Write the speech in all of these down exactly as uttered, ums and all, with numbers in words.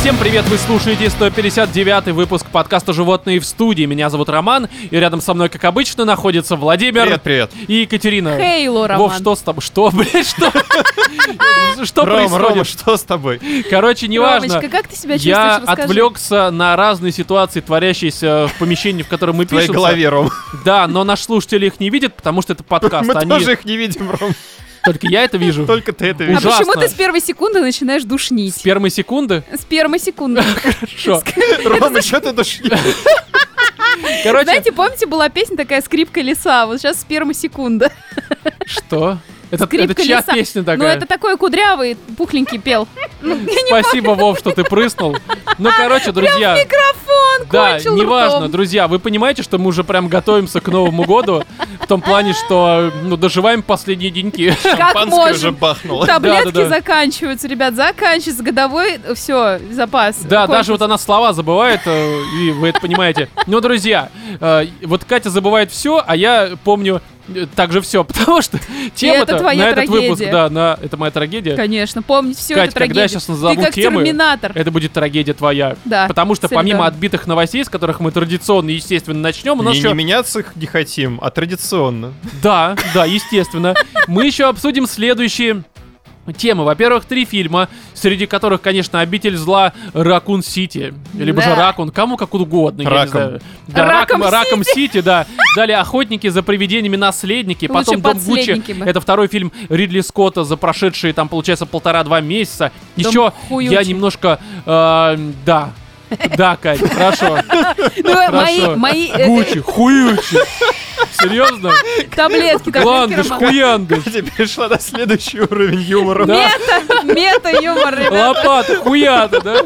Всем привет, вы слушаете сто пятьдесят девятый выпуск подкаста «Животные в студии». Меня зовут Роман, и рядом со мной, как обычно, находится Владимир. Привет, привет. И Екатерина. Хейло, Роман. Вов, что с тобой? Что, блядь, что? Что Рома, Рома, происходит? что с тобой? Короче, неважно. Ромочка, как ты себя чувствуешь? Я Расскажи. отвлекся на разные ситуации, творящиеся в помещении, в котором мы В твоей пишемся. голове, Ром. Да, но наши слушатели их не видят, потому что это подкаст. Мы Они... тоже их не видим, Ром. Только я это вижу. Только ты это А видишь. Ужасно. почему ты с первой секунды начинаешь душнить? С первой секунды? С первой секунды. Хорошо. Рома, что ты душнишь? Короче, Знаете, помните, была песня такая «Скрипка леса»? Вот сейчас с первой секунды. что? Это, Скрипка это чья леса. песня Ну, такая? это такой кудрявый, пухленький пел. Ну, я не Спасибо, Вов, что ты прыснул. Ну, короче, друзья... микрофон Да, кончил неважно, ртом. друзья, вы понимаете, что мы уже прям готовимся к Новому году, в том плане, что, ну, доживаем последние деньки. Как Шампанское уже можем. бахнуло. Таблетки Да-да-да. заканчиваются, ребят, заканчивается годовой, все, запас. Да, даже вот кончился. она слова забывает, э, и вы это понимаете. Но, друзья, э, вот Катя забывает все, а я помню э, также все, потому что тема-то это твоя на этот трагедия. выпуск, да, на, это моя трагедия. Конечно, помнить все Кать, это когда трагедия. я сейчас назову Ты как темы, терминатор. это будет трагедия твоя. Да, Потому что солидарна. помимо отбитых новостей, с которых мы традиционно, естественно, начнем, у нас Не, еще... не меняться их не хотим, а традиционно. Да, да, естественно. Мы еще обсудим следующие темы. Во-первых, три фильма, среди которых, конечно, «Обитель зла», «Ракун Сити», либо же Да. «Ракун», кому как угодно, я не Раком. знаю. Да, Раком «Раком, Раком Сити», да. Далее «Охотники за привидениями. Наследники», Лучше потом «Дом Гуччи». «Подследники» бы. Это второй фильм Ридли Скотта за прошедшие, там, получается, полтора-два месяца. «Дом Еще Хуючи». я немножко... э, да. Да, Кать, хорошо. Ну, мои, Хорошо. мои э, Гуччи, хуючи. Серьезно? таблетки, таблетки, Ландыш, Роман. хуяндыш. Катя перешла на следующий уровень юмора. Да. Мета, мета юмор, ребят. Лопата, хуята, да?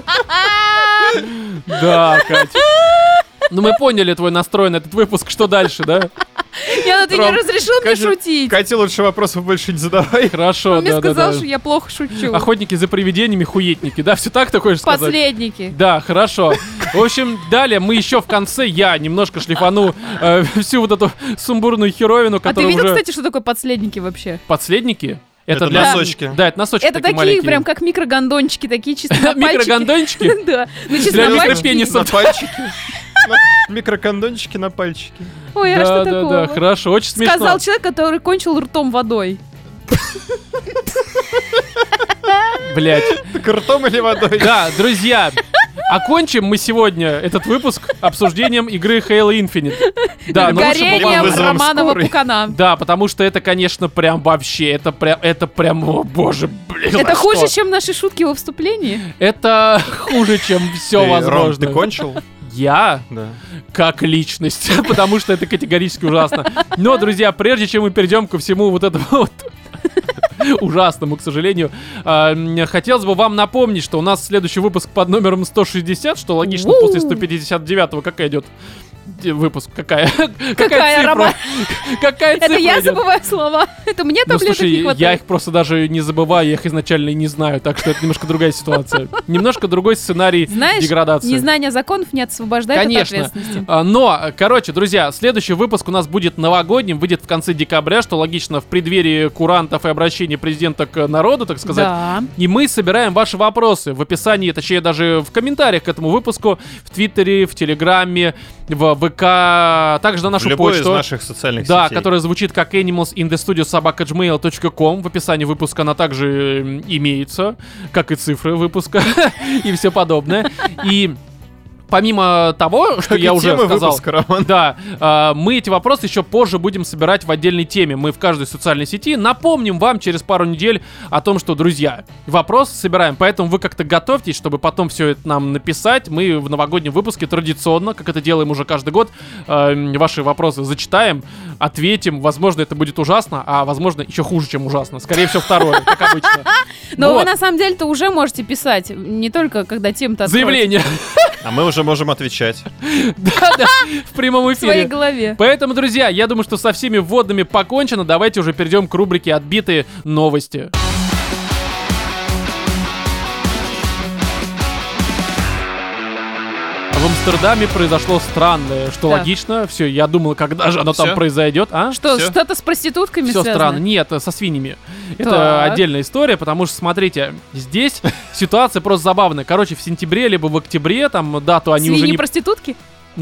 Да, Кать. Ну мы поняли твой настрой на этот выпуск, что дальше, да? Я, ну ты не Ром, разрешил мне Катя- шутить. Кате лучше вопросов больше не задавай. Хорошо, Он мне да, да, сказал, да. что я плохо шучу. Охотники за привидениями, хуетники, да? Все так ты хочешь сказать? Последники. Да, хорошо. В общем, далее мы еще в конце, я немножко шлифану э, всю вот эту сумбурную херовину, А ты которая видел, уже... кстати, что такое подследники вообще? Подследники? Это для... носочки. Да, это носочки Это такие маленькие. прям как микрогондончики, такие чисто на пальчике. Микрогондончики? Да, ну чисто Для на микропени- пальчике. пенисов. На пальчики. На- Микрокондончики на пальчики. Ой, а Да, что да, такого? да, хорошо, очень смешно. Сказал человек, который кончил ртом водой. Блять. Так ртом или водой? Да, друзья, окончим мы сегодня этот выпуск обсуждением игры Halo Infinite. Да, ну лучше бы Горением вам- вызовом Романова скорой. Пукана. Да, потому что это, конечно, прям вообще, это прям, это прям, о боже, блин. Это а хуже, что? чем наши шутки во вступлении? Это хуже, чем все Ты, Ром, возможно. ты кончил? Я Да. как личность, потому что это категорически ужасно. Но, друзья, прежде чем мы перейдем ко всему вот этому вот ужасному, к сожалению, а, м, хотелось бы вам напомнить, что у нас следующий выпуск под номером сто шестьдесят, что логично У. после сто пятьдесят девятого. Какая идет Д- выпуск? Какая? Какая, цифра? Роман? Какая цифра Это я идет? забываю слова. Это мне Ну, таблеток слушай, не хватает. я их просто даже не забываю, я их изначально и не знаю, так что это немножко другая ситуация. Немножко другой сценарий Знаешь, деградации. незнание законов не освобождает Конечно. от ответственности. А, Но, короче, друзья, следующий выпуск у нас будет новогодним, выйдет в конце декабря, что логично в преддверии курантов и обращения президента к народу, так сказать. Да. И мы собираем ваши вопросы в описании, точнее даже в комментариях к этому выпуску, в Твиттере, в Телеграме, в ВК, также на В нашу любой из почту. наших социальных Да, сетей. которая звучит как animals in the studio собака джимейл точка ком. В описании выпуска она также э, имеется, как и цифры выпуска и все подобное. И помимо того, что Как я и уже тема сказал, выпуска, Роман. да, а, мы эти вопросы еще позже будем собирать в отдельной теме. Мы в каждой социальной сети напомним вам через пару недель о том, что, друзья, вопрос собираем. Поэтому вы как-то готовьтесь, чтобы потом все это нам написать. Мы в новогоднем выпуске традиционно, как это делаем уже каждый год, э, ваши вопросы зачитаем, ответим. Возможно, это будет ужасно, а возможно, еще хуже, чем ужасно. Скорее всего, второе, как обычно. Но Вот. вы на самом деле-то уже можете писать, не только когда тем-то откроется. Заявление. А мы уже можем отвечать. Да-да, в прямом в своей эфире. голове. Поэтому, друзья, я думаю, что со всеми вводными покончено. Давайте уже перейдем к рубрике «Отбитые новости». В Амстердаме произошло странное, что Да. логично. Все, я думал, когда же оно Всё? там произойдет. А? Что, Всё? что-то с проститутками Все связано? странно. Нет, со свиньями. Это Так. отдельная история, потому что, смотрите, здесь ситуация просто забавная. Короче, в сентябре либо в октябре, там дату они уже не... Свиньи-проститутки?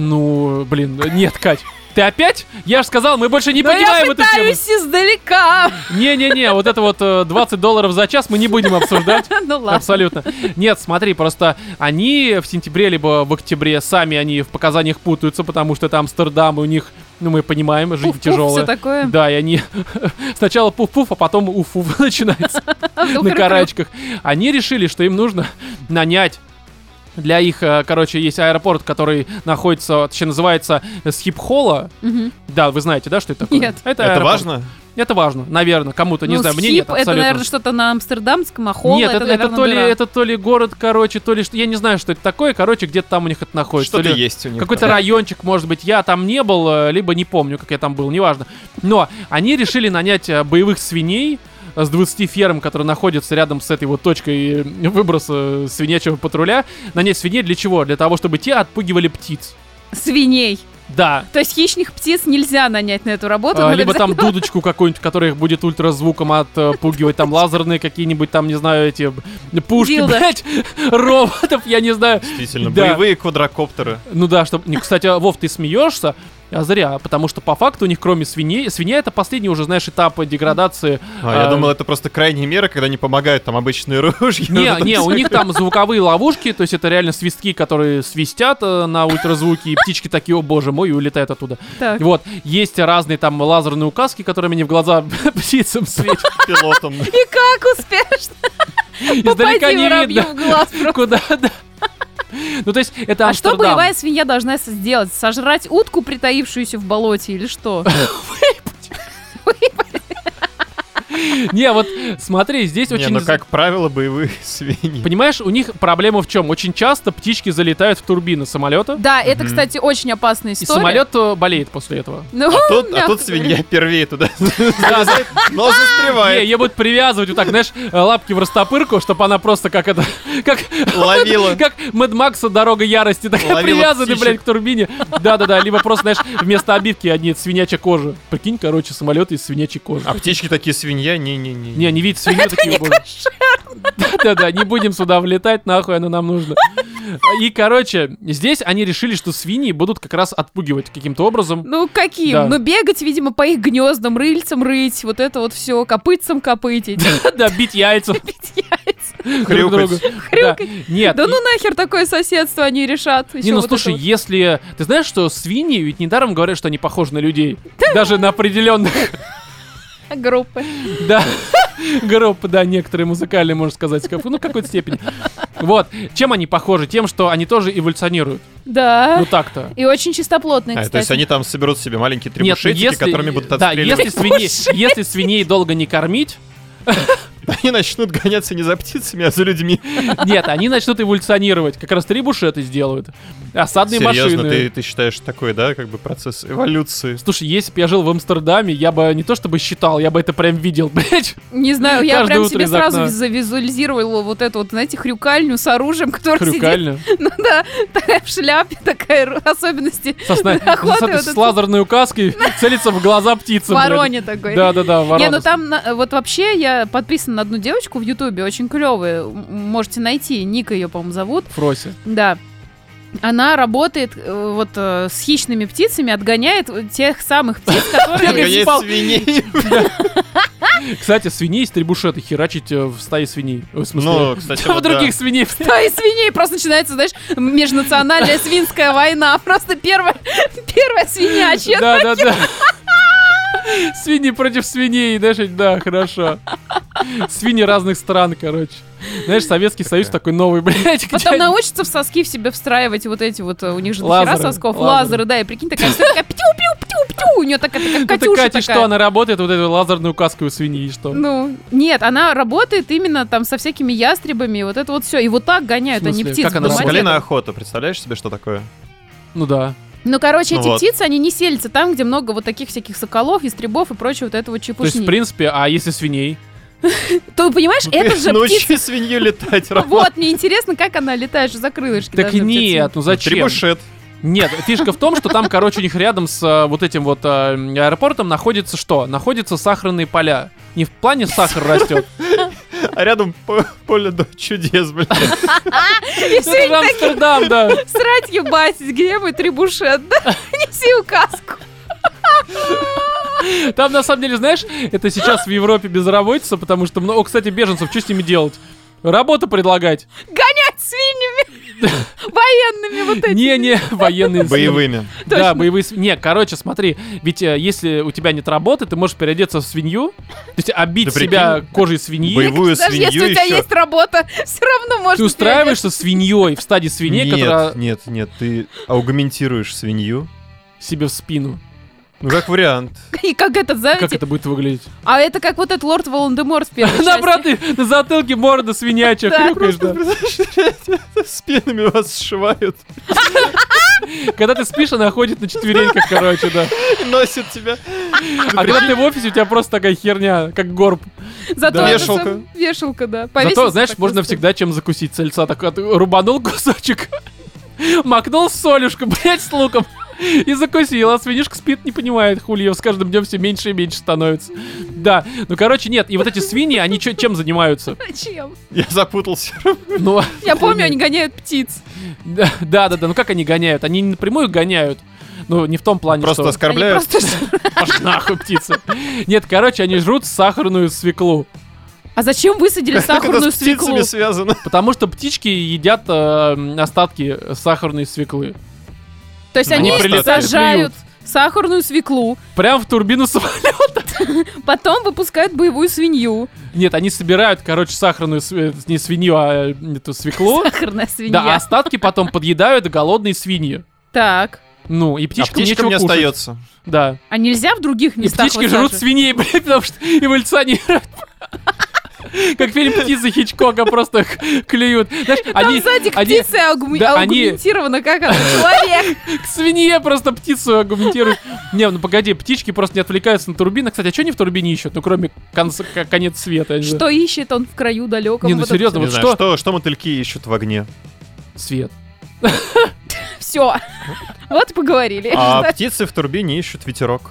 Ну, блин, нет, Кать. Ты опять? Я же сказал, мы больше не Но я поднимаем эту тему. пытаюсь издалека. Не-не-не, вот это вот э, двадцать долларов за час мы не будем обсуждать. Ну ладно. Абсолютно. Нет, смотри, просто они в сентябре либо в октябре сами они в показаниях путаются, потому что это Амстердам, и у них, ну мы понимаем, жизнь Пуф-пуф, тяжелая. всё такое. Да, и они сначала пуф-пуф, а потом уф-уф начинается на Хрю-хрю. карачках. Они решили, что им нужно нанять для их, э, короче, есть аэропорт, который находится, точнее, называется Схипхола. Мгм. Да, вы знаете, да, что это такое? Нет. Это аэропорт. важно? Это важно, наверное, кому-то, не Ну, знаю, мне Схип, нет, это, абсолютно. наверное, что-то на амстердамском, а Холла Нет, это, это, это наверное, то ли, дыра. это то ли город, короче, то ли что. Я не знаю, что это такое. Короче, где-то там у них это находится. Что-то То ли есть у них. Какой-то там. райончик, может быть, я там не был, э, либо не помню, как я там был, неважно. Но они решили нанять э, боевых свиней с двадцати ферм, которые находятся рядом с этой вот точкой э, выброса э, свинячьего патруля. Нанять свиней для чего? Для того, чтобы те отпугивали птиц. Свиней. Да. То есть хищных птиц нельзя нанять на эту работу. А, надо либо там обязательно- дудочку какую-нибудь, которая их будет ультразвуком отпугивать, там лазерные какие-нибудь, там, не знаю, эти б- пушки, Дилдо. блять, роботов, я не знаю. Действительно, Да. боевые квадрокоптеры. Ну да, чтобы... не, Кстати, Вов, ты смеешься, а зря, потому что по факту у них кроме свиней... Свинья — это последний уже, знаешь, этап деградации. А, я а, думал, это просто крайние меры, когда не помогают там обычные ружья. Не, Вот не, это у всё. них там звуковые ловушки, то есть это реально свистки, которые свистят э, на ультразвуке, и птички такие, о боже мой, и улетают оттуда. Так. Вот, есть разные там лазерные указки, которыми они в глаза птицам светят. Пилотом. И как успешно? Издалека Попади не воробью видно. в глаз. просто. Куда, да. Ну, то есть, это А что Амстердам. боевая свинья должна с- сделать? Сожрать утку, притаившуюся в болоте, или что? Не, вот смотри, здесь Не, очень... ну как правило, боевые свиньи. Понимаешь, у них проблема в чем? Очень часто птички залетают в турбины самолета, Да, это, Мгм. кстати, очень опасная и история. самолет э, болеет после этого. Ну, А тут, а мягко тут говоря. свинья первее туда залезает, но Не, застревает. ее будут привязывать вот так, знаешь, э, лапки в растопырку, чтобы она просто как это... Как, Ловила. как Мэд Макса «Дорога ярости», такая Ловила привязаны, птичек. блядь, к турбине. Да-да-да, либо просто, знаешь, вместо обивки одни свинячья кожа. Прикинь, короче, самолет из свинячьей кожи. А птички такие свинья? Не-не-не. Не, они видят свинью такие, боже. Да-да-да, не будем сюда влетать, нахуй оно нам нужно. И, короче, здесь они решили, что свиньи будут как раз отпугивать каким-то образом. Ну, каким? Да. Ну, бегать, видимо, по их гнездам, рыльцам рыть, вот это вот все, копытцам копытить, Да, бить яйца бить яйца. друг Хрюкать. другу. Да. Нет. Да и- ну нахер такое соседство они решат. Не, Ещё ну вот это слушай, вот. если... Ты знаешь, что свиньи ведь недаром говорят, что они похожи на людей. Даже на определенных, Группы. да, группы, да, некоторые музыкальные, можно сказать, как- ну, в какой-то степени. Вот. Чем они похожи? Тем, что они тоже эволюционируют. Да. Ну так-то. И очень чистоплотные, А, кстати. то есть они там соберут себе маленькие Нет, ну, требушетики, если... которыми будут Да, отстреливать. если свиней, если свиней долго не кормить, Они начнут гоняться не за птицами, а за людьми. нет, они начнут эволюционировать. Как раз трибушеты сделают. Осадные Серьезно, машины. ты, ты считаешь такой, да, как бы процесс эволюции? Слушай, если бы я жил в Амстердаме, я бы не то чтобы считал, я бы это прям видел, блядь. Не знаю, я Каждое прям утро себе из сразу окна. завизуализировала вот эту вот, знаете, хрюкальню с оружием, который сидит. Хрюкально. Ну да, такая в шляпе, такая ру- особенности Со сна- охоты с, вот этой- с это. лазерной указкой целится в глаза птицы. Вороне такой. Да-да-да, ворона. Не, ну там, на- вот вообще я подписана на одну девочку в Ютубе, очень клевая, можете найти, Ника ее, по-моему, зовут. Фроси. Да. Она работает э, вот э, с хищными птицами, отгоняет тех самых птиц, которые... Гоняет спал. свиней. Кстати, свиней из трибушета херачить э, в стае свиней. Ой, в смысле, Ну, кстати, в вот да. других свиней. Да, и свиней просто начинается, знаешь, межнациональная свинская война. Просто первая, первая свинячья. Да-да-да. Свиньи против свиней, знаешь, да, хорошо. Свиньи разных стран, короче. Знаешь, Советский Союз такой новый, блядь. где Потом они- научатся в соски в себе встраивать вот эти вот, э, у них же Лазеры, дохера сосков, лазеры. лазеры, да, и прикинь, такая, такая птю-пью-птю-птю, у нее такая, такая Это Катюша Катя, такая. что она работает вот этой лазерной указкой у свиньи, что? Ну, нет, она работает именно там со всякими ястребами, вот это вот все. И вот так гоняют В смысле, они птиц. как в она домоте. работает? Скалиная охота, представляешь себе, что такое? Ну да. Ну, короче, Ну эти вот. птицы, они не селятся там, где много вот таких всяких соколов, ястребов и прочего вот этого То есть, чепушни. в принципе, а если свиней? То, понимаешь, это же Научи птица. свинью летать, Роман. Вот, мне интересно, как она летает, что за крылышки Так должны быть нет, отсюда. ну зачем? Трибушет. Нет, фишка в том, что там, короче, у них рядом с э, вот этим вот э, аэропортом находится что? Находятся сахарные поля. Не в плане сахар растет. А рядом по- поле до чудес, блядь. И Это все же они такие, Амстердам, да. срать ебасить, где мой трибушет, да? Неси указку. Там, на самом деле, знаешь, это сейчас в Европе безработица, потому что, много, кстати, беженцев, что с ними делать? Работу предлагать. Гонять свиньями. Военными вот этими. Не-не, военные. Боевыми. Да, Точно. боевые свиньи. Не, короче, смотри, ведь э, если у тебя нет работы, ты можешь переодеться в свинью, то есть обить Ты себя кожей свиньи. Боевую Даже свинью если у тебя еще. есть работа, все равно можно Ты устраиваешься свиньей в стадии свиней, Нет, которая нет, нет, ты аугментируешь свинью. себе в спину. Ну, как вариант. И как это, Как знаете? это будет выглядеть? А это как вот этот лорд Волан-де-Морт в первой части. Наоборот, ты на затылке морда свинячая, Да, хрюкаешь, да. Спинами вас сшивают Когда ты спишь, она ходит на четвереньках, короче, да. и носят тебя. А когда ты в офисе, у тебя просто такая херня, как горб. Зато Да. это Вешалка. сам- Вешалка, да. Зато, Повесился знаешь, так можно просто. всегда чем закусить сальца. Так вот, рубанул кусочек, макнул в солюшку, блядь, с луком. И закусил, а свинюшка спит, не понимает, хули ее с каждым днем все меньше и меньше становится. Да, ну короче, нет, и вот эти свиньи, они чё- чем занимаются? Зачем? Я запутался. Ну, Я помню, они гоняют птиц. да, да, да, ну как они гоняют? Они не напрямую гоняют. Ну, не в том плане, Просто что... оскорбляют. Они просто... Пошли нахуй, птицы. Нет, короче, они жрут сахарную свеклу. А зачем высадили Как это сахарную с птицами свеклу? связано? Потому что птички едят э, остатки сахарной свеклы. То есть Они они прилетают, сажают сахарную свеклу, Прям в турбину самолета. потом выпускают боевую свинью. Нет, они собирают, короче, сахарную, св- не свинью, а э, эту свеклу. Сахарная свинья. Да, а остатки потом подъедают голодные свиньи. Так. Ну, и А птичкам птичкам нечего не кушать. остается. Да. А нельзя в других И местах птички жрут высаживать? свиней, блядь, потому что эволюционируют. Как фильм «Птицы» Хичкока просто х- клюют. Знаешь, Там они, сзади к они птице аугу- да, они- аугментировано, как она, человек. к свинье просто птицу аргументируют. Не, ну погоди, птички просто не отвлекаются на турбины. Кстати, а что они в турбине ищут? Ну, кроме конца- к- конец света. я не знаю. Что ищет он в краю далеком? Не, ну серьезно, Не вот знаю, что? что, что мотыльки ищут в огне. Свет. Все. Вот поговорили. А птицы в турбине ищут ветерок.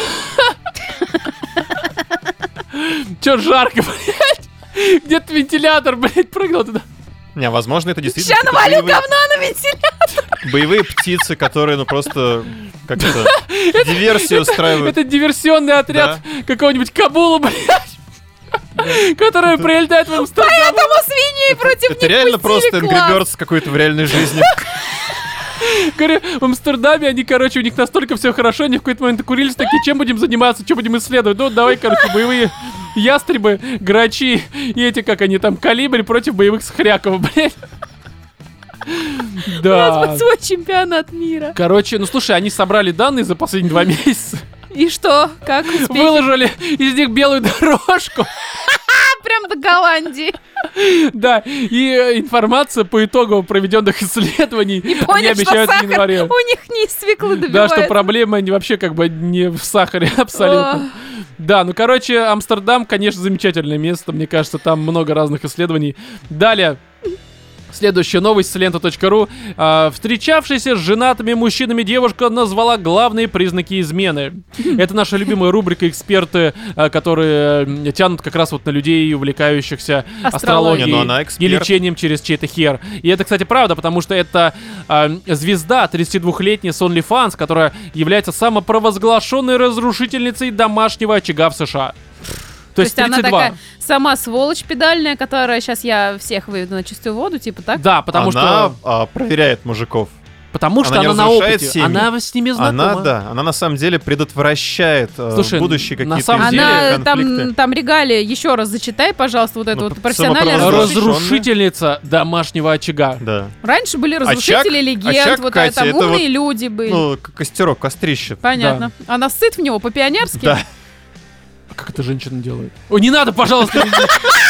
Чё жарко, блядь? Где-то вентилятор, блядь, прыгнул туда. Не, возможно, это действительно Сейчас какие-то навалю боевые, говно на вентилятор. боевые птицы, которые, ну, просто как это, диверсию устраивают. Это диверсионный отряд какого-нибудь Кабула, блядь. Который прилетает в Амстердам. Поэтому свиньи против Это них реально пустили просто класс. Angry Birds какой-то в реальной жизни. Говорю, в Амстердаме они, короче, у них настолько все хорошо, они в какой-то момент курились такие, чем будем заниматься, что будем исследовать. Ну, давай, короче, боевые ястребы, грачи и эти, как они там, калибри против боевых схряков, блядь. У нас Да. будет свой чемпионат мира. Короче, ну слушай, они собрали данные за последние два месяца, И что? Как успехи? выложили из них белую дорожку, Прям до Голландии. да, и э, информация по итогам проведенных исследований И они поняли, что обещают в сахар январе. у них не из свеклы Да, добивается. что проблема не вообще как бы не в сахаре абсолютно. Да, ну короче, Амстердам, конечно, замечательное место, мне кажется, там много разных исследований. Далее. Следующая новость с лента точка ру. А, встречавшаяся с женатыми мужчинами девушка назвала главные признаки измены. Это наша любимая рубрика «Эксперты», а, которые м, тянут как раз вот на людей, увлекающихся Астрологией. астрологией Не, ну она эксперт. и лечением через чей-то хер. И это, кстати, правда, потому что это а, звезда тридцатидвухлетняя с OnlyFans, которая является самопровозглашенной разрушительницей домашнего очага в США. То, То есть есть она тридцать два. такая сама сволочь педальная, которая сейчас я всех выведу на чистую воду, типа так? Да, потому Она что... а, проверяет мужиков. Потому что она не она, на разрушает опыте. семьи. Она с ними знакома. Она, да, она на самом деле предотвращает э, Слушай, будущие на какие-то самом деле изделия, Она конфликты. там, там регалии, еще раз зачитай, пожалуйста, вот эту Ну, вот профессиональная самопровозглашенная. разрушитель. Разрушительница домашнего очага. Да. Раньше были разрушители Очаг- легенд, очаг, вот Катя, там это умные вот, люди были. Ну, к- костерок, кострище. Понятно. Она ссыт в него по-пионерски? Да. А как это женщина делает? О, не надо, пожалуйста.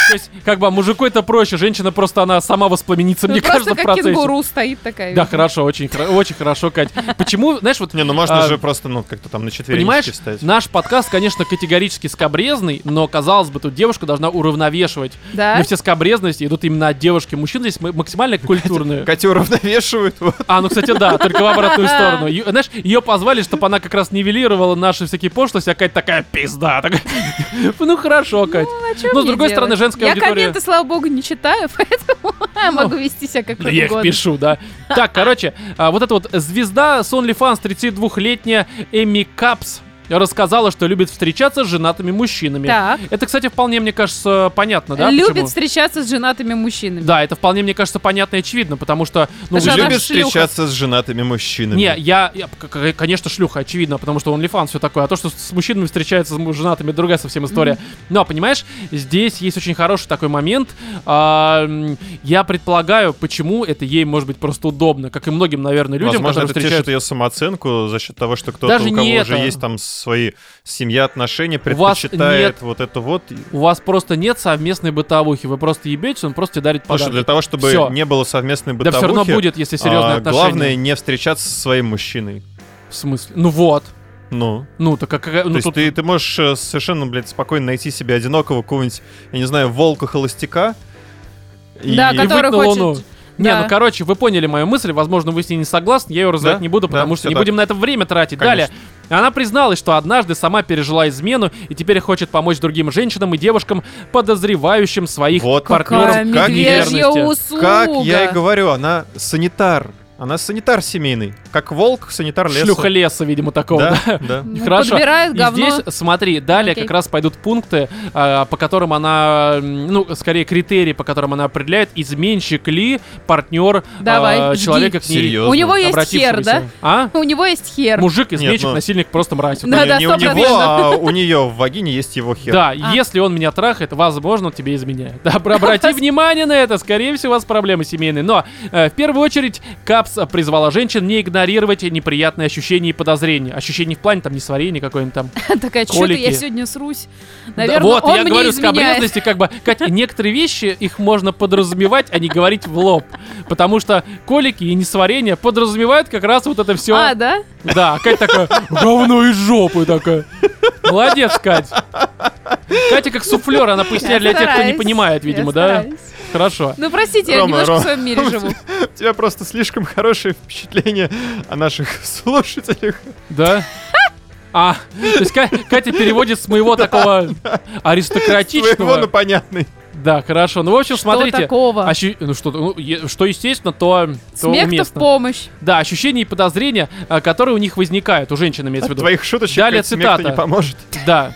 То есть, как бы, мужику это проще, женщина просто, она сама воспламенится, Ну, мне просто кажется, в как процессе. кенгуру стоит такая. Да, видимо. хорошо, очень, хоро- очень хорошо, Кать. Почему, знаешь, вот... Не, ну можно а, же просто, ну, как-то там на Понимаешь, четверенечки встать. наш подкаст, конечно, категорически скабрезный, но, казалось бы, тут девушка должна уравновешивать. Да? Но все скабрезности идут именно от девушки. Мужчины здесь м- максимально культурные. Катю уравновешивают, вот. А, ну, кстати, да, только в обратную сторону. Ё- знаешь, ее позвали, чтобы она как раз нивелировала наши всякие пошлости, а Кать такая пизда. такая. Ну, хорошо, Кать. А чё Но, с мне другой делать? стороны, женская Я аудитория... комменты, слава богу, не читаю, поэтому могу вести себя как Да я их угодно. пишу, да. Так, короче, а, вот эта вот звезда с OnlyFans тридцатидвухлетняя Эми Капс рассказала, что любит встречаться с женатыми мужчинами. Так. Это, кстати, вполне, мне кажется, понятно, да? Любит почему? встречаться с женатыми мужчинами. Да, это вполне, мне кажется, понятно и очевидно, потому что... Ну, Потому что вы она любите- Любит шлюха. встречаться с женатыми мужчинами. Не, я, я, к- к- конечно, шлюха, очевидно, потому что OnlyFans все такое. А то, что с мужчинами встречается с му- женатыми, другая совсем история. Но, понимаешь, здесь есть очень хороший такой момент. А, м, я предполагаю, почему это ей может быть просто удобно, как и многим, наверное, людям, Возможно, которые это встречаются. тешит ее самооценку за счет того, что кто-то, Даже у кого не уже это. есть там свои семья, отношения, У вас предпочитает нет- вот это вот. У вас просто нет совместной бытовухи, вы просто ебетесь, он просто тебе дарит Слушай, подарки. для того, чтобы Всё. не было совместной Да бытовухи, все равно будет, если серьезные а, отношения. главное не встречаться со своим мужчиной. В смысле? Ну вот. Ну, Ну, так какая... то Ну, есть тут... ты, ты можешь э, совершенно, блядь, спокойно найти себе одинокого какого-нибудь, я не знаю, волка-холостяка. и- Да, И который выйти на хочет- Луну. Не, Да. ну короче, вы поняли мою мысль, возможно, вы с ней не согласны, я ее развивать Да, не буду, да, потому что всё не так. будем на это время тратить. Конечно. Далее. Она призналась, что однажды сама пережила измену и теперь хочет помочь другим женщинам и девушкам, подозревающим своих Вот партнеров Какая Как медвежья неверности. услуга. Как я и говорю, она санитар. Она санитар семейный. Как волк, санитар леса. Шлюха леса, видимо, такого. Да, да. да. Ну, Хорошо. подбирает И говно. здесь, смотри, далее Окей. как раз пойдут пункты, а, по которым она, м, ну, скорее критерии, по которым она определяет, изменщик ли партнер Давай, а, жги. человека к ней Серьезно? У него есть хер, да? обратившегося. А? У него есть хер. Мужик, изменщик, ну- насильник, просто мразь. Да, не, да, не у сто него, процентов. а у нее в вагине есть его хер. Да, А. если он меня трахает, возможно, он тебе изменяет. Да, обрати внимание на это, скорее всего, у вас проблемы семейные. Но, э, в первую очередь, Капс призвала женщин не игнорировать неприятные ощущения и подозрения. Ощущения в плане, там, несварения какой-нибудь там. Такая, что-то Колики. я сегодня срусь. Да, Наверное, вот, он я мне говорю, изменяет. скабрезности, как бы, Катя, некоторые вещи, их можно подразумевать, а не говорить в лоб. Потому что колики и несварение подразумевают как раз вот это все. А, да? Да, Катя такая, говно из жопы такая. Молодец, Кать. Катя как суфлер, она поясняет для Я тех, кто не стараюсь, понимает, я видимо, да? стараюсь. Хорошо. Ну, простите, я Рома, немножко Рома. в своем мире живу. У тебя просто слишком хорошее впечатление о наших слушателях. Да? А, то есть Ка- Катя переводит с моего такого Твоего на аристократичного. понятный. Да, хорошо. Ну, в общем, Что смотрите. такого? ощу- Ну, что, ну, е- что естественно, то, то Смех-то в уместно. помощь. Да, ощущения и подозрения, а, которые у них возникают, у женщин имеется в От виду. твоих шуточек Далее Кать, смех-то цитата. не поможет. Да.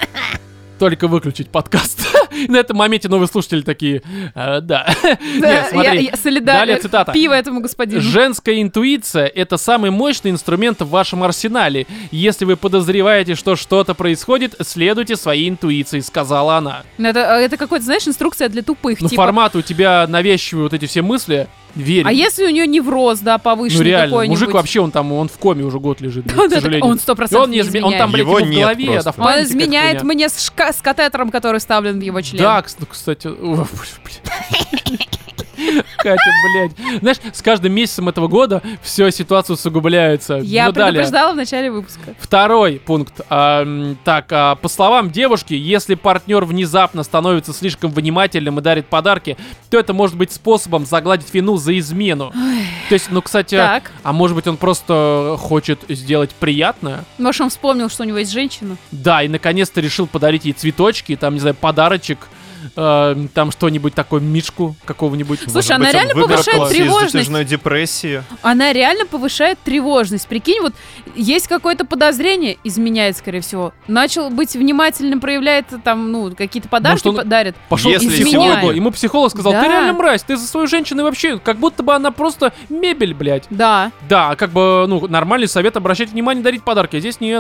Только выключить подкаст. На этом моменте новые слушатели такие, «А, да. Да, Нет, я, смотри. я солидарна. Далее цитата. Пиво этому господину. Женская интуиция — это самый мощный инструмент в вашем арсенале. Если вы подозреваете, что что-то происходит, следуйте своей интуиции, сказала она. Ну, Это, это какой-то, знаешь, инструкция для тупых. Ну, типа, формат у тебя навязчивые вот эти все мысли, верь. а если у нее невроз, да, Ну повышенный реально, какой-нибудь? мужик вообще, он там, он в коме уже год лежит, Да, к да, сожалению. он сто И процентов он, не не изме- он там, изменяет. блядь, Его ему в нет голове, просто. да, в Он памяти какая-то изменяет хуйня. мне с, шка- с катетером, который вставлен в его член. Да, кс- кстати, о, блин. Катя, блядь. Знаешь, с каждым месяцем этого года все, ситуация усугубляется. Я Ну, далее. предупреждала в начале выпуска. Второй пункт. А, м, так, а, по словам девушки, если партнер внезапно становится слишком внимательным и дарит подарки, то это может быть способом загладить вину за измену. То есть, ну, кстати, Так. а может быть он просто хочет сделать приятное? Может, он вспомнил, что у него есть женщина? Да, и наконец-то решил подарить ей цветочки, там, не знаю, подарочек, э, там что-нибудь такое, мишку какого-нибудь. Слушай, Может она быть, он реально повышает выбрался из тревожность. затяжной депрессии. Она реально повышает тревожность. Прикинь, вот есть какое-то подозрение, изменяет, скорее всего. Начал быть внимательным, проявляет там, ну, какие-то подарки Может, он дарит. Пошел к Если психологу, сегодня- ему психолог сказал, Да. ты реально мразь, ты за свою женщину вообще, как будто бы она просто мебель, блядь. Да. Да, как бы, ну, нормальный совет обращать внимание, дарить подарки, а здесь нет.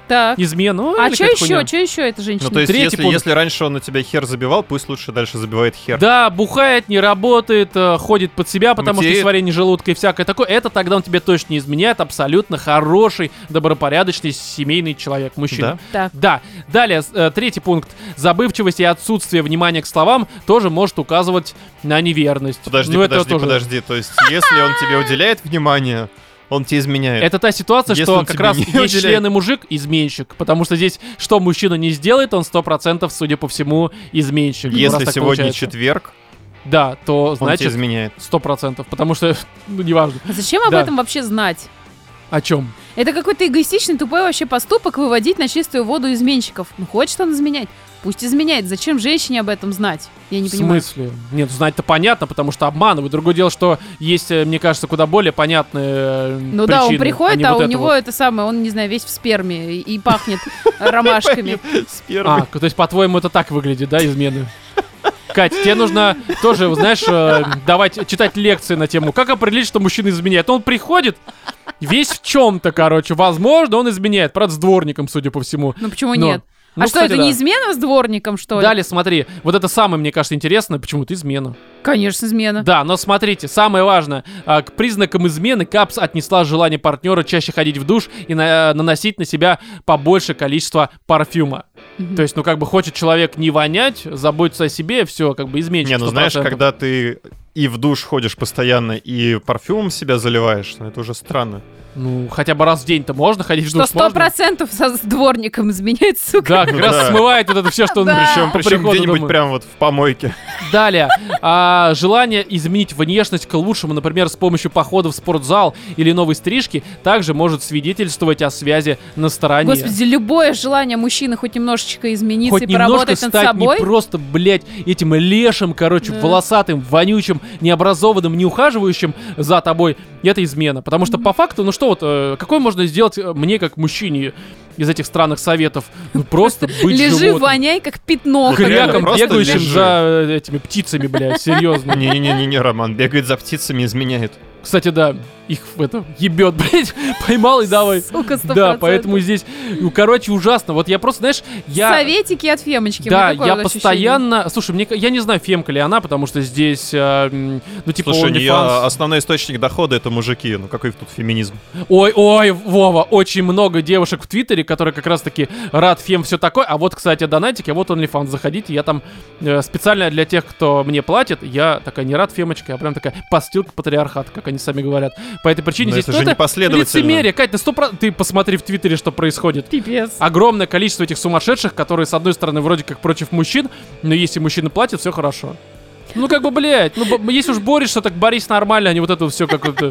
Так. измену. А или что какая-то еще? хуйня. Что еще эта женщина? Ну, то есть, Третий если, пункт. если раньше он на тебя хер забивал, пусть лучше дальше забивает хер. Да, бухает, не работает, э, ходит под себя, потому что Мутеет. несварение желудка и всякое такое. Это тогда он тебе точно не изменяет. Абсолютно хороший, добропорядочный, семейный человек, мужчина. Да? Так. Да. Далее, с- э, третий пункт. Забывчивость и отсутствие внимания к словам тоже может указывать на неверность. Подожди, Ну, это подожди, тоже- подожди. То есть, если он тебе уделяет внимание, он тебе изменяет. Это та ситуация, Если что он как тебе раз не есть уделяет. член и мужик изменщик. Потому что здесь, что мужчина не сделает, он сто процентов, судя по всему, изменщик. Ну, раз Если так сегодня получается. четверг, Да, то он тебе значит изменяет. сто процентов. Потому что, ну, неважно. А зачем об Да. этом вообще знать? О чем? Это какой-то эгоистичный, тупой вообще поступок выводить на чистую воду изменщиков. Ну, хочет он изменять? Пусть изменяет. Зачем женщине об этом знать? Я не В понимаю. смысле? Нет, знать-то понятно, потому что обманывают. Другое дело, что есть, э, мне кажется, куда более понятные э, Ну да, он причины, приходит, не а вот у это него вот. это самое, он, не знаю, весь в сперме и и пахнет ромашками. С первой. А, то есть, по-твоему, это так выглядит, да, измены? Кать, тебе нужно тоже, знаешь, э, давать, читать лекции на тему, как определить, что мужчина изменяет. Он приходит весь в чем-то, короче. Возможно, он изменяет. Правда, с дворником, судя по всему. Ну почему Но- нет? Ну, А что, кстати, это да. не измена с дворником, что ли? Далее, смотри, вот это самое, мне кажется, интересное, почему-то измена. Конечно, измена. Да, но смотрите, самое важное, а, к признакам измены Капс отнесла желание партнера чаще ходить в душ и на- наносить на себя побольше количества парфюма. Мгм. То есть, ну, как бы хочет человек не вонять, заботиться о себе, все, как бы изменить. Не, ну знаешь, когда ты и в душ ходишь постоянно, и парфюмом себя заливаешь, ну это уже странно. Ну, хотя бы раз в день-то можно ходить в Что душ, сто можно? процентов со с дворником изменяет, сука. Да, как раз Да. смывает вот это все, что он Да. Причем, по причем приходу где-нибудь дома. прям вот в помойке. Далее, а, желание изменить внешность к лучшему, например, с помощью похода в спортзал или новой стрижки, также может свидетельствовать о связи на стороне. Господи, любое желание мужчины хоть немножечко измениться Хоть и немножко поработать над стать собой. не просто, блядь, этим лешим, короче, Да. волосатым, вонючим, необразованным, не ухаживающим за тобой, это измена. Потому что по факту, ну что вот, э, какой можно сделать э, мне как мужчине из этих странных советов? Ну просто быть Лежи, животным. воняй, как пятно. Вот реально, Кряком, просто бегающим лежи. за э, этими птицами, блядь, серьезно. Не-не-не, Роман, бегает за птицами, изменяет. Кстати, да, их в это ебет, блядь, поймал и давай. Сука, сто Да, процентов. поэтому здесь, ну, короче, ужасно. Вот я просто, знаешь, я... Советики от Фемочки. Да, вот такое я вот ощущение. постоянно... Слушай, мне, я не знаю, фемка ли она, потому что здесь, э, м, ну, типа, Слушай, не, OnlyFans. а основной источник дохода — это мужики. Ну какой тут феминизм? Ой, ой, Вова, очень много девушек в Твиттере, которые как раз-таки рад фем, все такое. А вот, кстати, донатики, а вот OnlyFans, заходите. Я там э, специально для тех, кто мне платит, я такая не рад фемочка, а прям такая подстилка патриархата, как они сами говорят. По этой причине Но здесь это же ну, непоследовательно. лицемерие. Кать, на сто процентов ты посмотри в Твиттере, что происходит. Пипец. Огромное количество этих сумасшедших, которые, с одной стороны, вроде как против мужчин, но если мужчина платит, все хорошо. Ну, как бы, блядь, ну, б- если уж борешься, так борись нормально, а не вот это все как это...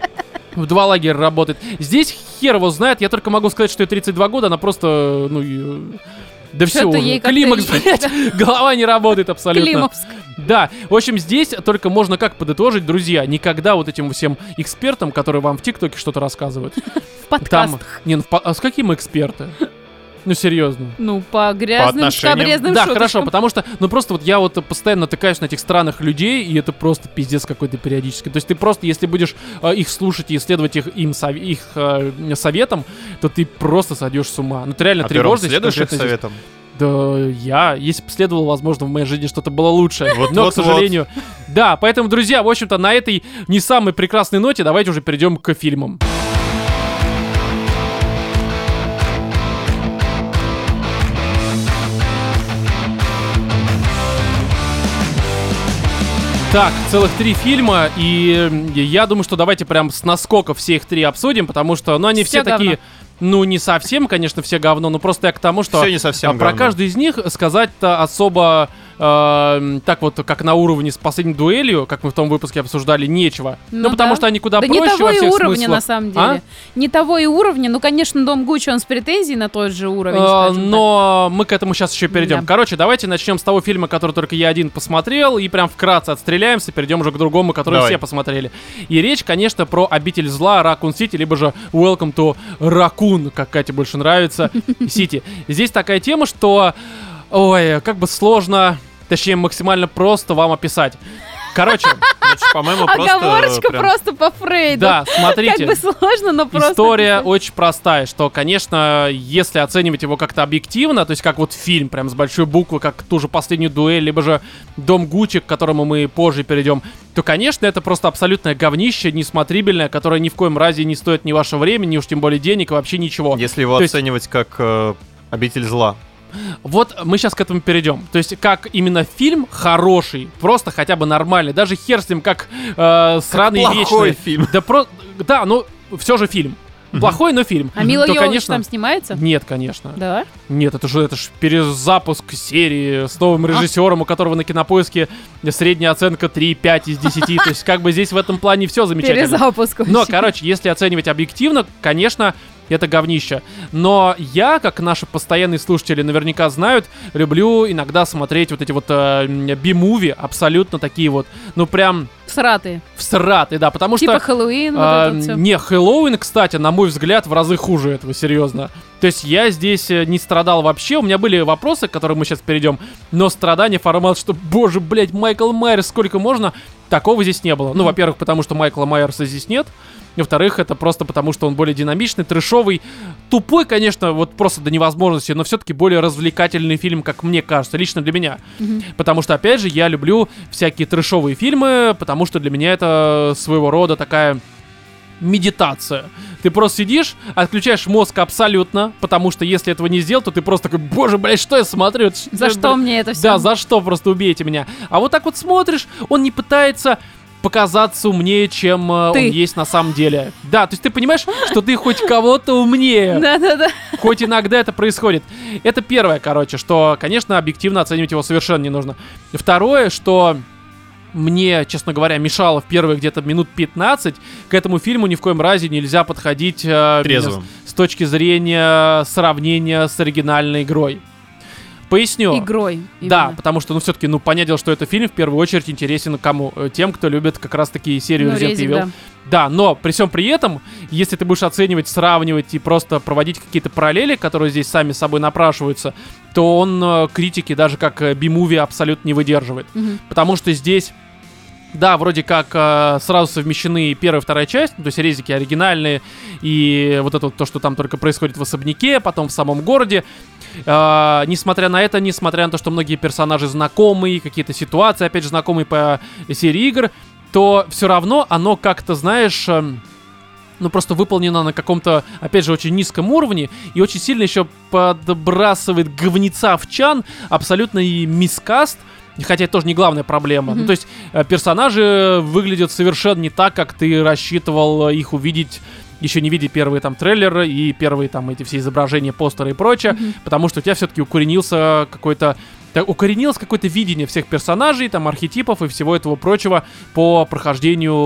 В два лагеря работает. Здесь хер его знает, я только могу сказать, что ей тридцать два года, она просто, ну, и- да все Что-то уже. ей как-то Климакс, и- блядь, голова не работает абсолютно. Климовск. Да, в общем, здесь только можно как подытожить, друзья, никогда вот этим всем экспертам, которые вам в ТикТоке что-то рассказывают, В подкастах. там, не, ну, в по- а с каким эксперты? Ну, серьезно. Ну, по грязным, отношениям. скабрезным Да, шуточкам. хорошо, потому что, ну просто вот я вот постоянно натыкаюсь на этих странных людей, и это просто пиздец какой-то периодически. То есть ты просто, если будешь э, их слушать и исследовать их, им сов- их э, советам, то ты просто сойдешь с ума. Ну, это реально А ты, Ром, тревожность. следуешь их конкретно здесь. советам? Да, я, если бы следовал, возможно, в моей жизни что-то было лучше. Вот, Но, вот, к сожалению. Да, поэтому, друзья, в общем-то, на этой не самой прекрасной ноте давайте уже перейдем к фильмам. Так, целых три фильма, и м, я думаю, что давайте прям с наскока все их три обсудим, потому что, ну, они Все все, такие, ну, не совсем, конечно, все говно, но просто я к тому, что Все не совсем а про говно. каждый из них сказать-то особо э, так вот, как на уровне с последней дуэлью, как мы в том выпуске обсуждали, нечего. Ну, Ну потому да. что они куда Да не проще того во и всех уровня, смыслах. на самом деле. А? Не того и уровня. Ну, конечно, Дом Гуччи, он с претензией на тот же уровень, Э, скажем так. но мы к этому сейчас еще перейдем. Да. Короче, давайте начнем с того фильма, который только я один посмотрел, и прям вкратце отстреляемся, перейдем уже к другому, который Давай. все посмотрели. И речь, конечно, про «Обитель зла», «Ракун Сити», либо же «Welcome to Raccoon», как Кате больше нравится, Сити. Здесь такая тема, что, ой, как бы сложно, точнее, максимально просто вам описать. Короче, Короче, по-моему, просто... Оговорочка прям- просто по Фрейду. Да, смотрите. Как бы сложно, но просто... История описать. очень простая, что, конечно, если оценивать его как-то объективно, то есть как вот фильм, прям с большой буквы, как ту же «Последнюю дуэль», либо же «Дом Гуччи», к которому мы позже перейдем, то, конечно, это просто абсолютное говнище, несмотрибельное, которое ни в коем разе не стоит ни вашего времени, ни уж тем более денег и вообще ничего. Если его То есть- оценивать как э, «Обитель зла». Вот мы сейчас к этому перейдем. То есть, как именно фильм хороший, просто хотя бы нормальный, даже хер с ним, как э, сраный плохой вечный. фильм. Да, про... да, ну, все же фильм. Плохой, но фильм. А Мила то, Йовович конечно... там снимается? Нет, конечно. Да. Нет, это же, это же перезапуск серии с новым режиссером, у которого на Кинопоиске средняя оценка три пять из десяти. То есть, как бы здесь в этом плане все замечательно. Перезапуск. Но, вообще. короче, если оценивать объективно, конечно, это говнище. Но я, как наши постоянные слушатели наверняка знают, люблю иногда смотреть вот эти вот э, би-муви, абсолютно такие вот, ну прям Сратые. всратые, да, потому Типа что... Хэллоуин, а, вот это вот всё. не, Хэллоуин, кстати, на мой взгляд, в разы хуже этого, серьезно. То есть я здесь э, не страдал вообще, у меня были вопросы, к которым мы сейчас перейдем, но страдания формат, что, боже, блядь, Майкл Майерс, сколько можно, такого здесь не было. Ну, во-первых, потому что Майкла Майерса здесь нет, во-вторых, это просто потому, что он более динамичный, трэшовый, тупой, конечно, вот просто до невозможности, но все-таки более развлекательный фильм, как мне кажется, лично для меня. Мгм. Потому что, опять же, я люблю всякие трэшовые фильмы, потому что для меня это своего рода такая медитация. Ты просто сидишь, отключаешь мозг абсолютно, потому что если этого не сделал, то ты просто такой, боже, блядь, что я смотрю? Это За ж- что мне это все? Да, за что? Просто убейте меня. А вот так вот смотришь, он не пытается показаться умнее, чем э, он Ты. есть на самом деле. Да, то есть ты понимаешь, что ты хоть кого-то умнее. Да-да-да. Хоть иногда это происходит. Это первое, короче, что, конечно, объективно оценивать его совершенно не нужно. Второе, что мне, честно говоря, мешало в первые где-то минут пятнадцать, к этому фильму ни в коем разе нельзя подходить э, Трезвым. с, с точки зрения сравнения с оригинальной игрой. Поясню. Игрой. Да, именно. потому что, ну, все-таки, ну, понятное дело, что этот фильм в первую очередь интересен кому? Э, Тем, кто любит как раз-таки серию Ну, Resident резик, Evil. да. Да, но при всем при этом, если ты будешь оценивать, сравнивать и просто проводить какие-то параллели, которые здесь сами собой напрашиваются, то он э, критики даже как э, би-муви абсолютно не выдерживает. Мгм. Потому что здесь, да, вроде как э, сразу совмещены и первая и вторая часть, ну, то есть резики оригинальные, и вот это вот то, что там только происходит в особняке, потом в самом городе. Э, несмотря на это, несмотря на то, что многие персонажи знакомые, какие-то ситуации, опять же, знакомые по серии игр, то все равно оно как-то, знаешь... э, ну, просто выполнено на каком-то, опять же, очень низком уровне и очень сильно еще подбрасывает говнеца в чан, абсолютный мискаст, хотя это тоже не главная проблема. Мгм. Ну, то есть э, персонажи выглядят совершенно не так, как ты рассчитывал их увидеть, еще не видя первые там трейлеры и первые там эти все изображения, постеры и прочее, Мгм. потому что у тебя все-таки укоренился какой-то так, укоренилось какое-то видение всех персонажей, там, архетипов и всего этого прочего по прохождению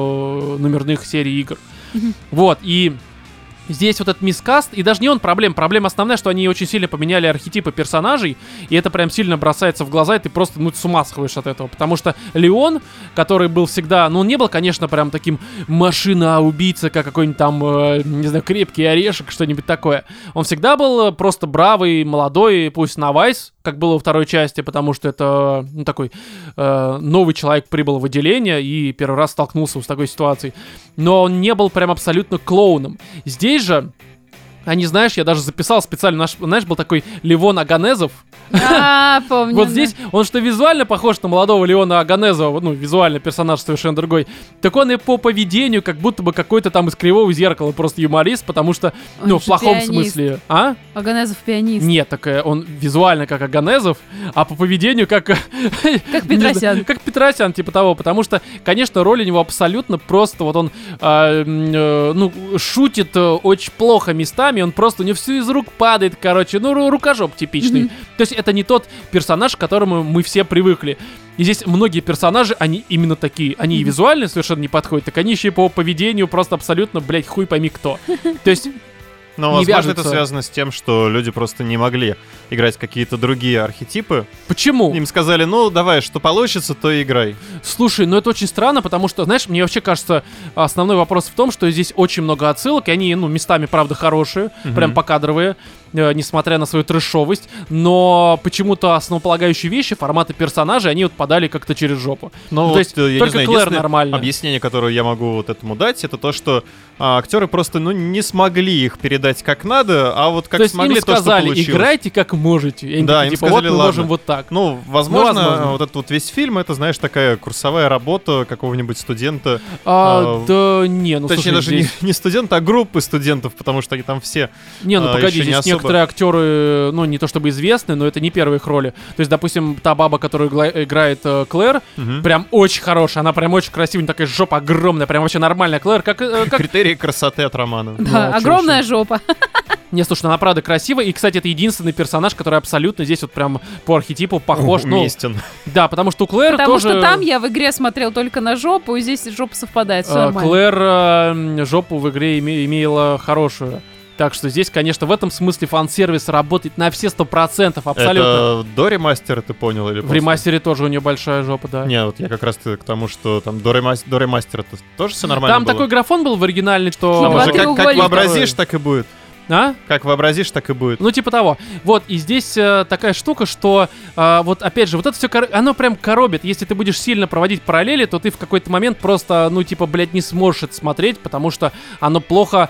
э, номерных серий игр. Мгм. Вот, и здесь вот этот мискаст, и даже не он проблема, проблема основная, что они очень сильно поменяли архетипы персонажей, и это прям сильно бросается в глаза, и ты просто, ну, с ума сходишь от этого, потому что Леон, который был всегда, ну, он не был, конечно, прям таким машина-убийца, как какой-нибудь там, э, не знаю, крепкий орешек, что-нибудь такое. Он всегда был просто бравый, молодой, пусть Навайс, как было во второй части, потому что это, ну, такой э, новый человек прибыл в отделение и первый раз столкнулся с такой ситуацией. Но он не был прям абсолютно клоуном. Здесь же, они, знаешь, я даже записал специально, наш, знаешь, был такой Левон Аганезов. А, помню. Вот да. здесь он что визуально похож на молодого Леона Аганезова, ну, визуально персонаж совершенно другой, так он и по поведению как будто бы какой-то там из Кривого Зеркала просто юморист, потому что, Он ну, в же плохом пианист. смысле. А? Аганезов пианист. Нет, так э, он визуально как Аганезов, а по поведению как... Как не знаю, Петросян. Как Петросян, типа того, потому что, конечно, роль у него абсолютно просто, вот он, а, м, э, ну, шутит э, очень плохо местами, он просто, у него все из рук падает, короче, ну, ру- рукожоп типичный. Мгм. То есть это не тот персонаж, к которому мы все привыкли. И здесь многие персонажи, они именно такие. Они и Мгм. визуально совершенно не подходят, так они еще и по поведению просто абсолютно, блядь, хуй пойми кто. То есть... Но, Не возможно, вяжется. это связано с тем, что люди просто не могли играть какие-то другие архетипы. Почему? Им сказали, ну, давай, что получится, то и играй. Слушай, ну это очень странно, потому что, знаешь, мне вообще кажется, основной вопрос в том, что здесь очень много отсылок, и они, ну, местами, правда, хорошие, Мгм. прям покадровые. э, несмотря на свою трэшовость, но почему-то основополагающие вещи, форматы персонажей, они вот подали как-то через жопу. Ну, ну, вот, то есть я не только знаю, Клэр единственное нормально. Объяснение, которое я могу вот этому дать, это то, что а, актеры просто, ну, не смогли их передать как надо, а вот как то есть смогли, им то, сказали, что получилось. играйте как можете. И они Да, такие, им типа, сказали, вот мы ладно. можем вот так. Ну, возможно, Ну, возможно. вот этот вот весь фильм, это, знаешь, такая курсовая работа какого-нибудь студента. А, а, да не, ну Точнее, слушай, даже здесь... не, не студента, а группы студентов, потому что они там все... Не, ну а, погоди, еще не здесь особо. некоторые актеры, ну не то чтобы известны, но это не первые их роли. То есть, допустим, та баба, которая игла- играет э, Клэр, Мгм. прям очень хорошая, она прям очень красивая, такая жопа огромная, прям вообще нормальная Клэр, как... э, как... Критерии красоты от романа. Да, Ну, а чё огромная жопа. Не, слушай, она правда красивая, и, кстати, это единственный персонаж, который абсолютно здесь вот прям по архетипу похож. Ну, Уместен. да, потому что у Клэр Потому тоже... что там я в игре смотрел только на жопу, и здесь жопа совпадает, все э, нормально. Клэр э, жопу в игре име- имела хорошую. Так что здесь, конечно, в этом смысле фан-сервис работает на все сто процентов, абсолютно. Это до ремастера, ты понял? Или В после? ремастере тоже у нее большая жопа, да. Не, вот я как раз к тому, что там до, ремас... до ремастера тоже все нормально Там было? такой графон был в оригинальный, что... Там Там Два уже как, как треугольника. вообразишь, так и будет. А? Как вообразишь, так и будет. Ну, типа того. Вот, и здесь э, такая штука, что э, вот, опять же, вот это все, кор... оно прям коробит. Если ты будешь сильно проводить параллели, то ты в какой-то момент просто, ну, типа, блядь, не сможешь это смотреть, потому что оно плохо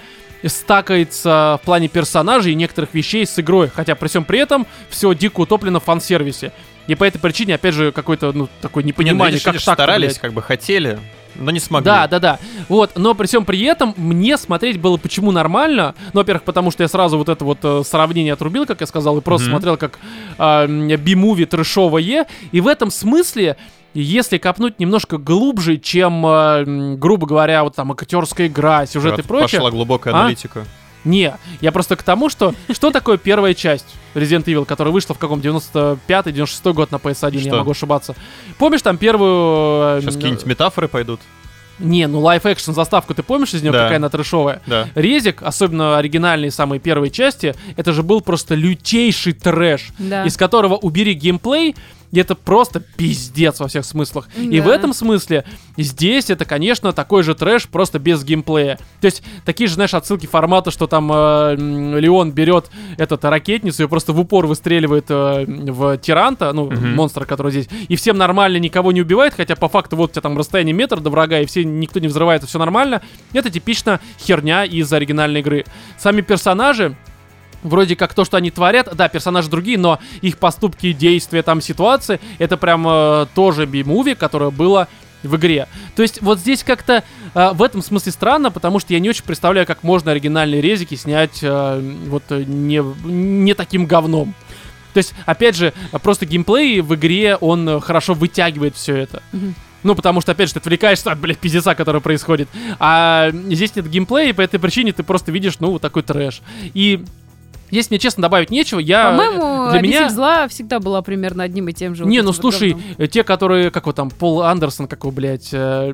стакается в плане персонажей и некоторых вещей с игрой. Хотя при всем при этом все дико утоплено в фан-сервисе. И по этой причине, опять же, какое-то, ну, такое Не, ну, непонимание, видишь, как видишь, так, старались, блядь. как бы хотели, но не смогли. Да, да, да. Вот, но при всем при этом мне смотреть было почему нормально. Ну, во-первых, потому что я сразу вот это вот э, сравнение отрубил, как я сказал, и просто Мгм. смотрел как э, би-муви трэшовое. И в этом смысле, если копнуть немножко глубже, чем, э, м, грубо говоря, вот там актерская игра, сюжет и Вот прочее. Пошла глубокая А? аналитика. Не, я просто к тому, что что такое первая часть Resident Evil, которая вышла в каком девяносто пятый девяносто шестой год на пи эс один, я Что? могу ошибаться. Помнишь там первую... э, Сейчас м, какие-нибудь метафоры пойдут. Не, ну лайф-экшн заставку ты помнишь из нее, Да. какая она трэшовая? Да. Резик, особенно оригинальные самые первые части, это же был просто лютейший трэш, Да. из которого убери геймплей, и это просто пиздец во всех смыслах. И Да. в этом смысле здесь это, конечно, такой же трэш, просто без геймплея. То есть такие же, знаешь, отсылки формата, что там э, м, Леон берет этот ракетницу и просто в упор выстреливает э, в тиранта, ну, Мгм. монстра, который здесь, и всем нормально, никого не убивает, хотя по факту вот у тебя там расстояние метр до врага, и все, никто не взрывается, все нормально. Это типично херня из оригинальной игры. Сами персонажи, вроде как то, что они творят, да, персонажи другие, но их поступки, действия, там, ситуации, это прям э, тоже би-муви, которое было в игре. То есть вот здесь как-то э, в этом смысле странно, потому что я не очень представляю, как можно оригинальные резики снять э, вот э, не, не таким говном. То есть, опять же, просто геймплей в игре, он э, хорошо вытягивает все это. Мгм. Ну, потому что, опять же, ты отвлекаешься от, блядь, пиздеца, который происходит. А здесь нет геймплея, и по этой причине ты просто видишь, ну, вот такой трэш. И если мне честно добавить нечего, я... По-моему, для «Обитель меня... зла» всегда была примерно одним и тем же. вот Не, этим ну вот слушай, говном. э, те, которые, как вот там, Пол Андерсон, как его, блядь, э,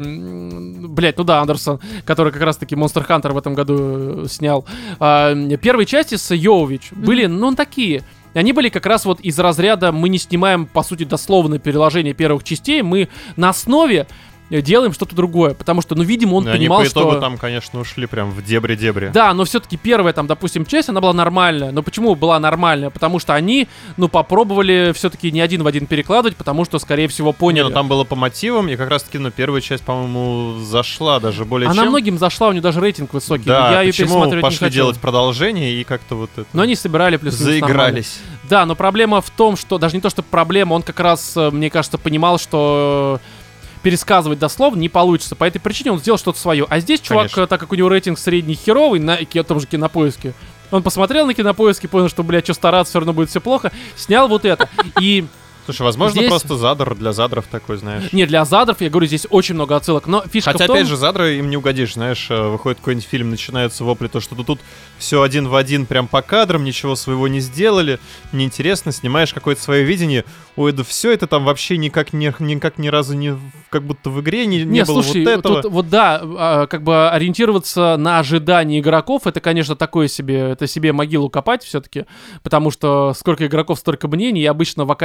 м, блядь, ну да, Андерсон, который как раз-таки Monster Hunter в этом году э, снял. А, первые части с Йовович были, ну, такие. Они были как раз вот из разряда, мы не снимаем, по сути, дословное переложение первых частей, мы на основе э, делаем что-то другое, потому что, ну, видимо, он Но они понимал, по итогу что... там, конечно, ушли прям в дебри-дебри. Да, но все-таки первая, там, допустим, часть, она была нормальная. Но почему была нормальная? Потому что они, ну, попробовали все-таки не один в один перекладывать, потому что, скорее всего, Не, поняли. ну там было по мотивам, и как раз-таки, ну, первая часть, по-моему, зашла даже более Она чем. многим зашла, у нее даже рейтинг высокий. Да, я ее почему пересматривать пошли не хочу. делать продолжение и как-то вот это... Но они собирали плюс-минус нормально. заигрались. Да, но проблема в том, что... Даже не то, что проблема, он как раз, э, мне кажется, понимал, что пересказывать дословно не получится. По этой причине он сделал что-то свое. А здесь чувак, Конечно. э, так как у него рейтинг средний херовый на ки- том же Кинопоиске, он посмотрел на Кинопоиске, понял, что, блядь, что стараться, все равно будет все плохо, снял вот это. И... Слушай, возможно, Здесь- просто задр для задров такой, знаешь. Не, для задров, я говорю, здесь очень много отсылок, но фишка Хотя, в том... опять же, задры им не угодишь, знаешь, э, выходит какой-нибудь фильм, начинаются вопли, то, что тут все один в один прям по кадрам, ничего своего не сделали, неинтересно, снимаешь какое-то свое видение, ой, да все это там вообще никак, не, никак ни разу не, в- как будто в игре не, не Не, было слушай, вот этого. тут вот да, а, как бы ориентироваться на ожидания игроков, это, конечно, такое себе, это себе могилу копать все-таки, потому что сколько игроков, столько мнений, и обычно вокальное меньшинство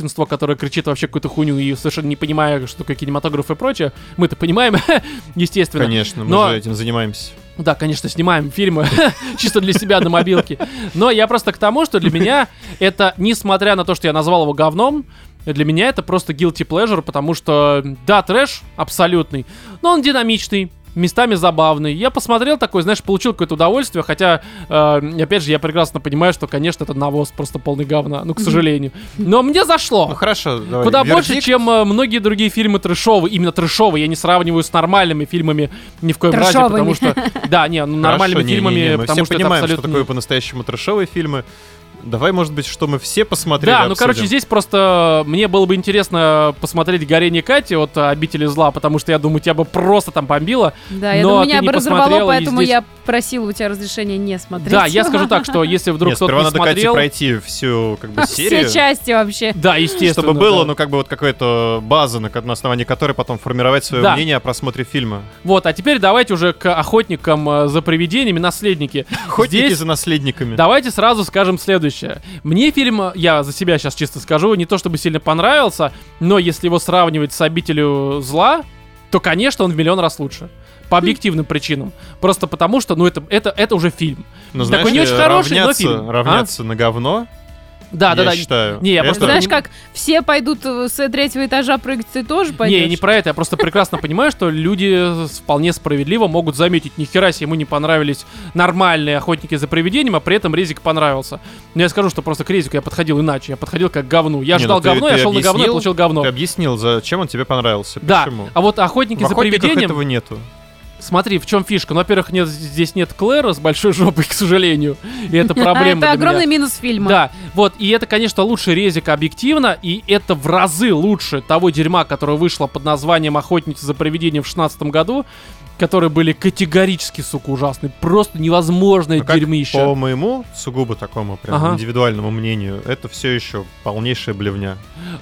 большинство, которое кричит вообще какую-то хуйню и совершенно не понимая, что такое кинематограф и прочее. Мы-то понимаем, естественно. Конечно, мы Но... же этим занимаемся. Да, конечно, снимаем фильмы чисто для себя на мобилке. Но я просто к тому, что для меня это, несмотря на то, что я назвал его говном, для меня это просто guilty pleasure, потому что, да, трэш абсолютный, но он динамичный, местами забавный. Я посмотрел такой, знаешь, получил какое-то удовольствие, хотя, э, опять же, я прекрасно понимаю, что, конечно, это навоз просто полный говна, ну, к сожалению. Но мне зашло. Ну хорошо, давай. Куда Вердикт? больше, чем э, многие другие фильмы трэшовые, именно трэшовые. Я не сравниваю с нормальными фильмами ни в коем разе, Трэшовыми. потому что, да, не, ну, нормальными Хорошо, не, фильмами, не, не, мы потому все что понимаем, это абсолютно... что такое по-настоящему трэшовые фильмы. Давай, может быть, что мы все посмотрели, Да, ну, обсудим. короче, здесь просто мне было бы интересно посмотреть «Горение Кати» от «Обители зла», потому что, я думаю, тебя бы просто там бомбило. Да, я Но думаю, ты меня не бы разорвало, посмотрела, и поэтому здесь- я просила у тебя разрешения не смотреть. Да, я скажу так, что если вдруг Нет, кто-то сперва не надо Кате смотрел... пройти всю, как бы, серию. Все части вообще. Да, естественно. Чтобы было, да. ну, как бы, вот какая-то база, на, на основании которой потом формировать свое Да. мнение о просмотре фильма. Вот, а теперь давайте уже к охотникам э, за привидениями, наследники. Охотники Здесь за наследниками. давайте сразу скажем следующее. Мне фильм, э, я за себя сейчас чисто скажу, не то чтобы сильно понравился, но если его сравнивать с «Обителью зла», то, конечно, он в миллион раз лучше. По объективным причинам. Просто потому что, ну, это, это, это уже фильм. Ну, Такой знаешь, не очень хороший, но равняться, фильм. равняться на говно, Да, я да, да. считаю. Не, я это- просто Знаешь, поним- как все пойдут э, с третьего этажа прыгать, ты тоже пойдешь? Не, не про это, я просто прекрасно понимаю, что люди с- вполне справедливо могут заметить, нихера себе ему не понравились нормальные охотники за привидением, а при этом Резик понравился. Но я скажу, что просто к Резику я подходил иначе, я подходил как к говну. Я Не, ждал ну ты- говно, ты я шел на говно и объяснил, получил говно. Ты объяснил, зачем он тебе понравился. Да, Почему? а вот охотники В за «Охотниках» привидением, этого нету. смотри, в чем фишка. Ну, во-первых, нет, здесь нет Клэра с большой жопой, к сожалению, и это проблема Это для огромный меня. минус фильма. Да, вот, и это, конечно, лучше Резика объективно, и это в разы лучше того дерьма, которое вышло под названием «Охотники за привидением» в шестнадцатом году, которые были категорически, сука, ужасные, просто невозможное Но как дерьмище. по моему сугубо такому прям Ага. индивидуальному мнению, это все еще полнейшая блевня.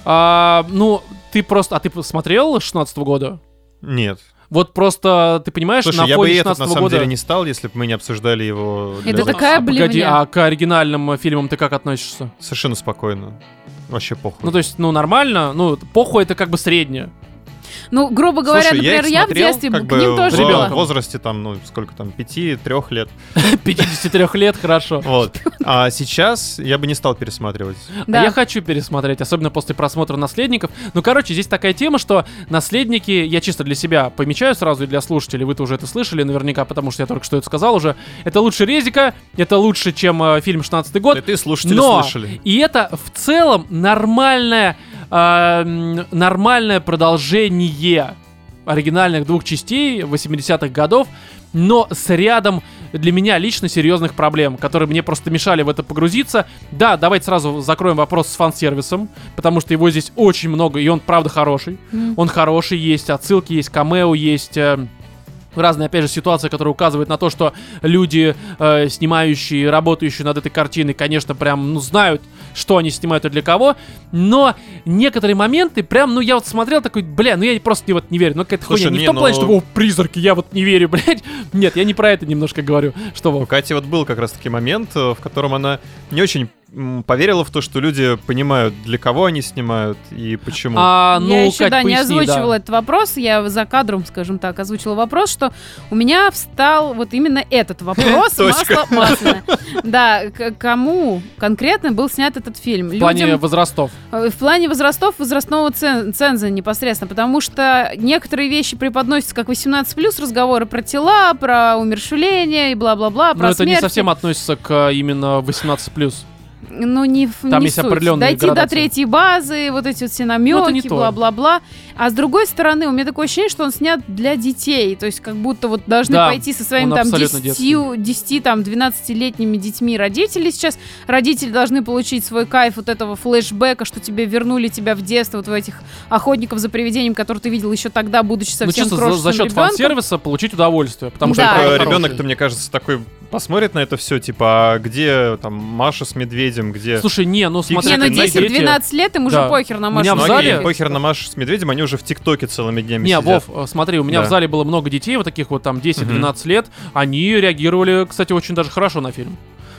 А, ну, ты просто... А ты посмотрел шестнадцатого года? Нет. Вот просто, ты понимаешь, Слушай, на я бы фоне и этот на шестнадцатого самом года... деле не стал, если бы мы не обсуждали его. для Это записи. такая А, погоди, блевня. а к оригинальным э, фильмам ты как относишься? Совершенно спокойно. Вообще похуй. Ну, то есть, ну, нормально, ну, похуй это как бы среднее. Ну, грубо говоря, Слушай, например, их я, в смотрел, детстве как к бы ним тоже в Ребенком. была. возрасте там, ну, сколько там, пяти-трех лет. пятьдесят три лет, хорошо. Вот. А сейчас я бы не стал пересматривать. А Да. я хочу пересмотреть, особенно после просмотра «Наследников». Ну, короче, здесь такая тема, что «Наследники», я чисто для себя помечаю сразу и для слушателей, вы-то уже это слышали наверняка, потому что я только что это сказал уже. Это лучше Резика, это лучше, чем э, фильм шестнадцатый год. И ты, слушатели, Но слышали. и это в целом нормальное, э, м, нормальное продолжение оригинальных двух частей восьмидесятых годов, но с рядом для меня лично серьезных проблем, которые мне просто мешали в это погрузиться. Да, давайте сразу закроем вопрос с фан-сервисом, потому что его здесь очень много, и он правда хороший. М. Он хороший, есть отсылки, есть камео, есть... э, разные, опять же, ситуации, которые указывают на то, что люди, э, снимающие, работающие над этой картиной, конечно, прям, ну, знают, что они снимают и для кого, но некоторые моменты прям, ну, я вот смотрел такой, бля, ну, я просто не, вот, не верю, ну, какая-то Слушай, хуйня, не, не, в том ну- плане, что, о, призраки, я вот не верю, блядь, нет, я не про это немножко говорю, что, У Вов? Кати вот был как раз-таки момент, э, в котором она не очень м, поверила в то, что люди понимают, для кого они снимают и почему. А, ну, я еще, Кать, да, не поясни, озвучивала да. этот вопрос, я за кадром, скажем так, озвучила вопрос, что у меня встал вот именно этот вопрос, Точка. масло масляное. Да, к- кому конкретно был снят этот фильм? В плане Людям, возрастов. э, в плане возрастов, возрастного цен- ценза непосредственно, потому что некоторые вещи преподносятся как восемнадцать плюс, разговоры про тела, про умерщвление и бла-бла-бла, Но про это не смерти. совсем относится к именно восемнадцать плюс. Ну, не, в- Там не есть суть. определенные Дойти градации. до третьей базы, вот эти вот все Ну, это не намеки, то. бла-бла-бла. А с другой стороны, у меня такое ощущение, что он снят для детей. То есть, как будто вот должны Да, пойти со своими он там абсолютно десять, десять, там, двенадцатилетними детьми родители сейчас. Родители должны получить свой кайф вот этого флешбека, что тебе вернули тебя в детство, вот в этих охотников за привидением, которые ты видел еще тогда, будучи Ну, совсем чисто за, крошечным за счет ребенком. фан-сервиса получить удовольствие, потому Да. что это Типа, правда Ребенок, хороший. то мне кажется, такой посмотрит на это все, типа, а где там Маша с медведем, где... Слушай, не, ну смотри, Не, ну это на десять-двенадцать лет, им уже Да. похер на У меня Машу. в Ну, они зале- похер на Машу с медведем, они уже в ТикТоке целыми днями Не, сидят. Вов, э, смотри, у меня Да. в зале было много детей, вот таких вот там десять-двенадцать лет. Они реагировали, кстати, очень даже хорошо на фильм.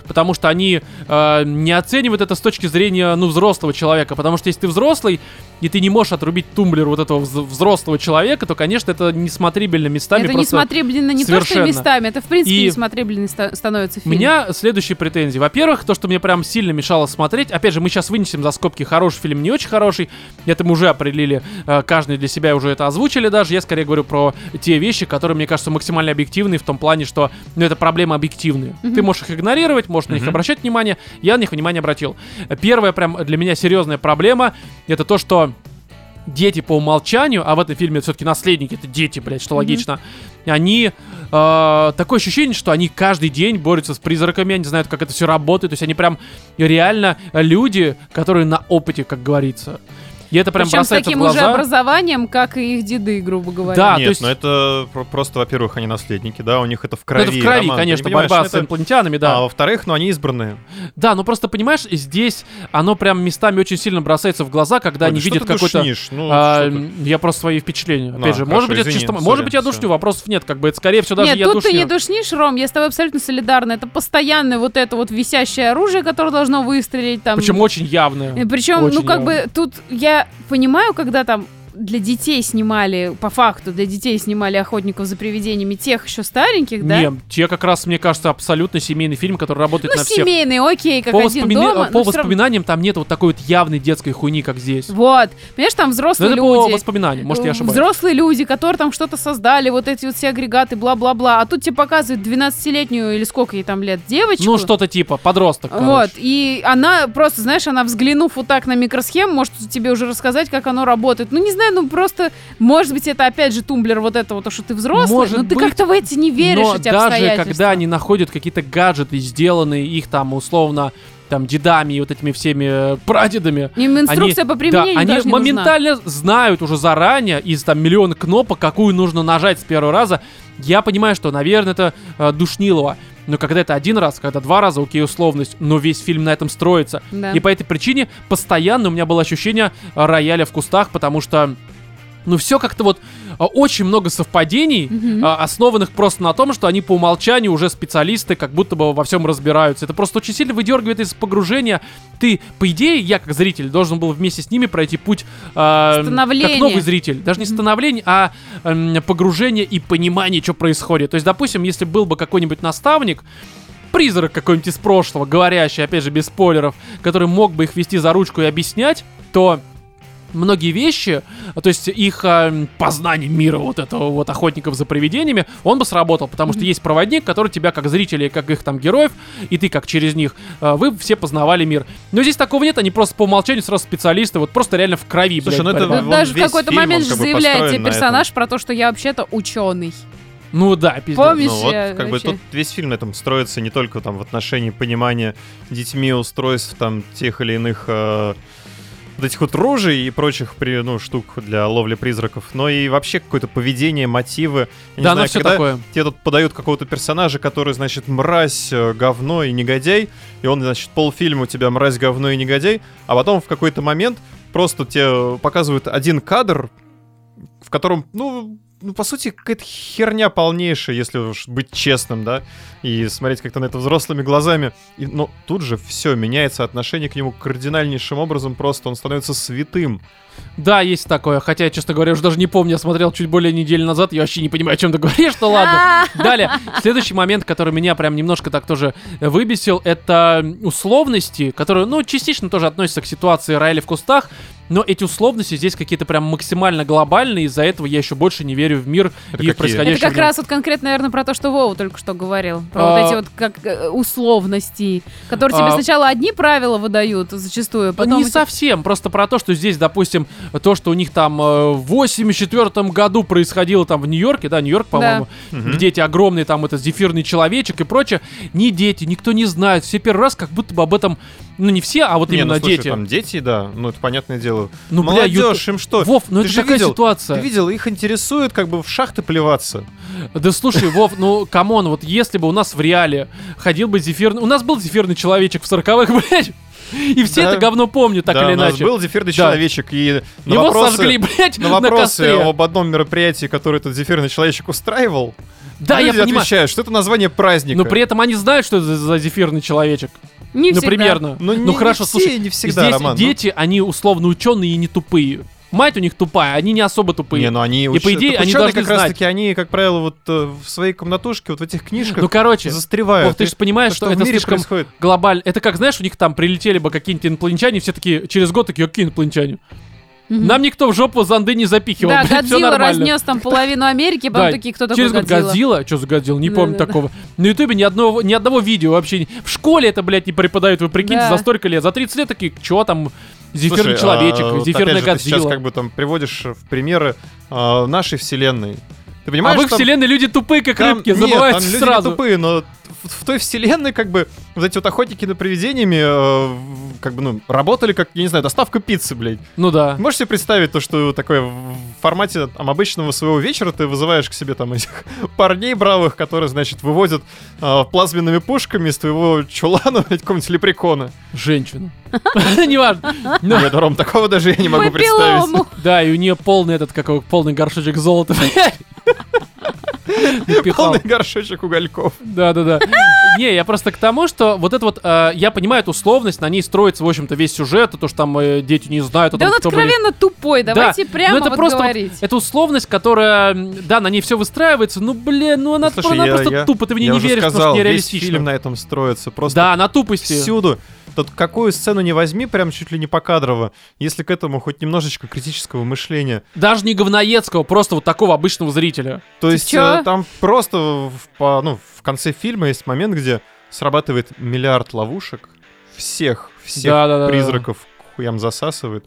потому что они э, не оценивают это с точки зрения, ну, взрослого человека, потому что если ты взрослый, и ты не можешь отрубить тумблер вот этого взрослого человека, то, конечно, это несмотрибельно местами. Это просто несмотрибельно не совершенно. то, что местами, это, в принципе, И несмотрибельно ста- становится фильм. У меня следующие претензии. Во-первых, то, что мне прям сильно мешало смотреть. Опять же, мы сейчас вынесем за скобки хороший фильм, не очень хороший. Это мы уже определили, э, каждый для себя уже это озвучили даже. Я скорее говорю про те вещи, которые, мне кажется, максимально объективные в том плане, что, ну, это проблемы объективные. Mm-hmm. Ты можешь их игнорировать, можешь mm-hmm. на них обращать внимание. Я на них внимание обратил. Первая прям для меня серьезная проблема — это то, что дети по умолчанию, а в этом фильме это все-таки наследники, это дети, блядь, что mm-hmm. логично, они... Э, такое ощущение, что они каждый день борются с призраками, они знают, как это все работает, то есть они прям реально люди, которые на опыте, как говорится. И это прям Причем бросается с таким в глаза. уже образованием, как и их деды, грубо говоря. Да, Нет, то есть... но это про- просто, во-первых, они наследники, да, у них это в крови. Ну, это в крови, Роман, конечно, понимаешь, борьба это... с инопланетянами, да. А во-вторых, ну они избранные. Да, ну просто, понимаешь, здесь оно прям местами очень сильно бросается в глаза, когда Ой, они да видят что ты какой-то... душнишь? Ну, а, что ты? я просто свои впечатления. Ну, Опять же, хорошо, может быть, это извини, чисто... сори, Может быть, я душню, всё. вопросов нет, как бы это, скорее всего, даже Нет, я тут душню. ты не душнишь, Ром, я с тобой абсолютно солидарна. Это постоянное вот это вот висящее оружие, которое должно выстрелить там. Причем очень явное. Причем, Очень ну как явно. бы тут я понимаю, когда там для детей снимали, по факту, для детей снимали «Охотников за привидениями», тех еще стареньких, да? Не, те как раз, мне кажется, абсолютно семейный фильм, который работает Ну, на всех. семейный, окей, как По, один воспомина- дома. по но всё равно- воспоминаниям там нет вот такой вот явной детской хуйни, как здесь. Вот. Понимаешь, там Но взрослые это по люди. воспоминаниям, может, я ошибаюсь. Взрослые люди, которые там что-то создали, вот эти вот все агрегаты, бла-бла-бла. А тут тебе показывают двенадцатилетнюю или сколько ей там лет девочку. Ну, что-то типа, подросток, короче. Вот, и она просто, знаешь, она, взглянув вот так на микросхему, может тебе уже рассказать, как оно работает. Ну, не знаю, ну просто, может быть, это опять же тумблер вот этого, то, что ты взрослый, Может но ты быть, как-то в эти не веришь, Но эти даже обстоятельства. когда они находят какие-то гаджеты, сделанные их там условно там дедами и вот этими всеми э, прадедами. Им инструкция они, по применению да, они даже не моментально знают уже заранее из там миллиона кнопок, какую нужно нажать с первого раза. Я понимаю, что, наверное, это э, душнилово. Но когда это один раз, когда два раза, окей, условность, но весь фильм на этом строится. Да. И по этой причине постоянно у меня было ощущение э, рояля в кустах, потому что ну, все как-то вот а, очень много совпадений, Мгм. а, основанных просто на том, что они по умолчанию уже специалисты, как будто бы во всем разбираются. Это просто очень сильно выдергивает из погружения. Ты, по идее, я как зритель должен был вместе с ними пройти путь а, Становление. как новый зритель. Даже не Мгм. становление, а м, погружение и понимание, что происходит. То есть, допустим, если был бы какой-нибудь наставник, призрак какой-нибудь из прошлого, говорящий, опять же, без спойлеров, который мог бы их вести за ручку и объяснять, то многие вещи, то есть их э, познание мира вот этого вот охотников за привидениями, он бы сработал, потому что есть проводник, который тебя как зрителей, как их там героев, и ты как через них, э, вы все познавали мир. Но здесь такого нет, они просто по умолчанию сразу специалисты, вот просто реально в крови, Слушай, блядь, ну это борьба. Вот вон даже в весь какой-то фильм, момент он же как бы заявляет тебе построен на персонаж про то, что я вообще-то ученый. Ну да, пиздец. Помнишь? Ну вот, я как бы вообще- тут весь фильм на этом строится не только там в отношении понимания детьми устройств там тех или иных э, вот этих вот ружей и прочих при, ну, штук для ловли призраков, но и вообще какое-то поведение, мотивы. Я не Да, знаю, ну все когда такое. тебе тут подают какого-то персонажа, который, значит, мразь, э, говно и негодяй, и он, значит, полфильма у тебя мразь, говно и негодяй, а потом в какой-то момент просто тебе показывают один кадр, в котором, ну, ну, по сути, какая-то херня полнейшая, если уж быть честным, да, и смотреть как-то на это взрослыми глазами. И, но тут же все, меняется отношение к нему кардинальнейшим образом, просто он становится святым. Да, есть такое. Хотя, я, честно говоря, уже даже не помню, я смотрел чуть более недели назад, я вообще не понимаю, о чем ты говоришь, ну ладно. Далее, следующий момент, который меня прям немножко так тоже выбесил, это условности, которые, ну, частично тоже относятся к ситуации Райли в кустах, но эти условности здесь какие-то прям максимально глобальные, из-за этого я еще больше не верю в мир Это и в какие? происходящее. Это как в нем. раз вот конкретно, наверное, про то, что Вова только что говорил. Про А, вот эти вот как э, условности, которые тебе а, сначала одни правила выдают зачастую, потом... Не эти- совсем, просто про то, что здесь, допустим, то, что у них там э, в восемьдесят четвёртом году происходило там в Нью-Йорке, да, Нью-Йорк, по-моему, Мгм. где эти огромные там этот зефирный человечек и прочее, ни дети, никто не знает, все первый раз как будто бы об этом, ну не все, а вот Не, именно ну, слушай, дети. там дети, да, ну это понятное дело. Ну, бля, Молодежь, юту- им что? Вов, ну Ты это же такая видел- ситуация. Ты видел, их интересует как бы в шахты плеваться. Да слушай, Вов, ну камон, вот если бы у нас в реале ходил бы зефирный... У нас был зефирный человечек в сороковых, блядь, и все Да. это говно помнят, так да, или у нас иначе. был зефирный Да. человечек, и на Его вопросы, сожгли, блядь, на на вопросы костре. об одном мероприятии, которое этот зефирный человечек устраивал, Да, Люди я понимаю. отвечают, что это название праздника. Но при этом они знают, что это за, за зефирный человечек. Не Ну, всегда. примерно. Ну, не- ну хорошо, не все, слушай, не всегда, здесь Роман, ну. дети, они условно ученые и не тупые. Мать у них тупая, они не особо тупые. Не, ну они И, уч- по идее, так они ученые должны как раз знать. таки, они, как правило, вот э, в своей комнатушке, вот в этих книжках Ну, короче, застревают. Вов, ты И же понимаешь, то, что, в это мире слишком происходит. глобально. Это как, знаешь, у них там прилетели бы какие-нибудь инопланетяне, все такие через год такие, какие инопланетяне? Мгм. Нам никто в жопу зонды не запихивал, Да, блядь, всё Годзилла нормально. разнес там половину Америки, потом Да, такие, кто такой через год Годзилла? Годзилла, что за Годзилла, не Да, помню да, да. такого. На ютубе ни одного, ни одного видео вообще. не- В школе это, блядь, не преподают, вы прикиньте, Да. за столько лет. За тридцать лет такие, что там, зефирный Слушай, человечек, а, вот зефирная опять же, ты сейчас Годзилла. как бы там приводишь в примеры а, нашей вселенной. Ты А понимаешь, в их там- вселенной люди тупые, как там- рыбки, нет, забываются там люди сразу. не тупые, но в, в той вселенной как бы вот эти вот охотники на привидениями э, в- как бы, ну, работали как, я не знаю, доставка пиццы, блядь. Ну да. Можешь себе представить то, что такое в формате там обычного своего вечера ты вызываешь к себе там этих парней бравых, которые, значит, выводят э, плазменными пушками из твоего чулана, блядь, какого-нибудь лепрекона. Женщину. Неважно. Ну, Нет, Ром, такого даже я не могу представить. Папиллому. да, и у нее полный этот, как его, полный горшочек золота. Напихал. Полный горшочек угольков. Да-да-да. Не, я просто к тому, что вот это вот, э, я понимаю эту условность, на ней строится, в общем-то, весь сюжет, и то, что там э, дети не знают, о Да том, он кто были. откровенно тупой, давайте Да, прямо ну это вот просто вот- говорить. это условность, которая, м, да, на ней все выстраивается, ну, блин, ну она, Слушай, она я- просто я- тупо, ты в ней я не уже веришь, потому сказал, что весь нереалистично. фильм на этом строится. Просто Да, на тупости. всюду. Тут какую сцену не возьми, прям чуть ли не покадрово, если к этому хоть немножечко критического мышления. Даже не говноедского, просто вот такого обычного зрителя. То есть чё? э, там просто в, по- ну, в конце фильма есть момент, где срабатывает миллиард ловушек, всех, всех Да-да-да-да. призраков к хуям засасывает.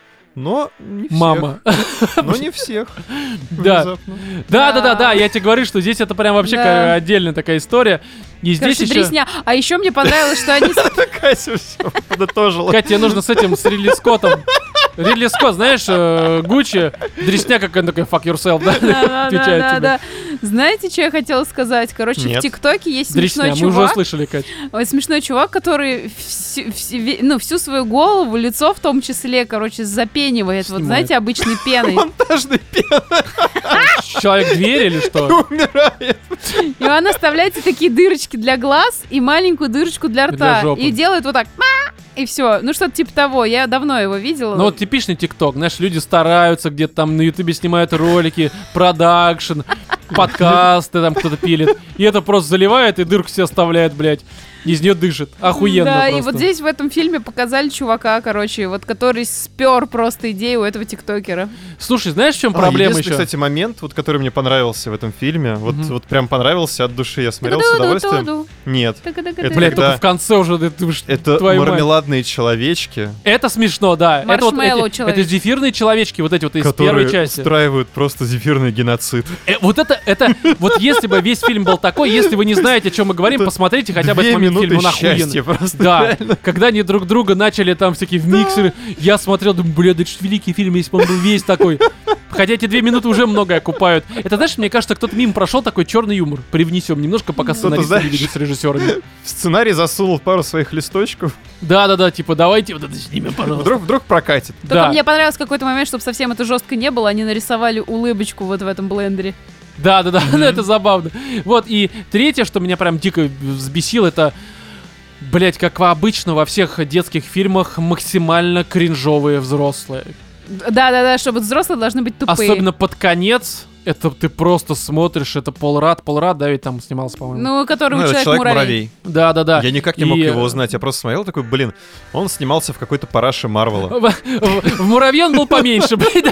Но не всех. Мама. Но не всех. Да. Внезапно. Да-да-да-да, я тебе говорю, что здесь это прям вообще Да. ка- отдельная такая история. И здесь Короче, еще... дресня. А еще мне понравилось, что они... Катя все подытожила. Катя, тебе нужно с этим, с Ридли Скоттом. Ридли Скотт, знаешь, э, Гуччи, дресня, как он такой, fuck yourself, да? Отвечает тебе. Да-да-да. Знаете, что я хотела сказать? Короче, Нет. в ТикТоке есть Дресня, смешной мы уже чувак. услышали, Катя. Ой, смешной чувак, который всю, всю- ве- ну, всю свою голову, лицо в том числе, короче, запенивает. Вот, Снимает. знаете, обычной пеной. Монтажный пен Человек-дверь или что? умирает. И он оставляет себе такие дырочки для глаз и маленькую дырочку для рта. Для жопы. И делает вот так. «Ма!» И все. Ну, что-то типа того. Я давно его видела. Ну вот типичный ТикТок, знаешь, люди стараются, где-то там на Ютубе снимают ролики, продакшн, подкасты там кто-то пилит. И это просто заливает и дырку себе оставляет, блядь. Из нее дышит. Охуенно Да, просто. и вот здесь в этом фильме показали чувака, короче, вот который спер просто идею у этого тиктокера. Слушай, знаешь, в чем А, проблема единственный, еще? кстати, момент, вот, который мне понравился в этом фильме, вот, Мгм. вот прям понравился от души, я смотрел с удовольствием. Ту-ду-ду-ду. Нет. Тыка-тыка-тыка. Это Блядь, когда- только в конце уже, да ты уж- Это твою мать. мармеладные человечки, Это смешно, да. Это вот Маршмеллоу эти- человечки. это зефирные человечки, вот эти вот из которые первой части. устраивают просто зефирный геноцид. Э, вот это, это, вот если бы весь фильм был такой, если вы не знаете, о чем мы говорим, Это посмотрите хотя бы Две этот момент минуты фильма, он охуенный. счастья просто. Да, когда они друг друга начали там всякие в миксеры, я смотрел, думаю, бля, да это ж великий фильм, если бы он был весь такой. Хотя эти две минуты уже многое окупают. Это, знаешь, мне кажется, кто-то мимо прошел такой черный юмор. Привнесем немножко, пока Кто-то, сценаристы не знаешь, видят с режиссерами. В сценарий засунул пару своих листочков. Да-да-да, типа, давайте вот это снимем, пожалуйста. Вдруг, вдруг прокатит. Только Да. мне понравился какой-то момент, чтобы совсем это жестко не было, они нарисовали улыбочку вот в этом блендере. Да, да, да, ну это забавно. Вот, и третье, что меня прям дико взбесило, это, блять, как обычно во всех детских фильмах, максимально кринжовые взрослые. Да-да-да, чтобы взрослые должны быть тупые. Особенно под конец, это ты просто смотришь, это Пол Рад, Пол Рад, да, ведь там снимался, по-моему. Ну, который Ну, у это человека-муравей. Человек-муравей. Да, да, да. Я никак не мог И, его э, узнать. Я просто смотрел такой, блин, он снимался в какой-то параше Марвела. В, в- в муравье он был поменьше, блядь.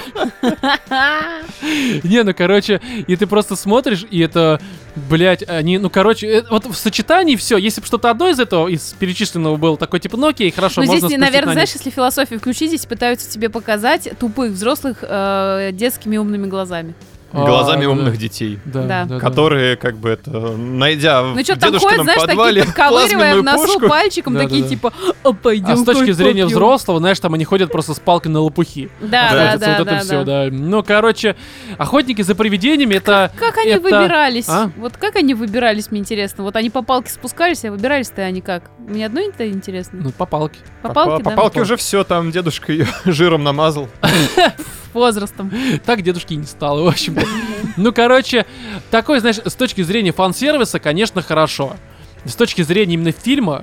Не, ну, короче, и ты просто смотришь, и это, блядь, они, ну, короче, э, вот в сочетании все, если бы что-то одно из этого, из перечисленного было такое, типа, ну, окей, хорошо, Ну, можно здесь, спустить наверное, на знаешь, них. если философию включить, здесь пытаются тебе показать тупых взрослых э, детскими умными глазами. А, Глазами да, умных да. детей. Да, Да. да, да. Которые, как бы это, найдя в Ну, что там ходят, дедушкином знаешь, подвале такие подковыривая плазменную в носу пушку. пальчиком, Да, такие да, да. типа, а пойдем А с точки зрения попьем». взрослого, знаешь, там они ходят просто с палкой на лопухи. Да, да, Охотятся, да, вот да, это все, да. да. Ну, короче, охотники за привидениями, это... Как они это- выбирались? А? Вот как они выбирались, мне интересно. Вот они по палке спускались, а выбирались-то они как? Мне одно это интересно. Ну, по палке. По По, палке, по да? палке уже все, там дедушка ее жиром намазал. Возрастом. Так дедушки и не стало, в общем-то. блядь. Ну, короче, такой, знаешь, с точки зрения фан-сервиса, конечно, хорошо. С точки зрения именно фильма,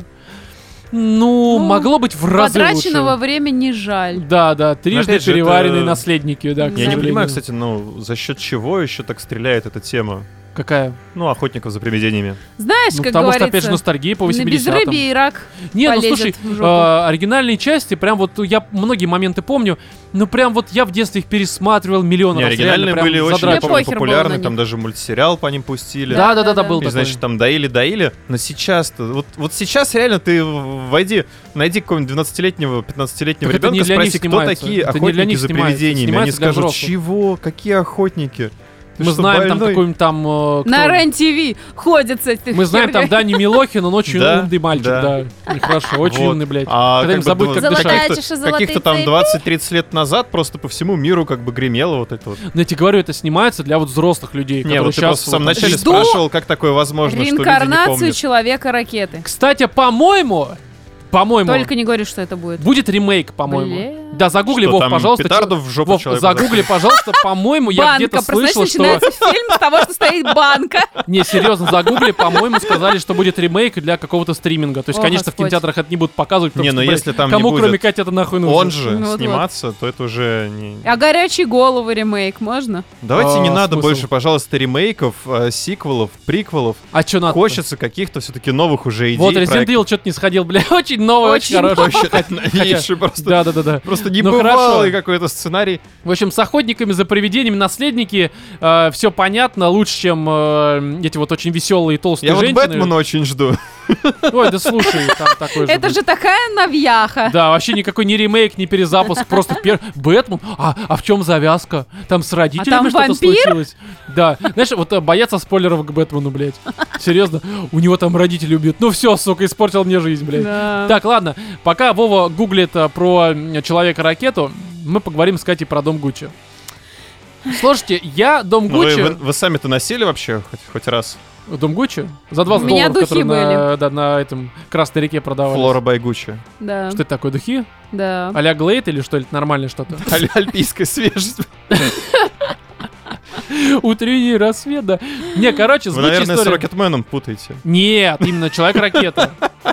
ну, Ну, могло быть в разы Потраченного лучше. времени жаль. Да, да, трижды опять же, переваренные это- наследники, да, к Я не сожалению. понимаю, кстати, ну, за счет чего еще так стреляет эта тема? Какая? Ну, охотников за привидениями. Знаешь, Ну, как потому что, говорится, опять же, ностальгия по на восьмидесятым. безрыбье и рак Не, ну полезет слушай, в жопу. э, оригинальные части, прям вот я многие моменты помню, ну прям вот я в детстве их пересматривал миллион Не, раз. оригинальные реально, прям были очень, я задрачивал. помню, похер было популярны, на там них. даже мультсериал по ним пустили. Да, да, да, да, Да-да-да. был И, такой. значит, там доили-доили, но сейчас-то, вот, вот сейчас реально ты войди, найди какого-нибудь двенадцатилетнего, пятнадцатилетнего Так это не ребенка, для них спроси, кто снимается. такие Это не для охотники них за снимается. привидениями. Они Снимается для скажут, взрослых. чего? Какие охотники? Ты Мы что, знаем там больной? какой-нибудь там... э, кто На он? РЕН-ТВ ходят с этой Мы знаем там херней. Дани Милохин, он очень Да, умный мальчик, да. да. Нехорошо, очень Вот. умный, блядь. А Когда им как бы забыть, дв- как Золотая дышать. каких-то- чаша, золотые Каких-то там цепи. двадцать-тридцать лет назад просто по всему миру как бы гремело вот это вот. Но я тебе говорю, это снимается для вот взрослых людей, Не, которые вот ты сейчас... просто в самом вот- начале Жду спрашивал, как такое возможно, что люди не Реинкарнацию помнят. Человека-ракеты. Кстати, по-моему, по-моему, Только не говори, что это будет. будет ремейк, по-моему. Бля. Да, загугли, Что, Вов, там пожалуйста. петарду чё- в жопу Вов, человеку загугли, пожалуйста, по-моему, я Банка. где-то Представляешь, слышал, что... начинается фильм с того, что стоит банка. Не, серьезно, загугли, по-моему, сказали, что будет ремейк для какого-то стриминга. То есть, О, конечно, в Господь. кинотеатрах это не будут показывать, потому Не, что, но блядь, если там не кому, будет кроме Кати, это нахуй нужно? Он же Ну вот-вот. сниматься, то это уже не... А горячие головы ремейк можно? Давайте А, не надо смысл? больше, пожалуйста, ремейков, э, сиквелов, приквелов. А что надо? Хочется каких-то все-таки новых уже идей. Вот, Resident проектов. Evil что-то не сходил, бля, очень новый, очень, Очень хороший. Вообще так новейший, просто, Да-да-да. просто не Ну, бывалый хорошо. какой-то сценарий. В общем, с охотниками за привидениями наследники все понятно, лучше, чем э, эти вот очень веселые и толстые Я вот женщины. Бэтмена очень жду. Ой, да слушай, там такой же. Это блин. же такая навьяха. Да, вообще никакой не ремейк, не перезапуск, просто пер... Бэтмен. А, а в чем завязка? Там с родителями там что-то вампир? случилось? Да. Знаешь, вот э, боятся спойлеров к Бэтмену, блядь. Серьезно, у него там родители убьют. Ну все, сука, испортил мне жизнь, блядь. Да. Так, ладно. Пока Вова гуглит э, про м, Человека-ракету, мы поговорим с Катей про Дом Гуччи. Слушайте, я Дом Ну, вы, Гуччи... вы- вы сами-то носили вообще хоть, хоть раз? Дом Гуччи? За двадцать У меня долларов, духи которые на, да, на этом Красной реке продавались. Флора Байгучи. Да. Что это такое, духи? Да. А-ля Глейд или что, или это нормальное что-то? Аль- Альпийская свежесть. Утренний рассвет, да. Не, короче, с Вы, Гуччи наверное, с история... Рокетменом путаете. Нет, именно Человек-ракета.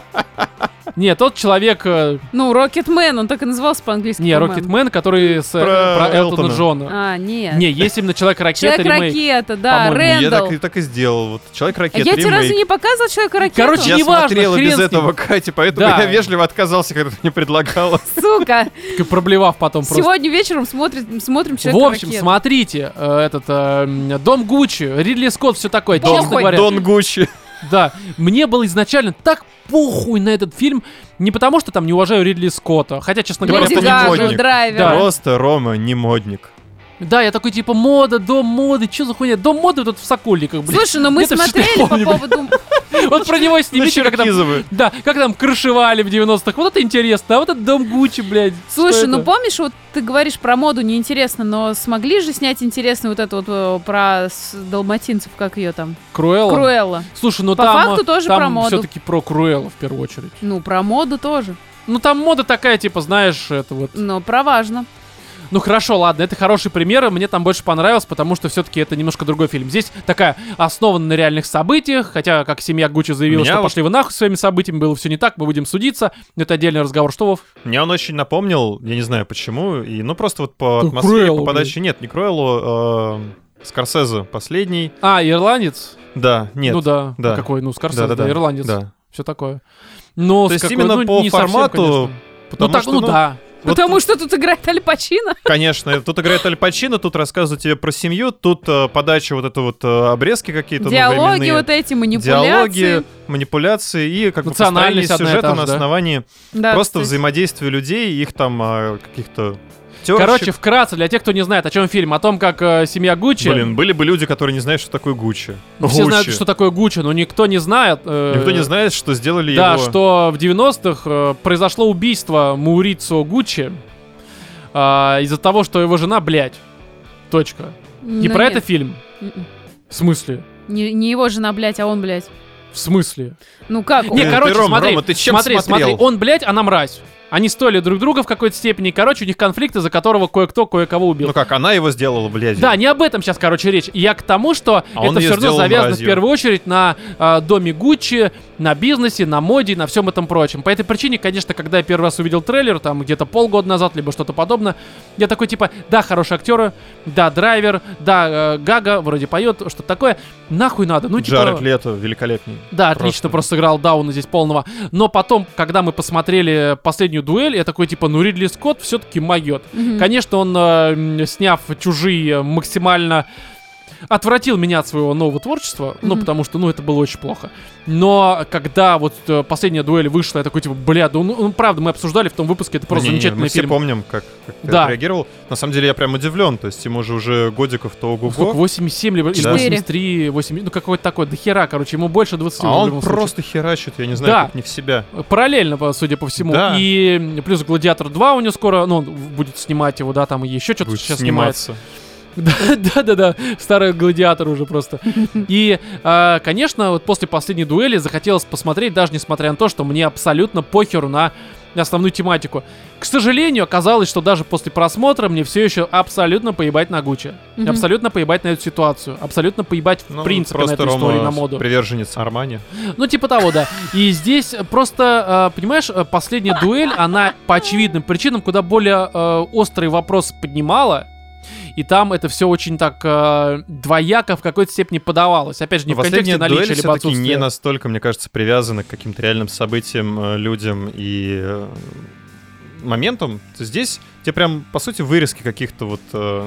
Нет, тот человек... э, Ну, Рокетмен, он так и назывался по-английски. Не, по-моему. Рокетмен, который с, э, Про про Элтона Элтона. Джона. А, нет. Не, есть именно Человек-ракета ремейк. Человек-ракета, да, По-моему. Я Рэндалл. так, и- так и сделал. Вот Человек-ракет, Я тебе разве ремейк. не показывал Человека-ракету? Короче, Я неважно, смотрела хрен без с ним. этого, Катя, поэтому Да. я вежливо отказался, когда ты мне предлагала. Сука. Так и проблевав потом просто. Сегодня вечером смотрим, смотрим В Человека-ракету. общем, смотрите, э, этот э, м, Дом Гуччи, Ридли Скотт, все такое, Дон- честно говоря. Дон Гуччи. Да, мне было изначально так похуй на этот фильм, не потому что там не уважаю Ридли Скотта, хотя, честно говоря, Леди просто не Гагу, модник. драйвер. Да. Просто Рома не модник. да, я такой типа мода, дом моды, что за хуйня? Дом моды тут в Сокольниках, блин. Слушай, ну мы Это всё смотрели я по помню, поводу... Вот про него снимите, как там, Черкизовы. да, как там крышевали в девяностых, вот это интересно, а вот этот Дом Гуччи, блядь. Слушай, что ну это? помнишь, вот ты говоришь про моду неинтересно, но смогли же снять интересно вот это вот э, про с- далматинцев, как ее там? Круэлла? Круэлла. Слушай, ну По там, факту э, тоже там про моду. все-таки про Круэлла в первую очередь. Ну, про моду тоже. Ну там мода такая, типа, знаешь, это вот. Но про важно. Ну хорошо, ладно, это хороший пример, мне там больше понравилось, потому что все-таки это немножко другой фильм. Здесь такая основана на реальных событиях, хотя как семья Гуччи заявила, Меня что вот- пошли вы нахуй своими событиями, было все не так, мы будем судиться. Но это отдельный разговор. Что, Вов? Мне он очень напомнил, я не знаю почему, и ну просто вот по Ну, атмосфере, Круэллу, по подаче. Нет, не Круэллу, э, Скорсезе последний. А, ирландец? Да, нет. Ну да. да. А какой? Ну, Скорсезе, Да-да-да, да, ирландец. да. Все такое. Но То с есть какой- именно ну, по не совсем, формату, конечно. потому Ну так, что, ну ну, да. Вот, Потому что тут играет Аль Пачино. конечно, тут играет Аль Пачино, тут рассказывают тебе про семью, тут э, подача вот это вот э, обрезки какие-то. ну, Диалоги временные, вот эти, манипуляции. Диалоги, манипуляции и как бы построение Национальность одна и сюжета та на же, да? основании Да, просто кстати. взаимодействия людей, их там а, каких-то тёрщик. Короче, вкратце, для тех, кто не знает, о чем фильм, о том, как э, семья Гуччи... Блин, были бы люди, которые не знают, что такое Гуччи. ну, все знают, Гуччи. что такое Гуччи, но никто не знает... э, Никто не знает, что сделали Да, его. что в девяностых э, произошло убийство Маурицио Гуччи э, из-за того, что его жена, блядь. Точка. Не Ну, про нет. это фильм? М-м. В смысле? Не, не его жена, блядь, а он, блядь. В смысле? Ну как? Не, Ты, короче, Рома, смотри, Рома, ты чем смотри, смотрел? смотри, он, блядь, она мразь. Они стоили друг друга в какой-то степени. Короче, у них конфликт, из-за которого кое-кто кое-кого убил. Ну как, она его сделала, блядь. Да, не об этом сейчас, короче, речь. Я к тому, что а это все равно завязано мразью. В первую очередь на э, доме Гуччи, на бизнесе, на моде, на всем этом прочем. По этой причине, конечно, когда я первый раз увидел трейлер, там где-то полгода назад, либо что-то подобное, я такой типа, да, хорошие актеры, да, драйвер, да, э, Гага вроде поет, что-то такое. Нахуй надо. Ну, типа... Джаред Лето великолепный. Да, просто. Отлично, просто сыграл Дауна здесь полного. Но потом, когда мы посмотрели последнюю дуэль, я такой типа, ну Ридли Скотт все-таки могет. Mm-hmm. Конечно, он, э, сняв «Чужие», максимально отвратил меня от своего нового творчества, mm-hmm. ну, потому что, ну, это было очень плохо. Но когда вот э, последняя дуэль вышла, я такой, типа, бля, да, ну, ну, правда, мы обсуждали в том выпуске, это просто не, замечательный не, мы фильм. Мы все помним, как, как да. ты реагировал. На самом деле, я прям удивлен, то есть ему же уже годиков-то ого-го. Сколько, восемьдесят семь, либо да. восемьдесят три, восемьдесят, ну, какой-то такой, до хера, короче, ему больше двадцати. А он просто херачит, я не знаю, да. как не в себя. Параллельно, судя по всему. Да. И плюс «Гладиатор два» у него скоро, ну, он будет снимать его, да, там и еще что-то сейчас снимается. Да-да-да, старый «Гладиатор» уже просто. И, э, конечно, вот после последней дуэли захотелось посмотреть, даже несмотря на то, что мне абсолютно похеру на основную тематику. К сожалению, оказалось, что даже после просмотра мне все еще абсолютно поебать на Гуччи. Mm-hmm. Абсолютно поебать на эту ситуацию. Абсолютно поебать в ну, принципе на эту Рома историю, на моду. Приверженец Армани. Ну, типа того, да. И здесь просто, э, понимаешь, последняя дуэль, она по очевидным причинам куда более э, острый вопрос поднимала. И там это все очень так э, двояко в какой-то степени подавалось. Опять же, не Но в контексте наличия либо отсутствия. Не настолько, мне кажется, привязаны к каким-то реальным событиям, людям и э, моментам. Здесь тебе прям, по сути, вырезки каких-то вот... Э...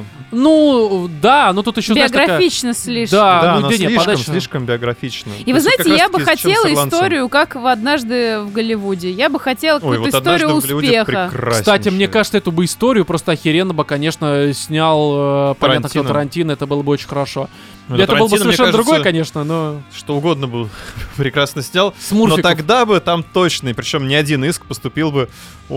Ну, да, но тут еще, знаешь, биографично такая... слишком. Да, да ну, но где слишком, не, подача. слишком биографично. И вы знаете, я бы хотела историю, как в «Однажды в Голливуде». Я бы хотела какую-то вот историю успеха. Кстати, мне кажется, эту бы историю просто охеренно бы, конечно, снял, э, понятно, кто Тарантино, это было бы очень хорошо. Ну, это был бы совершенно кажется, другой, конечно, но... Что угодно бы прекрасно снял. Смурфиков. Но тогда бы там точно, и причем не один иск поступил бы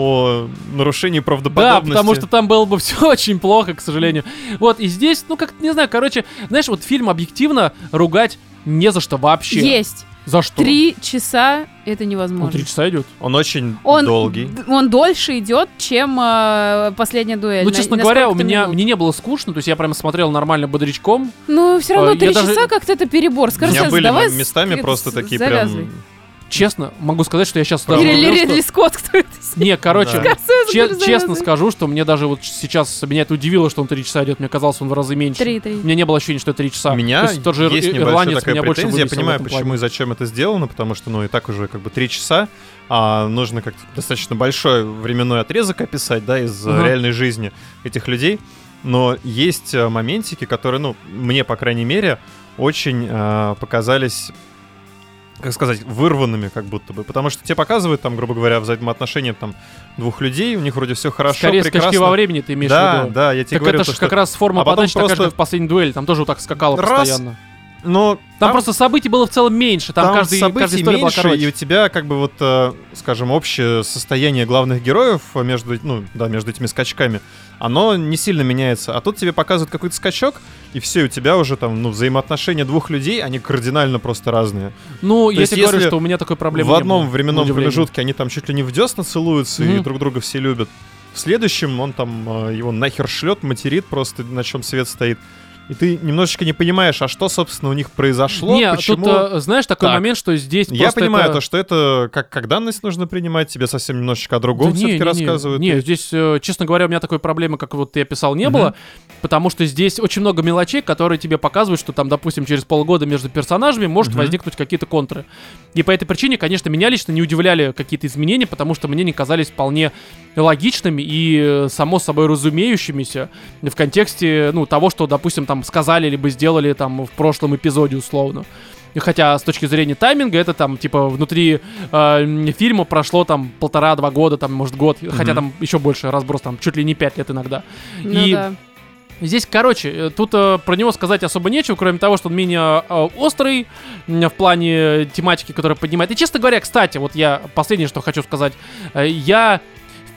о нарушении правдоподобности. Да, потому что там было бы все очень плохо, к сожалению. Вот, и здесь, ну, как-то, не знаю, короче, знаешь, вот фильм объективно ругать не за что вообще. Есть. За что? Три часа это невозможно. Ну, три часа идет. Он очень он, долгий. Он дольше идет, чем э, последняя дуэль. Ну, честно на, говоря, у меня минут. мне не было скучно, то есть я прям смотрел нормально бодрячком. Ну, все равно три даже... часа как-то это перебор. Скажи, у меня были давай местами просто такие завязывай. прям... Честно, могу сказать, что я сейчас... Или Ридли Скотт, кто это? Не, короче, да. че- честно скажу, что мне даже вот сейчас, меня это удивило, что он три часа идет, мне казалось, он в разы меньше. три, три. У меня не было ощущения, что это три часа. У меня то есть, тот же есть ир- небольшая ирландец такая меня больше претензия, я выбесил понимаю, в этом почему плане. и зачем это сделано, потому что, ну, и так уже как бы три часа, а нужно как-то достаточно большой временной отрезок описать, да, из Ага. реальной жизни этих людей. Но есть э, моментики, которые, ну, мне, по крайней мере, очень э, показались, как сказать, вырванными как будто бы. Потому что тебе показывают, там, грубо говоря, взаимоотношения там двух людей, у них вроде все хорошо, Скорее прекрасно. скачки во времени ты имеешь да, в виду. Да, я тебе Так говорю, это то, же что... как раз форма а потом подачи такая же, просто как в последней дуэли, там тоже вот так скакало раз, постоянно. Но Там, там просто событий было в целом меньше, там, Там каждый, событий каждая история меньше, была короче. и у тебя как бы вот, э, скажем, общее состояние главных героев между, ну, да, между этими скачками, оно не сильно меняется. А тут тебе показывают какой-то скачок, и все, у тебя уже там, ну, взаимоотношения двух людей, они кардинально просто разные. Ну, То я есть тебе говорю, если что у меня такой проблемы В не одном было, временном на удивление. промежутке они там чуть ли не в десна целуются, и Мгм. друг друга все любят. В следующем он там э, его нахер шлет, материт просто, на чем свет стоит. И ты немножечко не понимаешь, а что, собственно, у них произошло, Не, почему... тут, э, знаешь, такой так? момент, что здесь Я просто понимаю это... то, что это как, как данность нужно принимать, тебе совсем немножечко о другом Да не, все-таки не, не, рассказывают. Не, И- здесь, э, честно говоря, у меня такой проблемы, как вот ты описал, не Мгм. было, потому что здесь очень много мелочей, которые тебе показывают, что там, допустим, через полгода между персонажами может Мгм. возникнуть какие-то контры. И по этой причине, конечно, меня лично не удивляли какие-то изменения, потому что мне не казались вполне логичными и э, само собой разумеющимися в контексте, ну, того, что, допустим, там сказали либо сделали там в прошлом эпизоде условно. И хотя с точки зрения тайминга это там типа внутри э, фильма прошло там полтора-два года, там может год, хотя Мгм. там еще больше разброс, там чуть ли не пять лет иногда. Ну И да. здесь, короче, э, тут э, про него сказать особо нечего, кроме того, что он менее э, острый м, в плане тематики, которую поднимает. И, честно говоря, кстати, вот я последнее, что хочу сказать, э, я в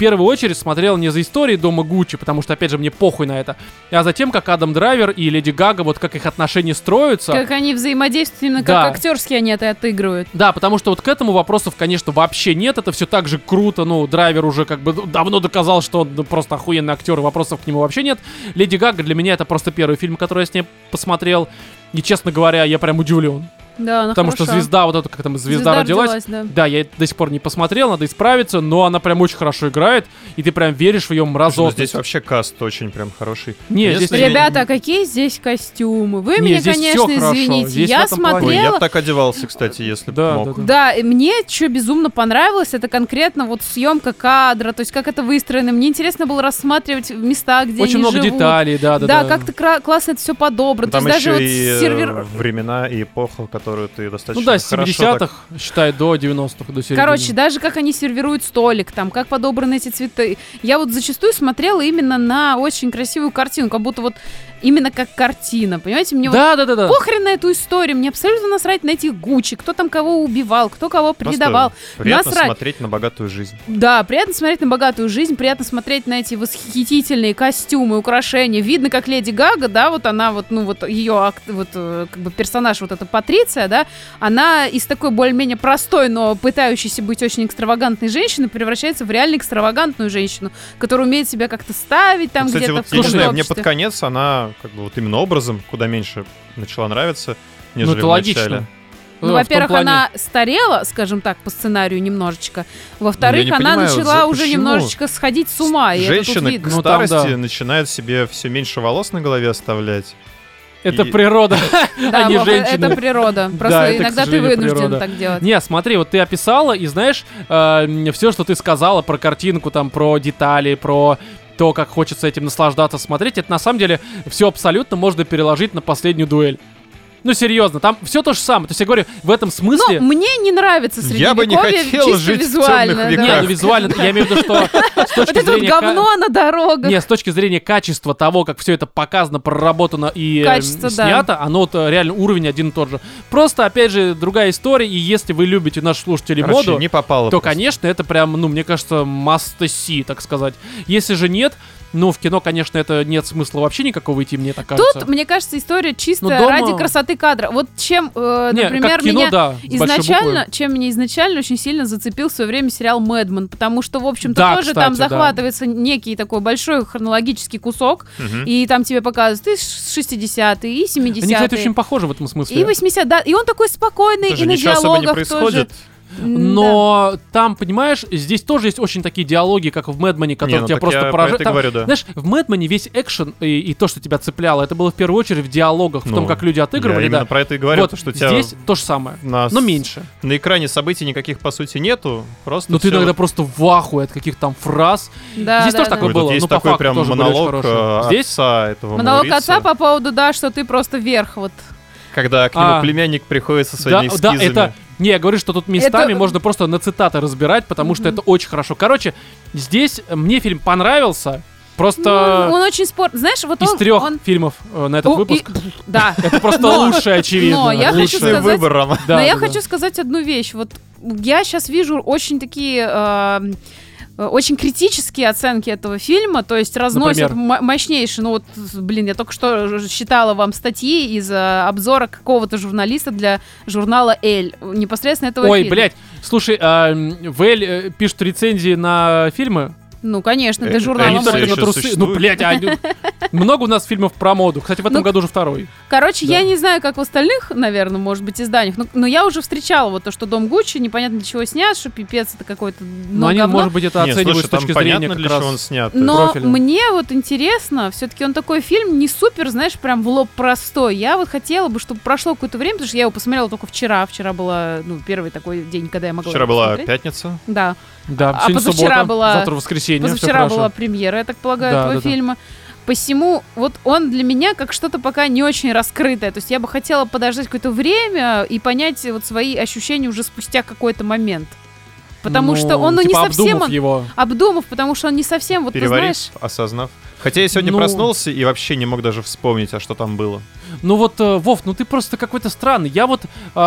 первую очередь смотрел не за историей дома Гуччи, потому что, опять же, мне похуй на это, а за тем, как Адам Драйвер и Леди Гага, вот как их отношения строятся. Как они взаимодействуют, именно Да. как актерски они это отыгрывают. Да, потому что вот к этому вопросов, конечно, вообще нет. Это все так же круто. Ну, Драйвер уже как бы давно доказал, что он ну, просто охуенный актер, и вопросов к нему вообще нет. Леди Гага для меня это просто первый фильм, который я с ней посмотрел. И, честно говоря, я прям удивлен. Да, она Потому хороша. что звезда, вот эта, как там, звезда, родилась. да. Да, я до сих пор не посмотрел, надо исправиться, но она прям очень хорошо играет, и ты прям веришь в ее Ну, мразотность. здесь вообще каст очень прям хороший. Не, здесь- Единственное, Ребята, а какие здесь костюмы? Вы Не, меня, здесь конечно, всё хорошо. извините. Здесь в Я этом плане- Ой, смотрела... я бы так одевался, кстати, если бы Да, мог. да, да. Да, и мне что безумно понравилось, это конкретно вот съемка кадра, то есть как это выстроено. Мне интересно было рассматривать места, где Очень они много живут. деталей, да, да, Да, да. как-то кра- классно это все подобрано. Там то есть еще даже и вот э, сервер... времена и эпоха, которую ты достаточно Ну да, с хорошо семидесятых, считай, до девяностых, до середины. Короче, даже как они сервируют столик, там, как подобраны эти цветы. Я вот зачастую смотрела именно на очень красивую картину, как будто вот именно как картина, понимаете? Мне вот Да, да, да, да. похрен на эту историю, мне абсолютно насрать на этих Гуччи, кто там кого убивал, кто кого Просто предавал. приятно Насрать. смотреть на богатую жизнь. Да, приятно смотреть на богатую жизнь, приятно смотреть на эти восхитительные костюмы, украшения. Видно, как Леди Гага, да, вот она вот, ну вот ее акт, вот э, как бы персонаж, вот эта Патриция, да, она из такой более-менее простой, но пытающейся быть очень экстравагантной женщины превращается в реально экстравагантную женщину, которая умеет себя как-то ставить там Ну, кстати, где-то вот, в я не кружке знаю, мне общества. под конец она, как бы, вот именно образом куда меньше начала нравиться, Ну, нежели это в логично. начале. Ну, в том во-первых, плане- она старела, скажем так, по сценарию немножечко. Во-вторых, не она понимаю, вот начала за- уже почему немножечко сходить с ума. И это тут Женщины к видно. Ну, там, старости да. начинают себе все меньше волос на голове оставлять. Это И- природа, Да, а не Вов, э- женщины. это природа. Просто Да, это, к иногда ты сожалению, вынужден природа. так делать. Не, смотри, вот ты описала, и знаешь, все, что ты сказала про картинку, там, про детали, про то, как хочется этим наслаждаться, смотреть, это на самом деле все абсолютно можно переложить на последнюю дуэль. Ну, серьезно, там все то же самое. То есть я говорю, в этом смысле... Но мне не нравится Я бы не средневековье хотел чисто жить в визуально. темных да. веках. Не, ну визуально, я имею в виду, что с Вот точки это вот зрения... ка- говно на дорогах. Не, с точки зрения качества того, как все это показано, проработано и э, Качество, да. снято, оно вот э, реально уровень один и тот же. Просто, опять же, другая история, и если вы любите наших слушателей Короче, моду, не попало то, просто. конечно, это прям, ну, мне кажется, must see, так сказать. Если же нет, ну, в кино, конечно, это нет смысла вообще никакого идти, мне так кажется. Тут, мне кажется, история чисто Ну, дома- ради красоты кадра. Вот чем, э, Не, например, как кино, меня да, с большой изначально, буквы. чем меня изначально очень сильно зацепил в свое время сериал «Мэдмен», потому что, в общем-то, Да, тоже кстати, там да. захватывается некий такой большой хронологический кусок, Мгм. и там тебе показывают и шестидесятые, и Они, семидесятые. кстати, очень похожи в этом смысле. И восьмидесятые, да, и он такой спокойный, Тоже и на ничего особо не диалогах происходит. тоже. М, Но там, понимаешь, здесь тоже есть очень такие диалоги, как в Мэдмане, Не, которые ну тебя так просто я про поражают. это и Там, говорю, да. Знаешь, в Мэдмане весь экшен и, и то, что тебя цепляло, это было в первую очередь в диалогах, в Ну, том, как люди отыгрывали, Я да. именно про это и говорю, Вот то, что у тебя здесь то же самое, на, но меньше. на экране событий никаких, по сути, нету. Просто Но ты всё- иногда просто в ахуе от каких-то там фраз. Да, Здесь да, тоже да. такое Ой, тут было, есть ну, по такой факту прям тоже были очень монолог хорошие. э, Здесь отца этого Монолог Маурица, отца по поводу, да, что ты просто вверх, вот. когда к нему А. племянник приходит со Да, своими да, эскизами. это... Не, я говорю, что тут местами Это- можно просто на цитаты разбирать, потому что Мгм. это очень хорошо. Короче, здесь мне фильм понравился, просто Ну, он очень спор... Знаешь, вот из он... трех он- фильмов э, на этот О, выпуск. и- Да. Это просто Но- лучшее, очевидно. но я хочу Лучшее. сказать- выбор, Рома. Да, Но я да, хочу да. сказать одну вещь. Вот я сейчас вижу очень такие... э, э, очень критические оценки этого фильма, то есть разносят Например? м- мощнейшие. Ну вот, блин, я только что ж- читала вам статьи из э, обзора какого-то журналиста для журнала «Эль», непосредственно этого Ой, фильма. блядь, слушай, а, в Эль э, пишут рецензии на фильмы? Ну, конечно, Э, для э, журнала. они Они всё можно. только на еще трусы. Ну, существуют? блядь, а, ну, много у нас фильмов про моду. Кстати, в этом Ну, году уже второй. Короче, Да. я не знаю, как в остальных, наверное, может быть, изданиях, но, но я уже встречала вот то, что «Дом Гуччи», непонятно для чего снят, что пипец, это какой-то Но они, говно. может быть, это Не, оценивают слушай, с точки там зрения понятно, как для раз... чего он снят. Но профиля. мне вот интересно, все-таки он такой фильм не супер, знаешь, прям в лоб простой. Я вот хотела бы, чтобы прошло какое-то время, потому что я его посмотрела только вчера. Вчера была, ну, первый такой день, когда я могла Вчера его была посмотреть. пятница. Да. Да, А сегодня позавчера суббота, была- завтра воскресенье, всё Позавчера хорошо. была премьера, я так полагаю, Да, этого да, да. фильма. Посему вот он для меня как что-то пока не очень раскрытое. То есть я бы хотела подождать какое-то время и понять вот свои ощущения уже спустя какой-то момент. Потому Ну, что он ну, типа, не совсем... обдумав Он, его. обдумав, потому что он не совсем, вот ты Переварив, знаешь... осознав. Хотя я сегодня Ну. проснулся и вообще не мог даже вспомнить, а что там было. Ну вот, э, Вов, ну ты просто какой-то странный. Я вот,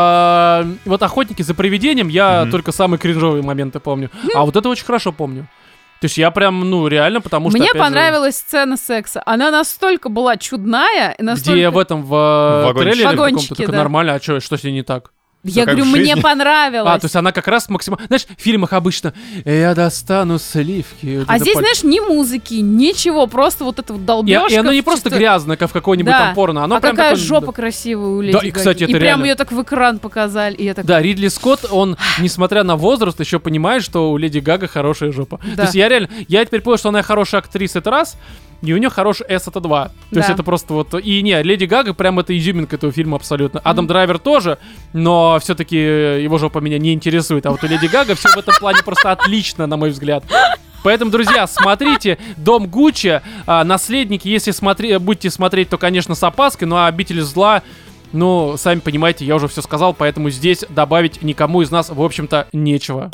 э, вот «Охотники за привидением», я Мгм. только самые кринжовые моменты помню. А вот это очень хорошо помню. То есть я прям, ну, реально, потому что, Мне опять же, понравилась сцена секса. Она настолько была чудная, и настолько... где в этом, в, В вагончике. трейлере Вагончике, каком-то, только да. нормально, а что, что с ней не так? Я Ну, как говорю, в мне жизни. понравилось. А, то есть она как раз максимально... Знаешь, в фильмах обычно «я достану сливки». вот А это здесь, паль- знаешь, ни музыки, ничего, просто вот это вот И, долбёжка. и оно не в просто чувстве- грязное, как в какой-нибудь Да. там порно. Оно а прям какая такое- жопа красивая у Леди Да, и, кстати, Гаги. это И прям реально. ее так в экран показали. И я так... Да, Ридли Скотт, он, несмотря на возраст, еще понимает, что у Леди Гага хорошая жопа. То Да. есть я реально... Я теперь понял, что она хорошая актриса, это раз, и у нее хороший эс это два. То Да. есть это просто вот... И не, Леди Гага прям это изюминка этого фильма абсолютно. Адам Драйвер тоже, но все-таки его жопа меня не интересует. А вот у Леди Гага все в этом плане просто отлично, на мой взгляд. Поэтому, друзья, смотрите «Дом Гуччи», а, «Наследники». Если смотри, будете смотреть, то, конечно, с опаской. Ну, а «Обитель зла», ну, сами понимаете, я уже все сказал, поэтому здесь добавить никому из нас, в общем-то, нечего.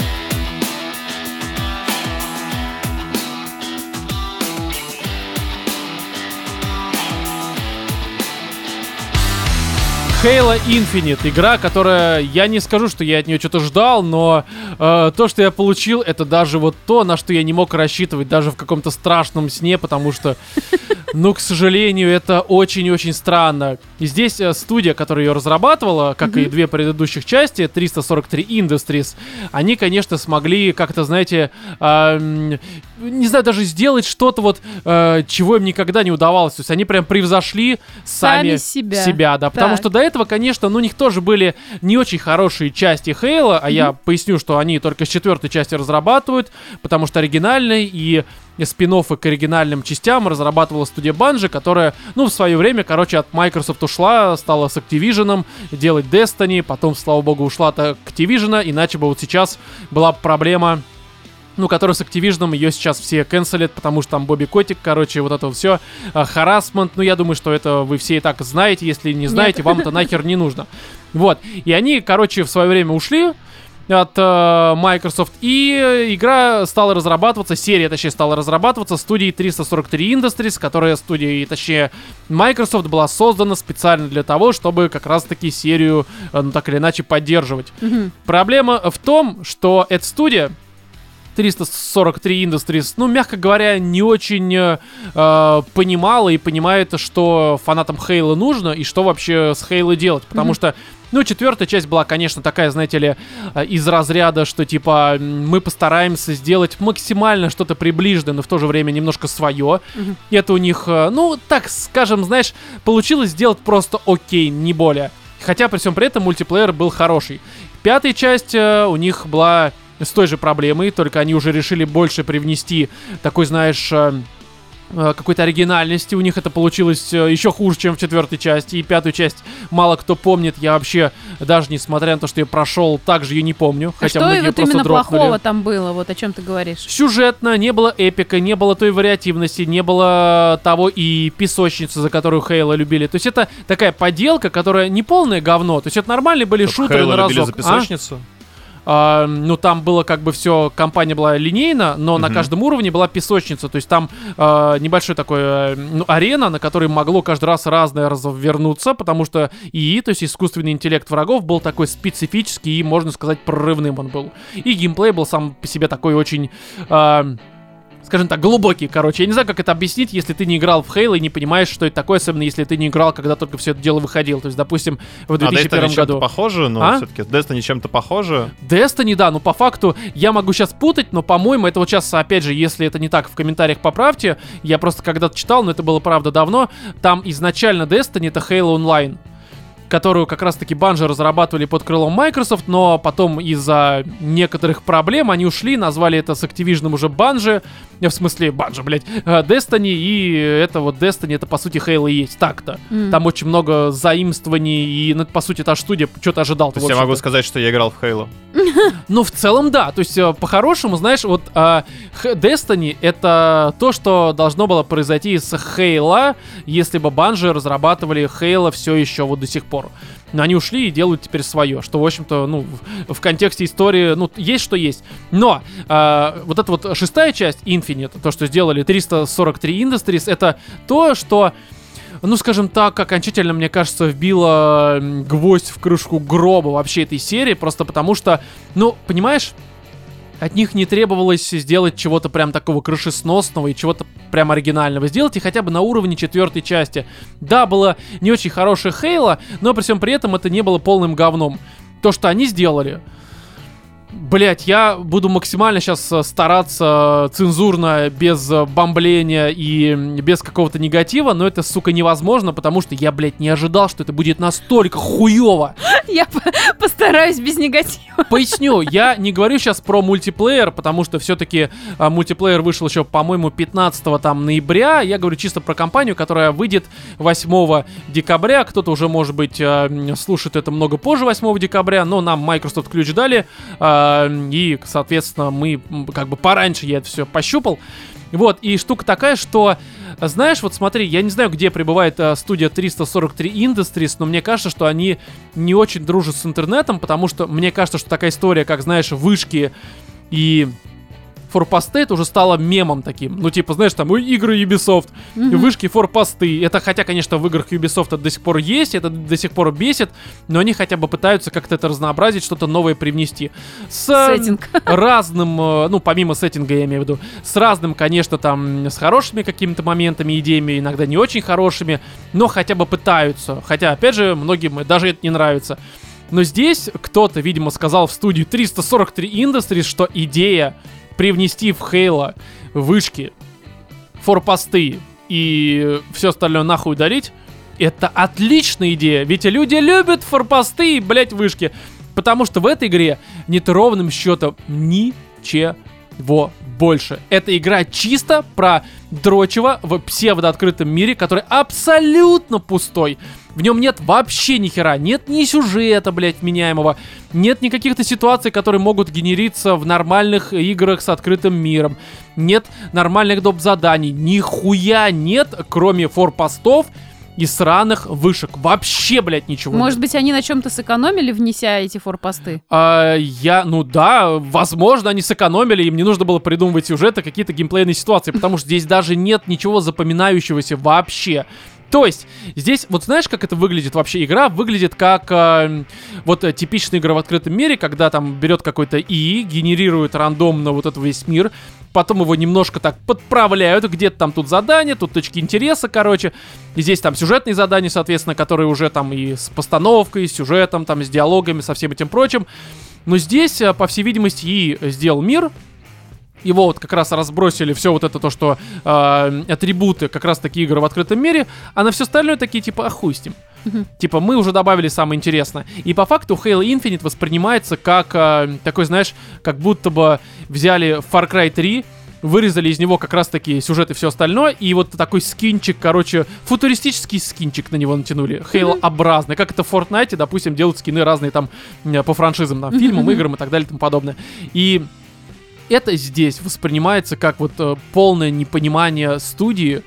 Halo Infinite, игра, которая, я не скажу, что я от нее что-то ждал, но э, то, что я получил, это даже вот то, на что я не мог рассчитывать, даже в каком-то страшном сне, потому что, ну, к сожалению, это очень-очень странно. И здесь э, студия, которая ее разрабатывала, как и две предыдущих части, триста сорок три Industries, они, конечно, смогли как-то, знаете, э, м, не знаю, даже сделать что-то вот, э, чего им никогда не удавалось. То есть они прям превзошли сами, Сами себя. себя, да, потому Так. что до этого, конечно, ну, у них тоже были не очень хорошие части Halo, а я поясню, что они только с четвертой части разрабатывают, потому что оригинальный и спин-оффы к оригинальным частям разрабатывала студия Bungie, которая, ну, в свое время, короче, от Microsoft ушла, стала с Activision делать Destiny, потом, слава богу, ушла от Activision, иначе бы вот сейчас была проблема, ну, которая с Activision, ее сейчас все канцелят, потому что там Бобби Котик, короче, вот это вот все, харассмент, ну, я думаю, что это вы все и так знаете, если не знаете, Нет. вам это нахер не нужно. Вот, и они, короче, в свое время ушли от э, Microsoft, и игра стала разрабатываться, серия, точнее, стала разрабатываться студией триста сорок три Industries, которая студия, точнее, Microsoft была создана специально для того, чтобы как раз-таки серию, э, ну, так или иначе, поддерживать. Мгм. Проблема в том, что эта студия триста сорок три Industries, ну, мягко говоря, не очень э, э, понимала и понимает, что фанатам Halo нужно и что вообще с Halo делать. Потому Мгм. что, ну, четвертая часть была, конечно, такая, знаете ли, э, из разряда, что, типа, м, мы постараемся сделать максимально что-то приближенное, но в то же время немножко свое. Мгм. И это у них, э, ну, так скажем, знаешь, получилось сделать просто окей, не более. Хотя при всем при этом мультиплеер был хороший. Пятая часть э, у них была с той же проблемой, только они уже решили больше привнести такой, знаешь, э, э, какой-то оригинальности. У них это получилось э, еще хуже, чем в четвертой части. И пятую часть мало кто помнит. Я вообще, даже несмотря на то, что я прошел, также ее не помню. А Хотя что многие вот просто именно дропнули. плохого там было? Вот о чем ты говоришь? Сюжетно, не было эпика, не было той вариативности, не было того и песочницы, за которую Хейла любили. То есть это такая поделка, которая не полное говно. То есть это нормальные были шутеры Halo на любили разок. за А? песочницу? А, ну, там было как бы все, компания была линейна, но на Мгм. каждом уровне была песочница. То есть там а, небольшой такой а, ну, арена, на которой могло каждый раз разное развернуться, потому что ИИ, то есть искусственный интеллект врагов, был такой специфический и, можно сказать, прорывным он был. И геймплей был сам по себе такой очень... а, скажем так, глубокий, короче. Я не знаю, как это объяснить, если ты не играл в Halo и не понимаешь, что это такое, особенно если ты не играл, когда только все это дело выходило. То есть, допустим, в две тысячи первом а Destiny чем-то году. похоже, но А? все-таки Destiny чем-то похоже. Destiny, да, ну по факту я могу сейчас путать, но по-моему это вот сейчас, опять же, если это не так, в комментариях поправьте. Я просто когда-то читал, но это было правда давно. Там изначально Destiny это Halo Online, которую как раз-таки Bungie разрабатывали под крылом Microsoft, но потом из-за некоторых проблем они ушли, назвали это с Activision уже Bungie, в смысле Bungie, блядь, э, Destiny, и это вот Destiny, это по сути Halo и есть, так-то. М. Там очень много заимствований, и, ну, по сути, та же студия, что ты ожидал? То есть я могу сказать, что я играл в Halo. Ну, в целом, да. То есть, э, по-хорошему, знаешь, вот э, Х- Destiny — это то, что должно было произойти с Halo, если бы Bungie разрабатывали Halo все еще вот до сих пор. Но они ушли и делают теперь свое, что, в общем-то, ну, в, в контексте истории, ну, есть что есть. Но э, вот эта вот шестая часть, Infinite, то, что сделали триста сорок три Industries, это то, что... Ну, скажем так, окончательно, мне кажется, вбило м, гвоздь в крышку гроба вообще этой серии, просто потому что, ну, понимаешь, от них не требовалось сделать чего-то прям такого крышесносного и чего-то прям оригинального. Сделайте хотя бы на уровне четвертой части. Да, было не очень хорошее Хейла, но при всем при этом это не было полным говном. То, что они сделали... Блять, я буду максимально сейчас стараться цензурно, без бомбления и без какого-то негатива, но это, сука, невозможно, потому что я, блять, не ожидал, что это будет настолько хуёво. Я постараюсь без негатива. Поясню, я не говорю сейчас про мультиплеер, потому что все-таки а, мультиплеер вышел еще, по-моему, пятнадцатого там ноября. Я говорю чисто про кампанию, которая выйдет восьмого декабря. Кто-то уже, может быть, а, слушает это много позже восьмого декабря, но нам Microsoft ключ дали. А, И, соответственно, мы как бы пораньше я это все пощупал. Вот, и штука такая, что, знаешь, вот смотри, я не знаю, где пребывает а, студия триста сорок три Industries, но мне кажется, что они не очень дружат с интернетом, потому что мне кажется, что такая история, как, знаешь, вышки и... форпосты это уже стало мемом таким. Ну, типа, знаешь, там, ой, игры Ubisoft, mm-hmm. вышки, форпосты. Это, хотя, конечно, в играх Ubisoft это до сих пор есть, это до сих пор бесит, но они хотя бы пытаются как-то это разнообразить, что-то новое привнести. С Сеттинг. разным, ну, помимо сеттинга, я имею в виду, с разным, конечно, там, с хорошими какими-то моментами, идеями, иногда не очень хорошими, но хотя бы пытаются. Хотя, опять же, многим даже это не нравится. Но здесь кто-то, видимо, сказал в студии триста сорок три Industries, что идея привнести в Хейла вышки, форпосты и все остальное нахуй удалить, это отличная идея. Ведь люди любят форпосты и, блять, вышки. Потому что в этой игре нет ровным счетом ничего больше. Эта игра чисто про дрочево в псевдооткрытом мире, который абсолютно пустой. В нем нет вообще ни хера, нет ни сюжета, блять, меняемого, нет никаких-то ситуаций, которые могут генериться в нормальных играх с открытым миром, нет нормальных доп. Заданий, нихуя нет, кроме форпостов и сраных вышек. Вообще, блядь, ничего Может нет. быть, они на чем-то сэкономили, внеся эти форпосты? А, я, ну да, возможно, они сэкономили, им не нужно было придумывать сюжеты, какие-то геймплейные ситуации, потому что здесь даже нет ничего запоминающегося вообще. То есть, здесь, вот знаешь, как это выглядит вообще? Игра выглядит как э, вот э, типичная игра в открытом мире, когда там берет какой-то ИИ, генерирует рандомно вот этот весь мир, потом его немножко так подправляют, где-то там тут задания, тут точки интереса, короче. И здесь там сюжетные задания, соответственно, которые уже там и с постановкой, и с сюжетом, там, с диалогами, со всем этим прочим. Но здесь, по всей видимости, ИИ сделал мир. Его вот как раз разбросили все вот это то, что э, атрибуты как раз такие игры в открытом мире, а на все остальное такие типа охустим. Uh-huh. Типа мы уже добавили самое интересное. И по факту Halo Infinite воспринимается как э, такой, знаешь, как будто бы взяли Far Cry три, вырезали из него как раз таки сюжет и все остальное, и вот такой скинчик, короче, футуристический скинчик на него натянули, Halo-образный, как это в Fortnite, допустим, делают скины разные там по франшизам, там, фильмам, uh-huh. играм и так далее и тому подобное. И это здесь воспринимается как вот э, полное непонимание студии,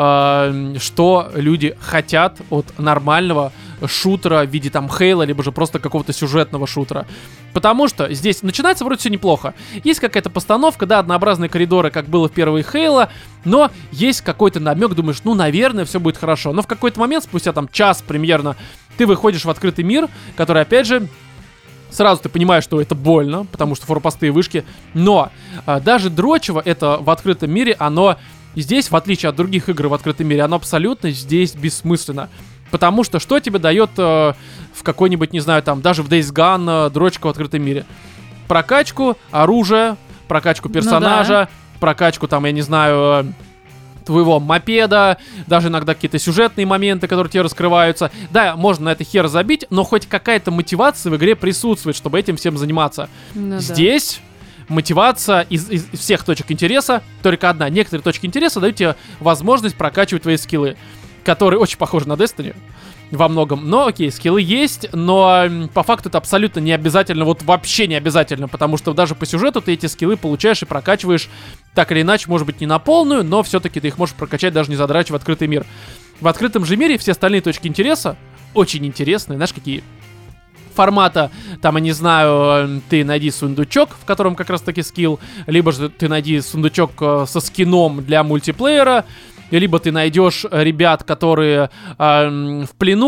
э, что люди хотят от нормального шутера в виде там Хейла, либо же просто какого-то сюжетного шутера. Потому что здесь начинается вроде все неплохо. Есть какая-то постановка, да, однообразные коридоры, как было в первой Хейла, но есть какой-то намек, думаешь, ну, наверное, все будет хорошо. Но в какой-то момент, спустя там час примерно, ты выходишь в открытый мир, который, опять же, сразу ты понимаешь, что это больно, потому что форпосты и вышки. Но а, даже дрочево это в открытом мире, оно здесь, в отличие от других игр в открытом мире, оно абсолютно здесь бессмысленно. Потому что что тебе дает э, в какой-нибудь, не знаю, там, даже в Days Gone э, дрочка в открытом мире? Прокачку оружия, прокачку персонажа, ну да. прокачку там, я не знаю... Э, твоего мопеда, даже иногда какие-то сюжетные моменты, которые тебе раскрываются. Да, можно на это хер забить, но хоть какая-то мотивация в игре присутствует, чтобы этим всем заниматься. Ну, здесь да. мотивация из, из всех точек интереса только одна. Некоторые точки интереса дают тебе возможность прокачивать твои скиллы, которые очень похожи на Destiny во многом. Но окей, скиллы есть, но по факту это абсолютно не обязательно, вот вообще не обязательно, потому что даже по сюжету ты эти скиллы получаешь и прокачиваешь так или иначе, может быть, не на полную, но все-таки ты их можешь прокачать, даже не задрачивая в открытый мир. В открытом же мире все остальные точки интереса очень интересные, знаешь, какие? Формата, там, я не знаю, ты найди сундучок, в котором как раз-таки скилл, либо же ты найди сундучок со скином для мультиплеера, либо ты найдешь ребят, которые э, в плену,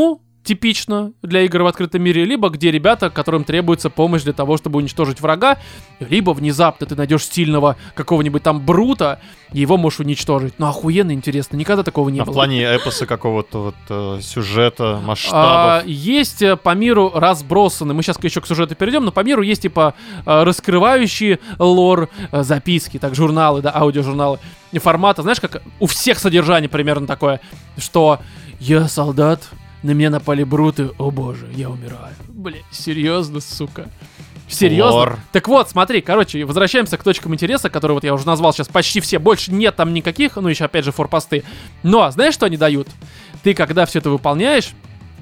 типично для игр в открытом мире, либо где ребята, которым требуется помощь для того, чтобы уничтожить врага, либо внезапно ты найдешь сильного какого-нибудь там брута, и его можешь уничтожить. Ну, охуенно интересно, никогда такого не а было. в плане эпоса какого-то вот э, сюжета, масштабов? А, есть э, по миру разбросаны, мы сейчас еще к сюжету перейдем, но по миру есть типа э, раскрывающие лор э, записки, так, журналы, да, аудиожурналы, и формата, знаешь, как у всех содержание примерно такое, что я солдат, на меня напали бруты, о боже, я умираю. Блин, серьезно, сука. Серьезно? Лор. Так вот, смотри, короче, возвращаемся к точкам интереса, которые вот я уже назвал сейчас почти все. Больше нет там никаких, ну еще опять же форпосты. Но знаешь, что они дают? Ты когда все это выполняешь,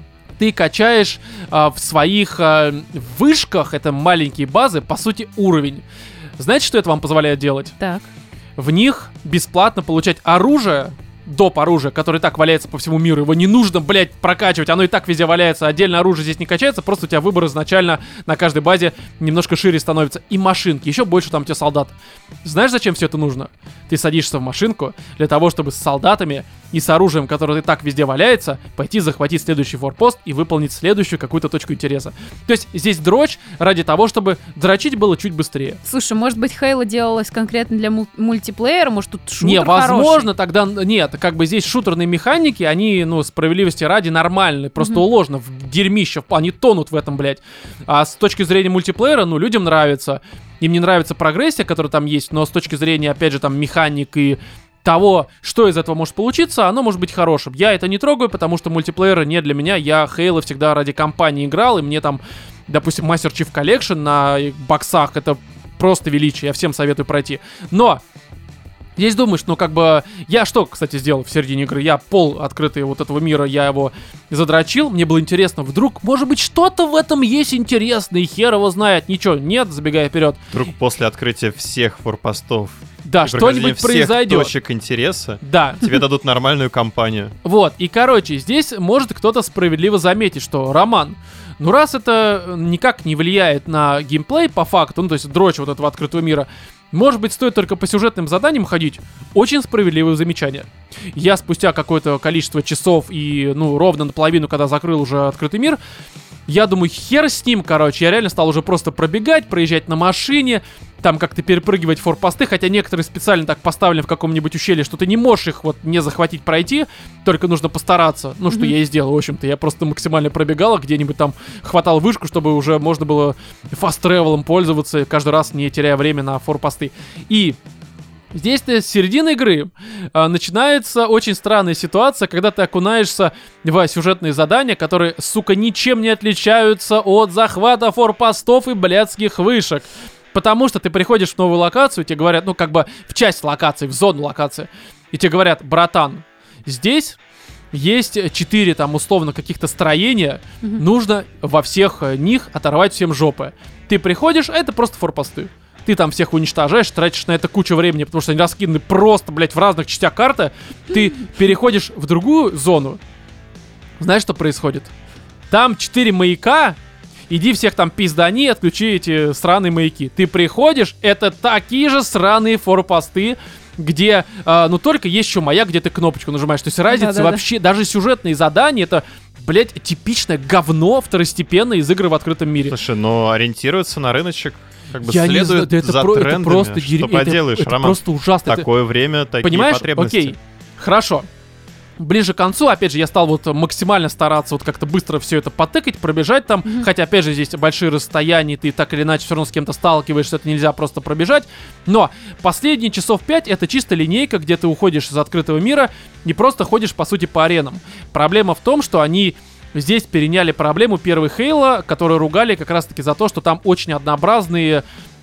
ты качаешь а, в своих а, вышках, это маленькие базы, по сути, уровень. Знаете, что это вам позволяет делать? Так. В них бесплатно получать оружие, доп. Оружие, которое и так валяется по всему миру. Его не нужно, блядь, прокачивать. Оно и так везде валяется. Отдельно оружие здесь не качается. Просто у тебя выбор изначально на каждой базе немножко шире становится. И машинки. Еще больше там у тебя солдат. Знаешь, зачем все это нужно? Ты садишься в машинку для того, чтобы с солдатами и с оружием, которое и так везде валяется, пойти захватить следующий форпост и выполнить следующую какую-то точку интереса. То есть здесь дрочь ради того, чтобы дрочить было чуть быстрее. Слушай, может быть, Хейла делалась конкретно для мул- мультиплеера? Может, тут шутер Не, возможно, хороший? тогда... Нет, как бы здесь шутерные механики, они, ну, справедливости ради, нормальные. Просто Мгм. уложено в дерьмище. Они тонут в этом, блядь. А с точки зрения мультиплеера, ну, людям нравится. Им не нравится прогрессия, которая там есть, но с точки зрения, опять же, там, механик и того, что из этого может получиться, оно может быть хорошим. Я это не трогаю, потому что мультиплееры не для меня. Я Хейла всегда ради компании играл, и мне там, допустим, Master Chief Collection на боксах, это просто величие, я всем советую пройти. Но здесь думаешь, ну как бы... Я что, кстати, сделал в середине игры? Я пол открытый вот этого мира, я его задрочил. Мне было интересно, вдруг, может быть, что-то в этом есть интересное, и хер его знает. Ничего, нет, забегая вперед. Вдруг после открытия всех форпостов Да, и прохождения что-нибудь всех произойдет. точек интереса, Да. тебе дадут нормальную компанию. Вот, и, короче, здесь может кто-то справедливо заметить, что, Роман, ну раз это никак не влияет на геймплей по факту, ну то есть дрочь вот этого открытого мира, может быть, стоит только по сюжетным заданиям ходить? Очень справедливое замечание. Я спустя какое-то количество часов и, ну, ровно наполовину, когда закрыл уже открытый мир, я думаю, хер с ним, короче. Я реально стал уже просто пробегать, проезжать на машине, там как-то перепрыгивать форпосты, хотя некоторые специально так поставлены в каком-нибудь ущелье, что ты не можешь их вот не захватить, пройти, только нужно постараться. Ну, что Мгм. я и сделал, в общем-то. Я просто максимально пробегал, где-нибудь там хватал вышку, чтобы уже можно было фаст-тревелом пользоваться, каждый раз не теряя время на форпосты. И здесь-то с середины игры а, начинается очень странная ситуация, когда ты окунаешься в сюжетные задания, которые, сука, ничем не отличаются от захвата форпостов и блядских вышек. Потому что ты приходишь в новую локацию, тебе говорят, ну как бы в часть локации, в зону локации, и тебе говорят, братан, здесь есть четыре там условно каких-то строения, Мгм. нужно во всех э, них оторвать всем жопы. Ты приходишь, а это просто форпосты. Ты там всех уничтожаешь, тратишь на это кучу времени, потому что они раскиданы просто, блядь, в разных частях карты. Ты переходишь в другую зону. Знаешь, что происходит? Там четыре маяка. Иди всех там пиздани, отключи эти сраные маяки. Ты приходишь, это такие же сраные форпосты, где, э, ну, только есть еще маяк, где ты кнопочку нажимаешь. То есть разница Да-да-да. вообще, даже сюжетные задания, это, блядь, типичное говно второстепенное из игр в открытом мире. Слушай, но ориентироваться на рыночек как бы Я не знаю, следует да это, за про- это трендами. просто Что дерь- это- поделаешь, это Роман? просто ужасно. Это- Такое время, такие Понимаешь? потребности. Окей, хорошо. Ближе к концу, опять же, я стал вот максимально стараться вот как-то быстро все это потыкать, пробежать там. Мгм. Хотя, опять же, здесь большие расстояния, ты так или иначе все равно с кем-то сталкиваешься, это нельзя просто пробежать. Но последние часов пять это чисто линейка, где ты уходишь из открытого мира и просто ходишь, по сути, по аренам. Проблема в том, что они здесь переняли проблему первой Хейла, которые ругали как раз-таки за то, что там очень однообразные...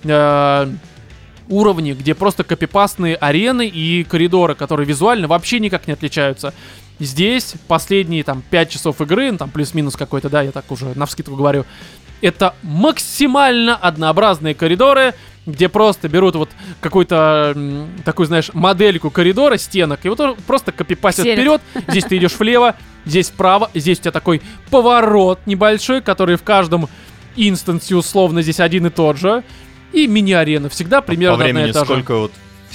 э, уровни, где просто копипастные арены и коридоры, которые визуально вообще никак не отличаются. Здесь последние там пять часов игры, ну, там плюс-минус какой-то, да, я так уже навскидку говорю, это максимально однообразные коридоры, где просто берут вот какую-то м, такую, знаешь, модельку коридора, стенок, и вот просто копипастят Селят. вперед. Здесь ты идешь влево, здесь вправо, здесь у тебя такой поворот небольшой, который в каждом инстансе условно здесь один и тот же. И мини-арена всегда примерно По одна времени и та же. сколько вот в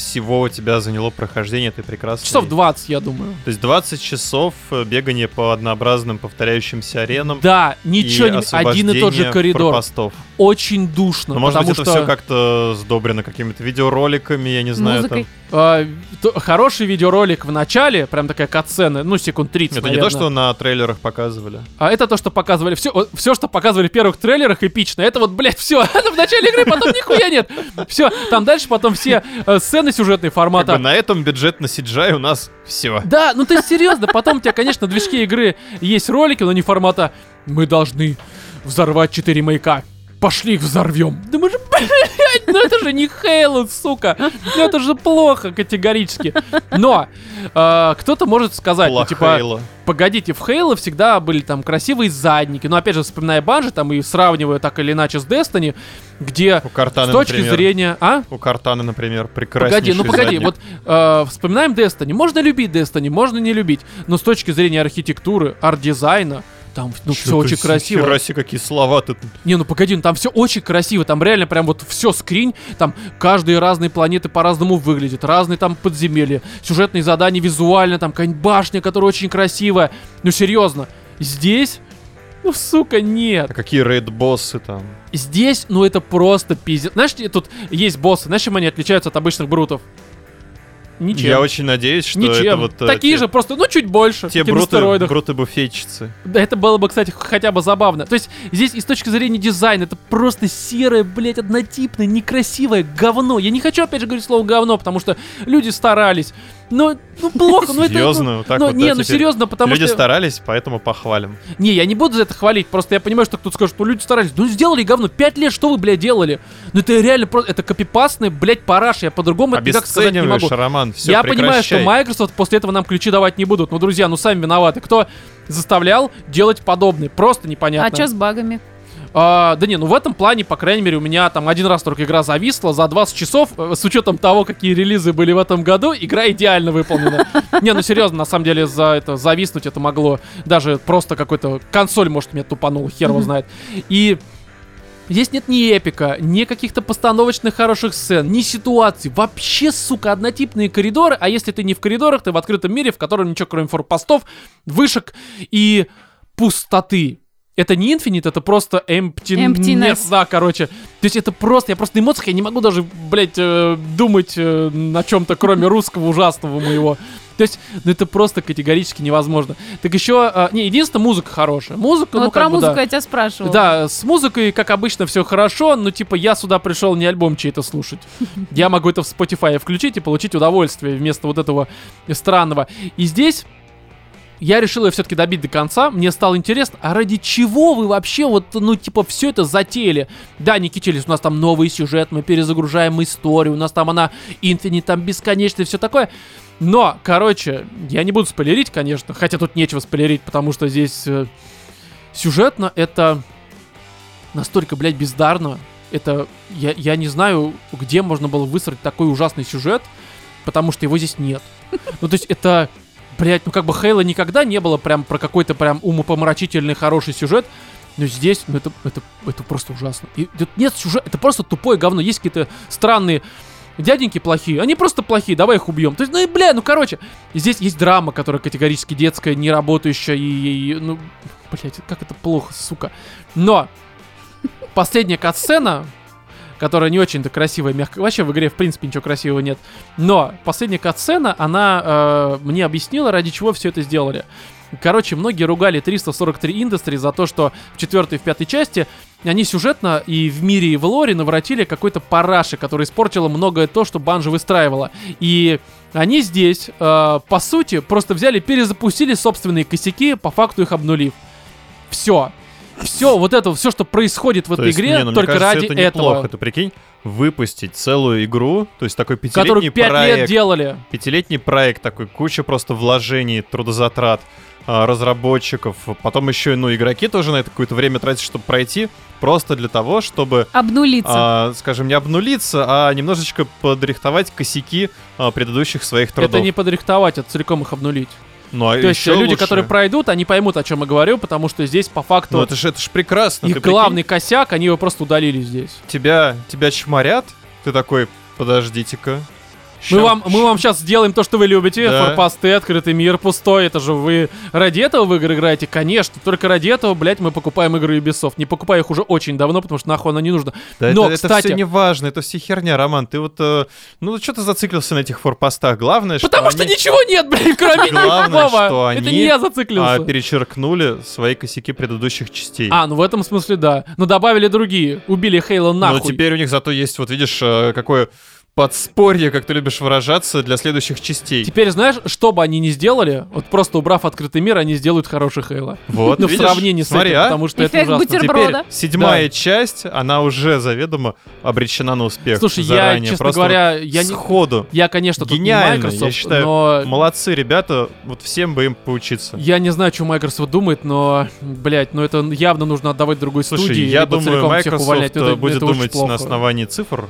всего у тебя заняло прохождение этой прекрасной... Часов двадцать, я думаю. То есть двадцать часов бегания по однообразным повторяющимся аренам. Да, ничего не... Один и тот же коридор. Пропастов. Очень душно. Но, может быть, это что... все как-то сдобрено какими-то видеороликами, я не знаю. Музыкой. Там... А, то, хороший видеоролик в начале, прям такая катсцена, ну, секунд тридцать, Это наверное. не то, что на трейлерах показывали. А это то, что показывали. Все, все, что показывали в первых трейлерах, эпично. Это вот, блядь, все. Это в начале игры, потом нихуя нет. Все, там дальше потом все э, сцены сюжетные формата. Как бы на этом бюджет на си джи ай у нас все. Да, ну ты серьезно, потом у тебя, конечно, на движке игры есть ролики, но не формата «Мы должны взорвать четыре маяка. Пошли их взорвем». Думаешь, блядь, ну это же не Halo, сука. Ну это же плохо категорически. Но э, кто-то может сказать, ну, типа, Halo. Погодите, в Halo всегда были там красивые задники. Но опять же, вспоминая Банжи, там и сравнивая так или иначе с Destiny, где У Картаны, с точки например. зрения... А? У Картаны, например, прекраснейший Погоди, ну погоди, задник. вот э, вспоминаем Destiny. Можно любить Destiny, можно не любить. Но с точки зрения архитектуры, арт-дизайна, там ну, все очень красиво. Хера себе, какие слова тут. Не, ну погоди, ну там все очень красиво. Там реально прям вот все скринь. Там каждые разные планеты по-разному выглядят. Разные там подземелья. Сюжетные задания визуально. Там какая-нибудь башня, которая очень красивая. Ну серьезно. Здесь... Ну, сука, нет. А какие рейд-боссы там? Здесь, ну это просто пиздец. Знаешь, тут есть боссы. Знаешь, чем они отличаются от обычных брутов? Ничем. Я очень надеюсь, что Ничем. это вот... э, Такие те- же, просто, ну, чуть больше. Те такие на бруты, стероидах. бруты-буфетчицы. Да, это было бы, кстати, хотя бы забавно. То есть, здесь и с точки зрения дизайна, это просто серое, блядь, однотипное, некрасивое говно. Я не хочу, опять же, говорить слово говно, потому что люди старались. Но, ну, плохо, ну это... Серьезно? Ну, Вот так ну, вот, не, да, ну теперь серьезно, потому Люди что... старались, поэтому похвалим. Не, я не буду за это хвалить, просто я понимаю, что кто-то скажет, что люди старались. Ну, сделали говно, пять лет, что вы, блядь, делали? Ну, это реально просто, это копипастный, блядь, параш, я по-другому это никак сказать не могу. Обесцениваешь, Роман, все, Я понимаю, что Microsoft после этого нам ключи давать не будут. Ну, друзья, ну, сами виноваты. Кто заставлял делать подобное? Просто непонятно. А что с багами? А, да не, ну в этом плане, по крайней мере, у меня там один раз только игра зависла за двадцать часов, э, с учетом того, какие релизы были в этом году, игра идеально выполнена. Не, ну серьезно, на самом деле за это зависнуть это могло даже просто какой-то консоль, может, меня тупанула, хер его знает. И здесь нет ни эпика, ни каких-то постановочных хороших сцен, ни ситуаций. Вообще, сука, однотипные коридоры, а если ты не в коридорах, ты в открытом мире, в котором ничего кроме форпостов, вышек и пустоты. Это не Infinite, это просто emptiness. Emptiness. Да, короче. То есть это просто, я просто на эмоциях, я не могу даже, блядь, э, думать э, на чем-то, кроме русского ужасного моего. То есть, ну это просто категорически невозможно. Так еще, э, не, единственное, музыка хорошая. Музыка, Вот ну про как бы, музыку да. я тебя спрашивала. Да, с музыкой, как обычно, все хорошо, но типа я сюда пришел не альбом чей-то слушать. Я могу это в Spotify включить и получить удовольствие вместо вот этого странного. И здесь... Я решил ее все-таки добить до конца. Мне стало интересно, а ради чего вы вообще вот, ну, типа, все это затеяли? Да, не кичились, у нас там новый сюжет, мы перезагружаем историю, у нас там она Infinite, там бесконечная, все такое. Но, короче, я не буду спойлерить, конечно, хотя тут нечего спойлерить, потому что здесь э, сюжетно это настолько, блядь, бездарно. Это, я, я не знаю, где можно было выстроить такой ужасный сюжет, потому что его здесь нет. Ну, то есть это... Блять, ну как бы Halo никогда не было прям про какой-то прям умопомрачительный хороший сюжет, но здесь, ну это, это, это просто ужасно. И тут нет сюжета, это просто тупое говно. Есть какие-то странные дяденьки плохие, они просто плохие, давай их убьем. То есть, ну и бля, ну короче, здесь есть драма, которая категорически детская, не работающая, и, и ну, блять, как это плохо, сука. Но последняя катсцена, которая не очень-то красивая, мягко. Вообще в игре, в принципе, ничего красивого нет. Но последняя катсцена, она э, мне объяснила, ради чего все это сделали. Короче, многие ругали триста сорок три Industries за то, что в четвертой и в пятой части они сюжетно и в мире, и в лоре наворотили какой-то параши, который испортило многое то, что Bungie выстраивала. И они здесь, э, по сути, просто взяли, перезапустили собственные косяки, по факту их обнулив. Все. Все, вот это, все, что происходит в То этой есть, игре, не, ну, только мне кажется, ради это неплохо. этого. Ты прикинь, выпустить целую игру, то есть такой Которую пятилетний пять проект. лет делали. Пятилетний проект, такой куча просто вложений, трудозатрат а, разработчиков. Потом еще, ну, игроки тоже на это какое-то время тратят, чтобы пройти. Просто для того, чтобы, Обнулиться. а, скажем, не обнулиться, а немножечко подрихтовать косяки а, предыдущих своих трудов. Это не подрихтовать, это целиком их обнулить. Ну, а То есть еще люди, лучше. которые пройдут, они поймут, о чем я говорю, потому что здесь по факту Ну это же это ж прекрасно. их Ты прикинь, главный косяк, они его просто удалили здесь. тебя, тебя чморят, ты такой, подождите-ка, Мы вам, мы вам сейчас сделаем то, что вы любите. Да. Форпосты, открытый мир пустой. Это же вы ради этого в игры играете? Конечно. Только ради этого, блядь, мы покупаем игры Ubisoft. Не покупаю их уже очень давно, потому что нахуй она не нужна. Да Но, это, кстати... это все не важно, это все херня, Роман. Ты вот, э, ну что ты зациклился на этих форпостах? Главное, что Потому что они... ничего нет, блядь, кроме них, Главное, Вова. что Это они, не я зациклился. а, перечеркнули свои косяки предыдущих частей. А, ну в этом смысле да. Но добавили другие. Убили Хейла нахуй. Но теперь у них зато есть, вот видишь, э, какое подспорье, как ты любишь выражаться, для следующих частей. Теперь знаешь, что бы они ни сделали, вот просто убрав открытый мир, они сделают хороший Хейла. Вот, Ну, в видишь? сравнении с Смотри, этим, а? потому что это Эффект ужасно. бутерброда. Теперь седьмая часть, она уже заведомо обречена на успех. Слушай, я, заранее. честно Просто говоря, вот я не... сходу. Я, конечно, тут не Гениально, Microsoft, я считаю, но... молодцы ребята, вот всем бы им поучиться. Я не знаю, что Microsoft думает, но, блядь, ну это явно нужно отдавать другой Слушай, студии, я либо думаю, целиком всех Microsoft увольнять. Ну, это- будет это очень думать плохо. на основании цифр.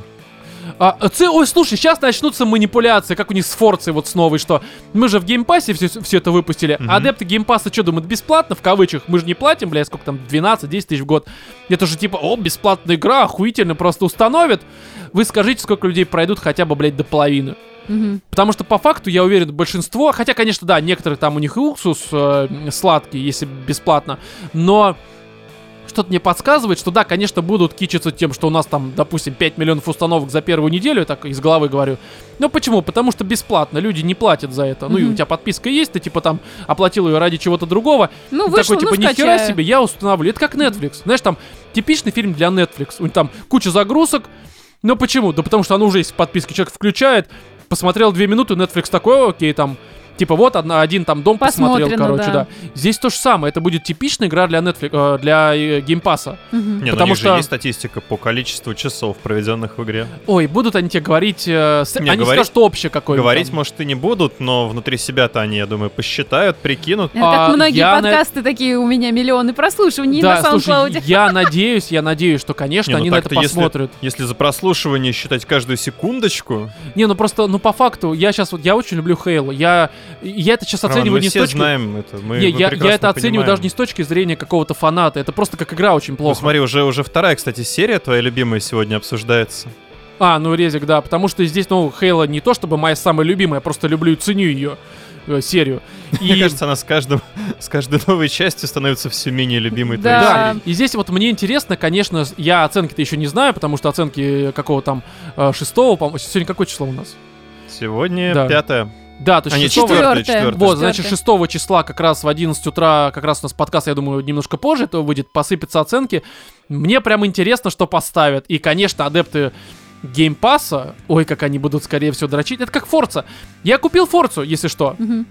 А, ц- ой, слушай, сейчас начнутся манипуляции, как у них с Форцей вот с новой, что мы же в геймпассе все, все это выпустили, Мгм. а адепты геймпасса что думают, бесплатно, в кавычках, мы же не платим, бля, сколько там, двенадцать-десять тысяч в год. Это же типа, о, бесплатная игра, охуительно, просто установят. Вы скажите, сколько людей пройдут хотя бы, блядь, до половины. Мгм. Потому что по факту, я уверен, большинство, хотя, конечно, да, некоторые там у них и уксус э, сладкий, если бесплатно, но что-то мне подсказывает, что да, конечно, будут кичиться тем, что у нас там, допустим, пять миллионов установок за первую неделю, я так из головы говорю. Но почему? Потому что бесплатно, люди не платят за это. Ну и у Мгм. тебя подписка есть, ты типа там оплатил ее ради чего-то другого. Ну, Ты вышло, такой, типа, ну, нихера скачаю. себе, я установлю. Это как Netflix. Знаешь, там типичный фильм для Netflix. У них там куча загрузок. Но почему? Да потому что оно уже есть в подписке. Человек включает, посмотрел две минуты, Netflix такой, окей, там, типа вот одна, один там дом посмотрел, Посмотрено, короче, да. да. Здесь то же самое. Это будет типичная игра для Netflix, э, для э, геймпасса. Мгм. Не, ну у Потому них что- же есть статистика по количеству часов, проведенных в игре. Ой, будут они тебе говорить... э, с- Не, они говорить- скажут общее какое-нибудь. Говорить, там. может, и не будут, но внутри себя-то они, я думаю, посчитают, прикинут. Это А, как многие я на- подкасты такие, у меня миллионы прослушиваний Да, на слушай, SoundCloud. я надеюсь, я надеюсь, что, конечно, Не, ну они на это так-то если- посмотрят. Если за прослушивание считать каждую секундочку, Не, ну просто, ну по факту, я сейчас вот, я очень люблю Хейлу. Я, я это сейчас Роман, оцениваю мы не с все точки... знаем это. Мы, не, мы я, я прекрасно это оцениваю понимаем. даже не с точки зрения какого-то фаната. Это просто как игра очень Ну, плохо. смотри, уже, уже вторая, кстати, серия твоя любимая сегодня обсуждается. А, ну резик, да, потому что здесь, ну, Хейла не то чтобы моя самая любимая, я просто люблю и ценю ее э, серию. Мне И кажется, она с, каждым, с каждой новой частью становится все менее любимой Да. твоей да, серией. и здесь вот мне интересно, конечно, с- я оценки-то еще не знаю, потому что оценки какого там э, шестого, по-моему, сегодня какое число у нас? Сегодня Да. пятое. Да, то есть А, нет, шестого... четвертое, Четвёртое. четвертое. Вот, значит, Четвёртое. шестого числа как раз в одиннадцать утра, как раз у нас подкаст, я думаю, немножко позже, то выйдет, посыпятся оценки. Мне прям интересно, что поставят. И, конечно, адепты геймпасса, ой, как они будут, скорее всего, дрочить. Это как Форца. Я купил Форцу, если что. Мгм.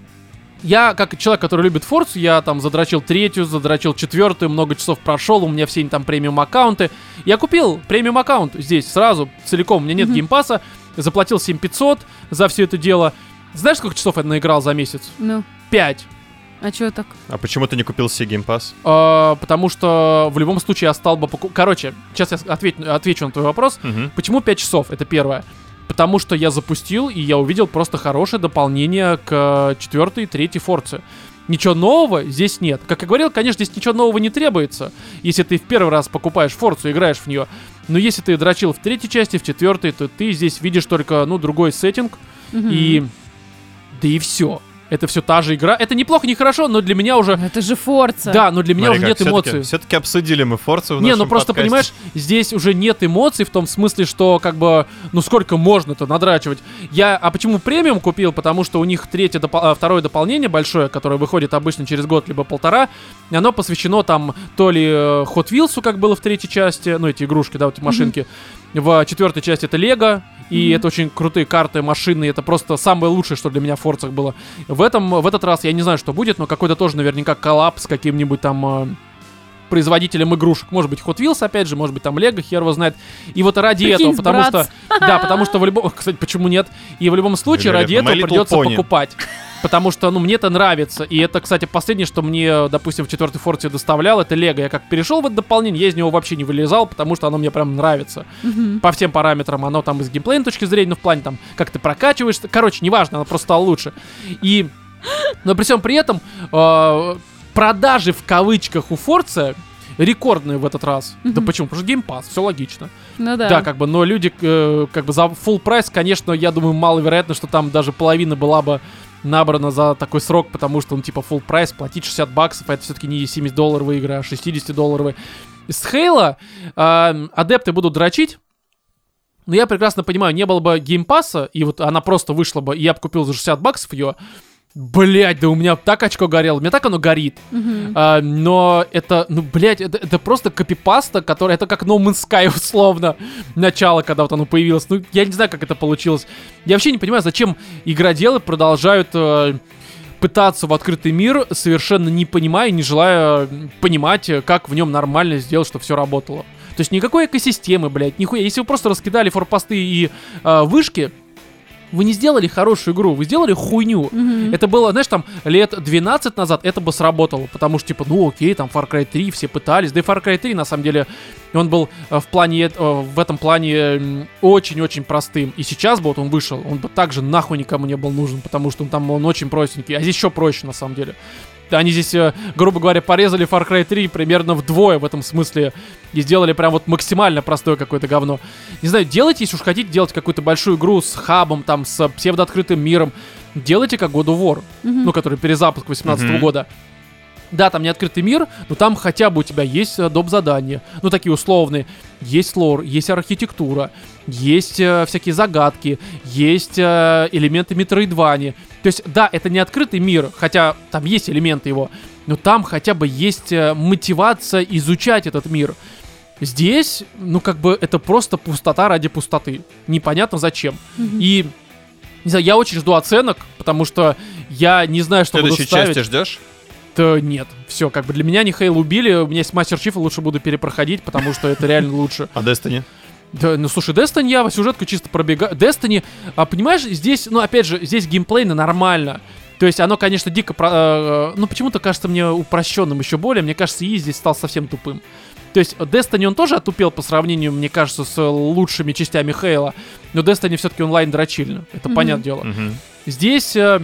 Я, как человек, который любит Форцу, я там задрочил третью, задрочил четвертую, много часов прошел, у меня все там премиум аккаунты. Я купил премиум аккаунт здесь сразу, целиком, у меня нет Мгм. геймпасса, заплатил семь тысяч пятьсот за все это дело. Знаешь, сколько часов я наиграл за месяц? Ну, Пять. а чё так? А почему ты не купил себе геймпасс? А, потому что в любом случае я стал бы покупать... Короче, сейчас я ответь- отвечу на твой вопрос. Мгм. Почему пять часов? Это первое. Потому что я запустил, и я увидел просто хорошее дополнение к четвертой и третьей Форце. Ничего нового здесь нет. Как я говорил, конечно, здесь ничего нового не требуется, если ты в первый раз покупаешь Форцу и играешь в нее. Но если ты дрочил в третьей части, в четвертой, то ты здесь видишь только, ну, другой сеттинг. Мгм. И... Да и все. Это все та же игра. Это неплохо, не хорошо, но для меня уже... Это же Форца. Да, но для меня уже нет эмоций. Все-таки обсудили мы Форцу в Не, нашем ну просто, подкасте. понимаешь, здесь уже нет эмоций в том смысле, что как бы, ну сколько можно-то надрачивать. Я, а почему премиум купил? Потому что у них третье, допол- а, второе дополнение большое, которое выходит обычно через год, либо полтора, и оно посвящено там то ли э, Hot Wheels'у, как было в третьей части, ну эти игрушки, да, вот эти машинки. В четвертой части это Лего, и Мгм. это очень крутые карты, машины, это просто самое лучшее, что для меня в Форцах было. В этом, в этот раз я не знаю, что будет, но какой-то тоже наверняка коллапс с каким-нибудь там э, производителем игрушек. Может быть, Hot Wheels, опять же, может быть, там Лего, хер его знает. И вот ради Прикинь, этого, потому сбраться. что... Да, потому что в любом... Кстати, почему нет? И в любом случае ради Великолепно. этого My Little придется Pony. покупать. Потому что, ну, мне это нравится. И это, кстати, последнее, что мне, допустим, в четвертой Форте доставлял, это Лего. Я как перешел в это дополнение, я из него вообще не вылезал, потому что оно мне прям нравится. Мгм. По всем параметрам. Оно там из геймплейной точки зрения, ну, в плане там, как ты прокачиваешься. Короче, неважно, оно просто стало лучше. И... Но при всем при этом... э, продажи в кавычках у Форца рекордные в этот раз. Мгм. Да почему? Потому что Game Pass, все логично. Ну да. Да, как бы, но люди, э, как бы за full прайс, конечно, я думаю, маловероятно, что там даже половина была бы набрана за такой срок, потому что он типа full прайс, платить шестьдесят баксов, а это все-таки не семьдесят-долларовая игра, а шестьдесят-долларовая. С Хейла э, адепты будут дрочить, но я прекрасно понимаю, не было бы геймпасса, и вот она просто вышла бы, и я бы купил за шестьдесят баксов ее. Блять, да у меня так очко горело, у меня так оно горит. Мгм. А, но это, ну, блять, это, это просто копипаста, которая, это как No Man's Sky, условно, начало, когда вот оно появилось. Ну, я не знаю, как это получилось. Я вообще не понимаю, зачем игроделы продолжают э, пытаться в открытый мир, совершенно не понимая, не желая понимать, как в нем нормально сделать, чтобы все работало. То есть никакой экосистемы, блядь, нихуя. Если вы просто раскидали форпосты и э, вышки, вы не сделали хорошую игру, вы сделали хуйню. Мгм. Это было, знаешь, там, лет двенадцать назад это бы сработало, потому что, типа, ну окей, там, Far Cry три, все пытались, да и Far Cry три, на самом деле, он был э, в плане, э, в этом плане м, очень-очень простым, и сейчас бы вот он вышел, он бы также нахуй никому не был нужен, потому что он там, он очень простенький, а здесь еще проще, на самом деле. Они здесь, э, грубо говоря, порезали Far Cry три примерно вдвое в этом смысле и сделали прям вот максимально простое какое-то говно. Не знаю, делайте, если уж хотите делать какую-то большую игру с хабом, там, с псевдооткрытым миром, делайте как God of War, Мгм. ну, который перезапуск восемнадцатого Мгм. года. Да, там не открытый мир, но там хотя бы у тебя есть э, доп. Задания. Ну, такие условные. Есть лор, есть архитектура, есть э, всякие загадки, есть э, элементы метроидвани. То есть, да, это не открытый мир, хотя там есть элементы его, но там хотя бы есть э, мотивация изучать этот мир. Здесь, ну, как бы, это просто пустота ради пустоты. Непонятно зачем. Мгм. И, не знаю, я очень жду оценок, потому что я не знаю, что буду Следующей ставить. части ждешь? Да нет, все, как бы для меня не Хейл убили, у меня есть Мастер Чиф, лучше буду перепроходить, потому что это реально лучше. А Destiny? Да, ну слушай, Destiny я сюжетку чисто пробегаю. Destiny, а, понимаешь, здесь, ну опять же, здесь геймплейно нормально. То есть оно, конечно, дико, про, э, ну почему-то кажется мне упрощенным еще более, мне кажется, и здесь стал совсем тупым. То есть Destiny он тоже отупел по сравнению, мне кажется, с лучшими частями Хейла, но Destiny все-таки онлайн дрочильно, это Мгм. понятное дело. Мгм. Здесь э,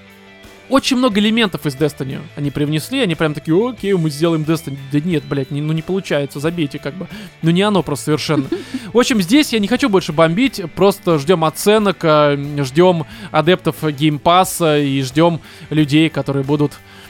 очень много элементов из Destiny они привнесли, они прям такие, окей, мы сделаем Destiny. Да нет, блядь, не, ну не получается, забейте как бы. Ну не оно просто совершенно. В общем, здесь я не хочу больше бомбить, просто ждем оценок, э, ждем адептов геймпасса и ждем людей, которые будут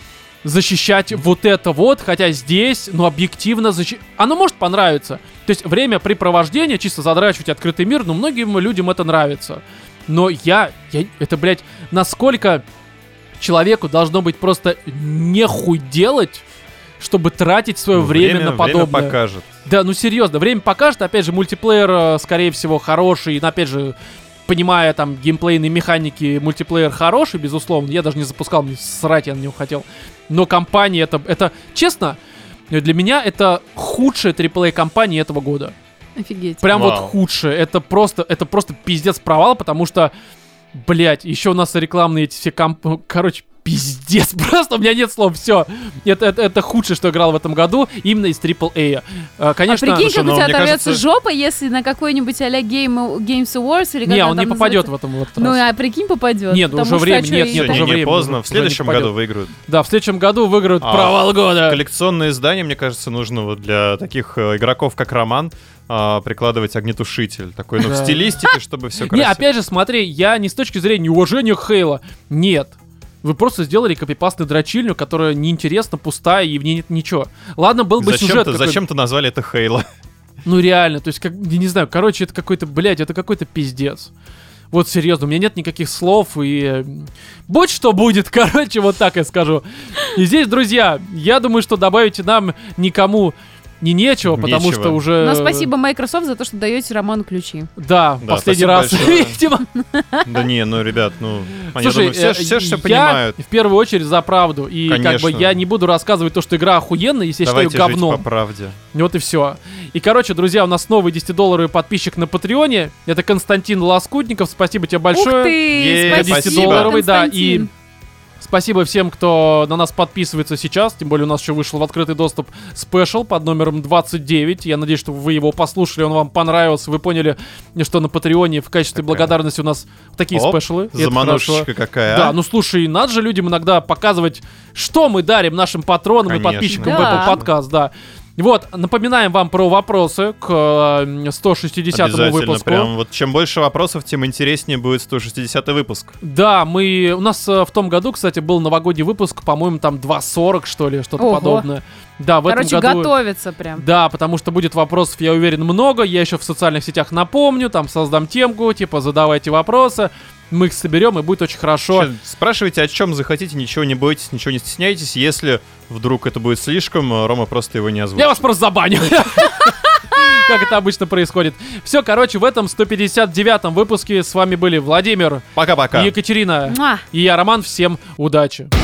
защищать вот это вот, хотя здесь, ну, объективно, защи... оно может понравиться. То есть времяпрепровождение, чисто задрачивать открытый мир, ну, многим людям это нравится. Но я, я это, блядь, насколько человеку должно быть просто нехуй делать, чтобы тратить свое Ну, время, на подобное. Время покажет. Да, ну серьезно, время покажет, опять же, мультиплеер, э, скорее всего, хороший, но, опять же, понимая там геймплейные механики, мультиплеер хороший, безусловно, я даже не запускал, мне срать я на него хотел, но компания, это, это, честно, для меня это худшая триплей компания этого года. Офигеть. Прям Вау. вот худшее. Это просто, это просто пиздец провал, потому что, блять, еще у нас рекламные эти все комп... Короче, пиздец, просто у меня нет слов, все. Это, это, это худшее, что играл в этом году, именно из трипл эй. А, конечно, а прикинь, слушай, как у ну, тебя мне оторвется кажется- жопа, если на какой-нибудь а-ля Game, Games Awards или как не, она он не там попадет называется. в этом в этот Ну, раз. а прикинь, попадет. Нет, ну, потому уже что, время, а чё, нет, и нет, так- уже не, не время, поздно. уже В следующем не попадет. году выиграют. Да, в следующем году выиграют А, провал года. Коллекционное издание, мне кажется, нужно вот для таких э, игроков, как Роман, а, прикладывать огнетушитель. Такой, ну, в Да. стилистике, чтобы все Не, красиво. опять же, смотри, я не с точки зрения уважения к Хейла. Нет. Вы просто сделали копипастную дрочильню, которая неинтересна, пустая, и в ней нет ничего. Ладно, был бы сюжет Зачем-то какой-то. зачем-то назвали это Хейла. Ну реально, то есть, как, я не знаю, короче, это какой-то, блядь, это какой-то пиздец. Вот серьезно, у меня нет никаких слов, и э, будь что будет, короче, вот так я скажу. И здесь, друзья, я думаю, что добавить нам никому не нечего, потому Нечего. что уже... Но спасибо Microsoft за то, что даете Роману ключи. Да, Да, последний спасибо раз, большое. видимо. Да не, ну, ребят, ну, я Слушай, думаю, все, э, все, все я понимают. в первую очередь за правду. И как Конечно. бы я не буду рассказывать то, что игра охуенная, если я Давайте считаю жить говном. по правде. Вот и все. И, короче, друзья, у нас новый десятидолларовый подписчик на Патреоне. Это Константин Лоскутников. Спасибо тебе большое. Ух ты! Е, Спасибо, десятидолларовый, да, и Константин. спасибо всем, кто на нас подписывается сейчас. Тем более у нас еще вышел в открытый доступ спешл под номером двадцать девять. Я надеюсь, что вы его послушали, он вам понравился. Вы поняли, что на Патреоне в качестве Какая? благодарности у нас такие Оп, спешлы. И это хорошо. заманушечка какая, Да, а? ну слушай, надо же людям иногда показывать, что мы дарим нашим патронам и Конечно. подписчикам в Да. Apple Podcast, да. Вот, напоминаем вам про вопросы к э, сто шестидесятому Обязательно, выпуску. прям вот чем больше вопросов, тем интереснее будет сто шестидесятый выпуск. Да, мы... У нас э, в том году, кстати, был новогодний выпуск, по-моему, там два сорок, что ли, что-то Ого. подобное. Да, в Короче, этом году... готовится прям. Да, потому что будет вопросов, я уверен, много. Я еще в социальных сетях напомню, там создам темку, типа, задавайте вопросы. Мы их соберем, и будет очень хорошо. Вообще, спрашивайте, о чем захотите, ничего не бойтесь, ничего не стесняйтесь. Если вдруг это будет слишком, Рома просто его не озвучит. Я вас просто забаню. Как это обычно происходит. Все, короче, в этом сто пятьдесят девятом выпуске с вами были Владимир, Пока-пока. Екатерина Муа. и я, Роман. Всем удачи.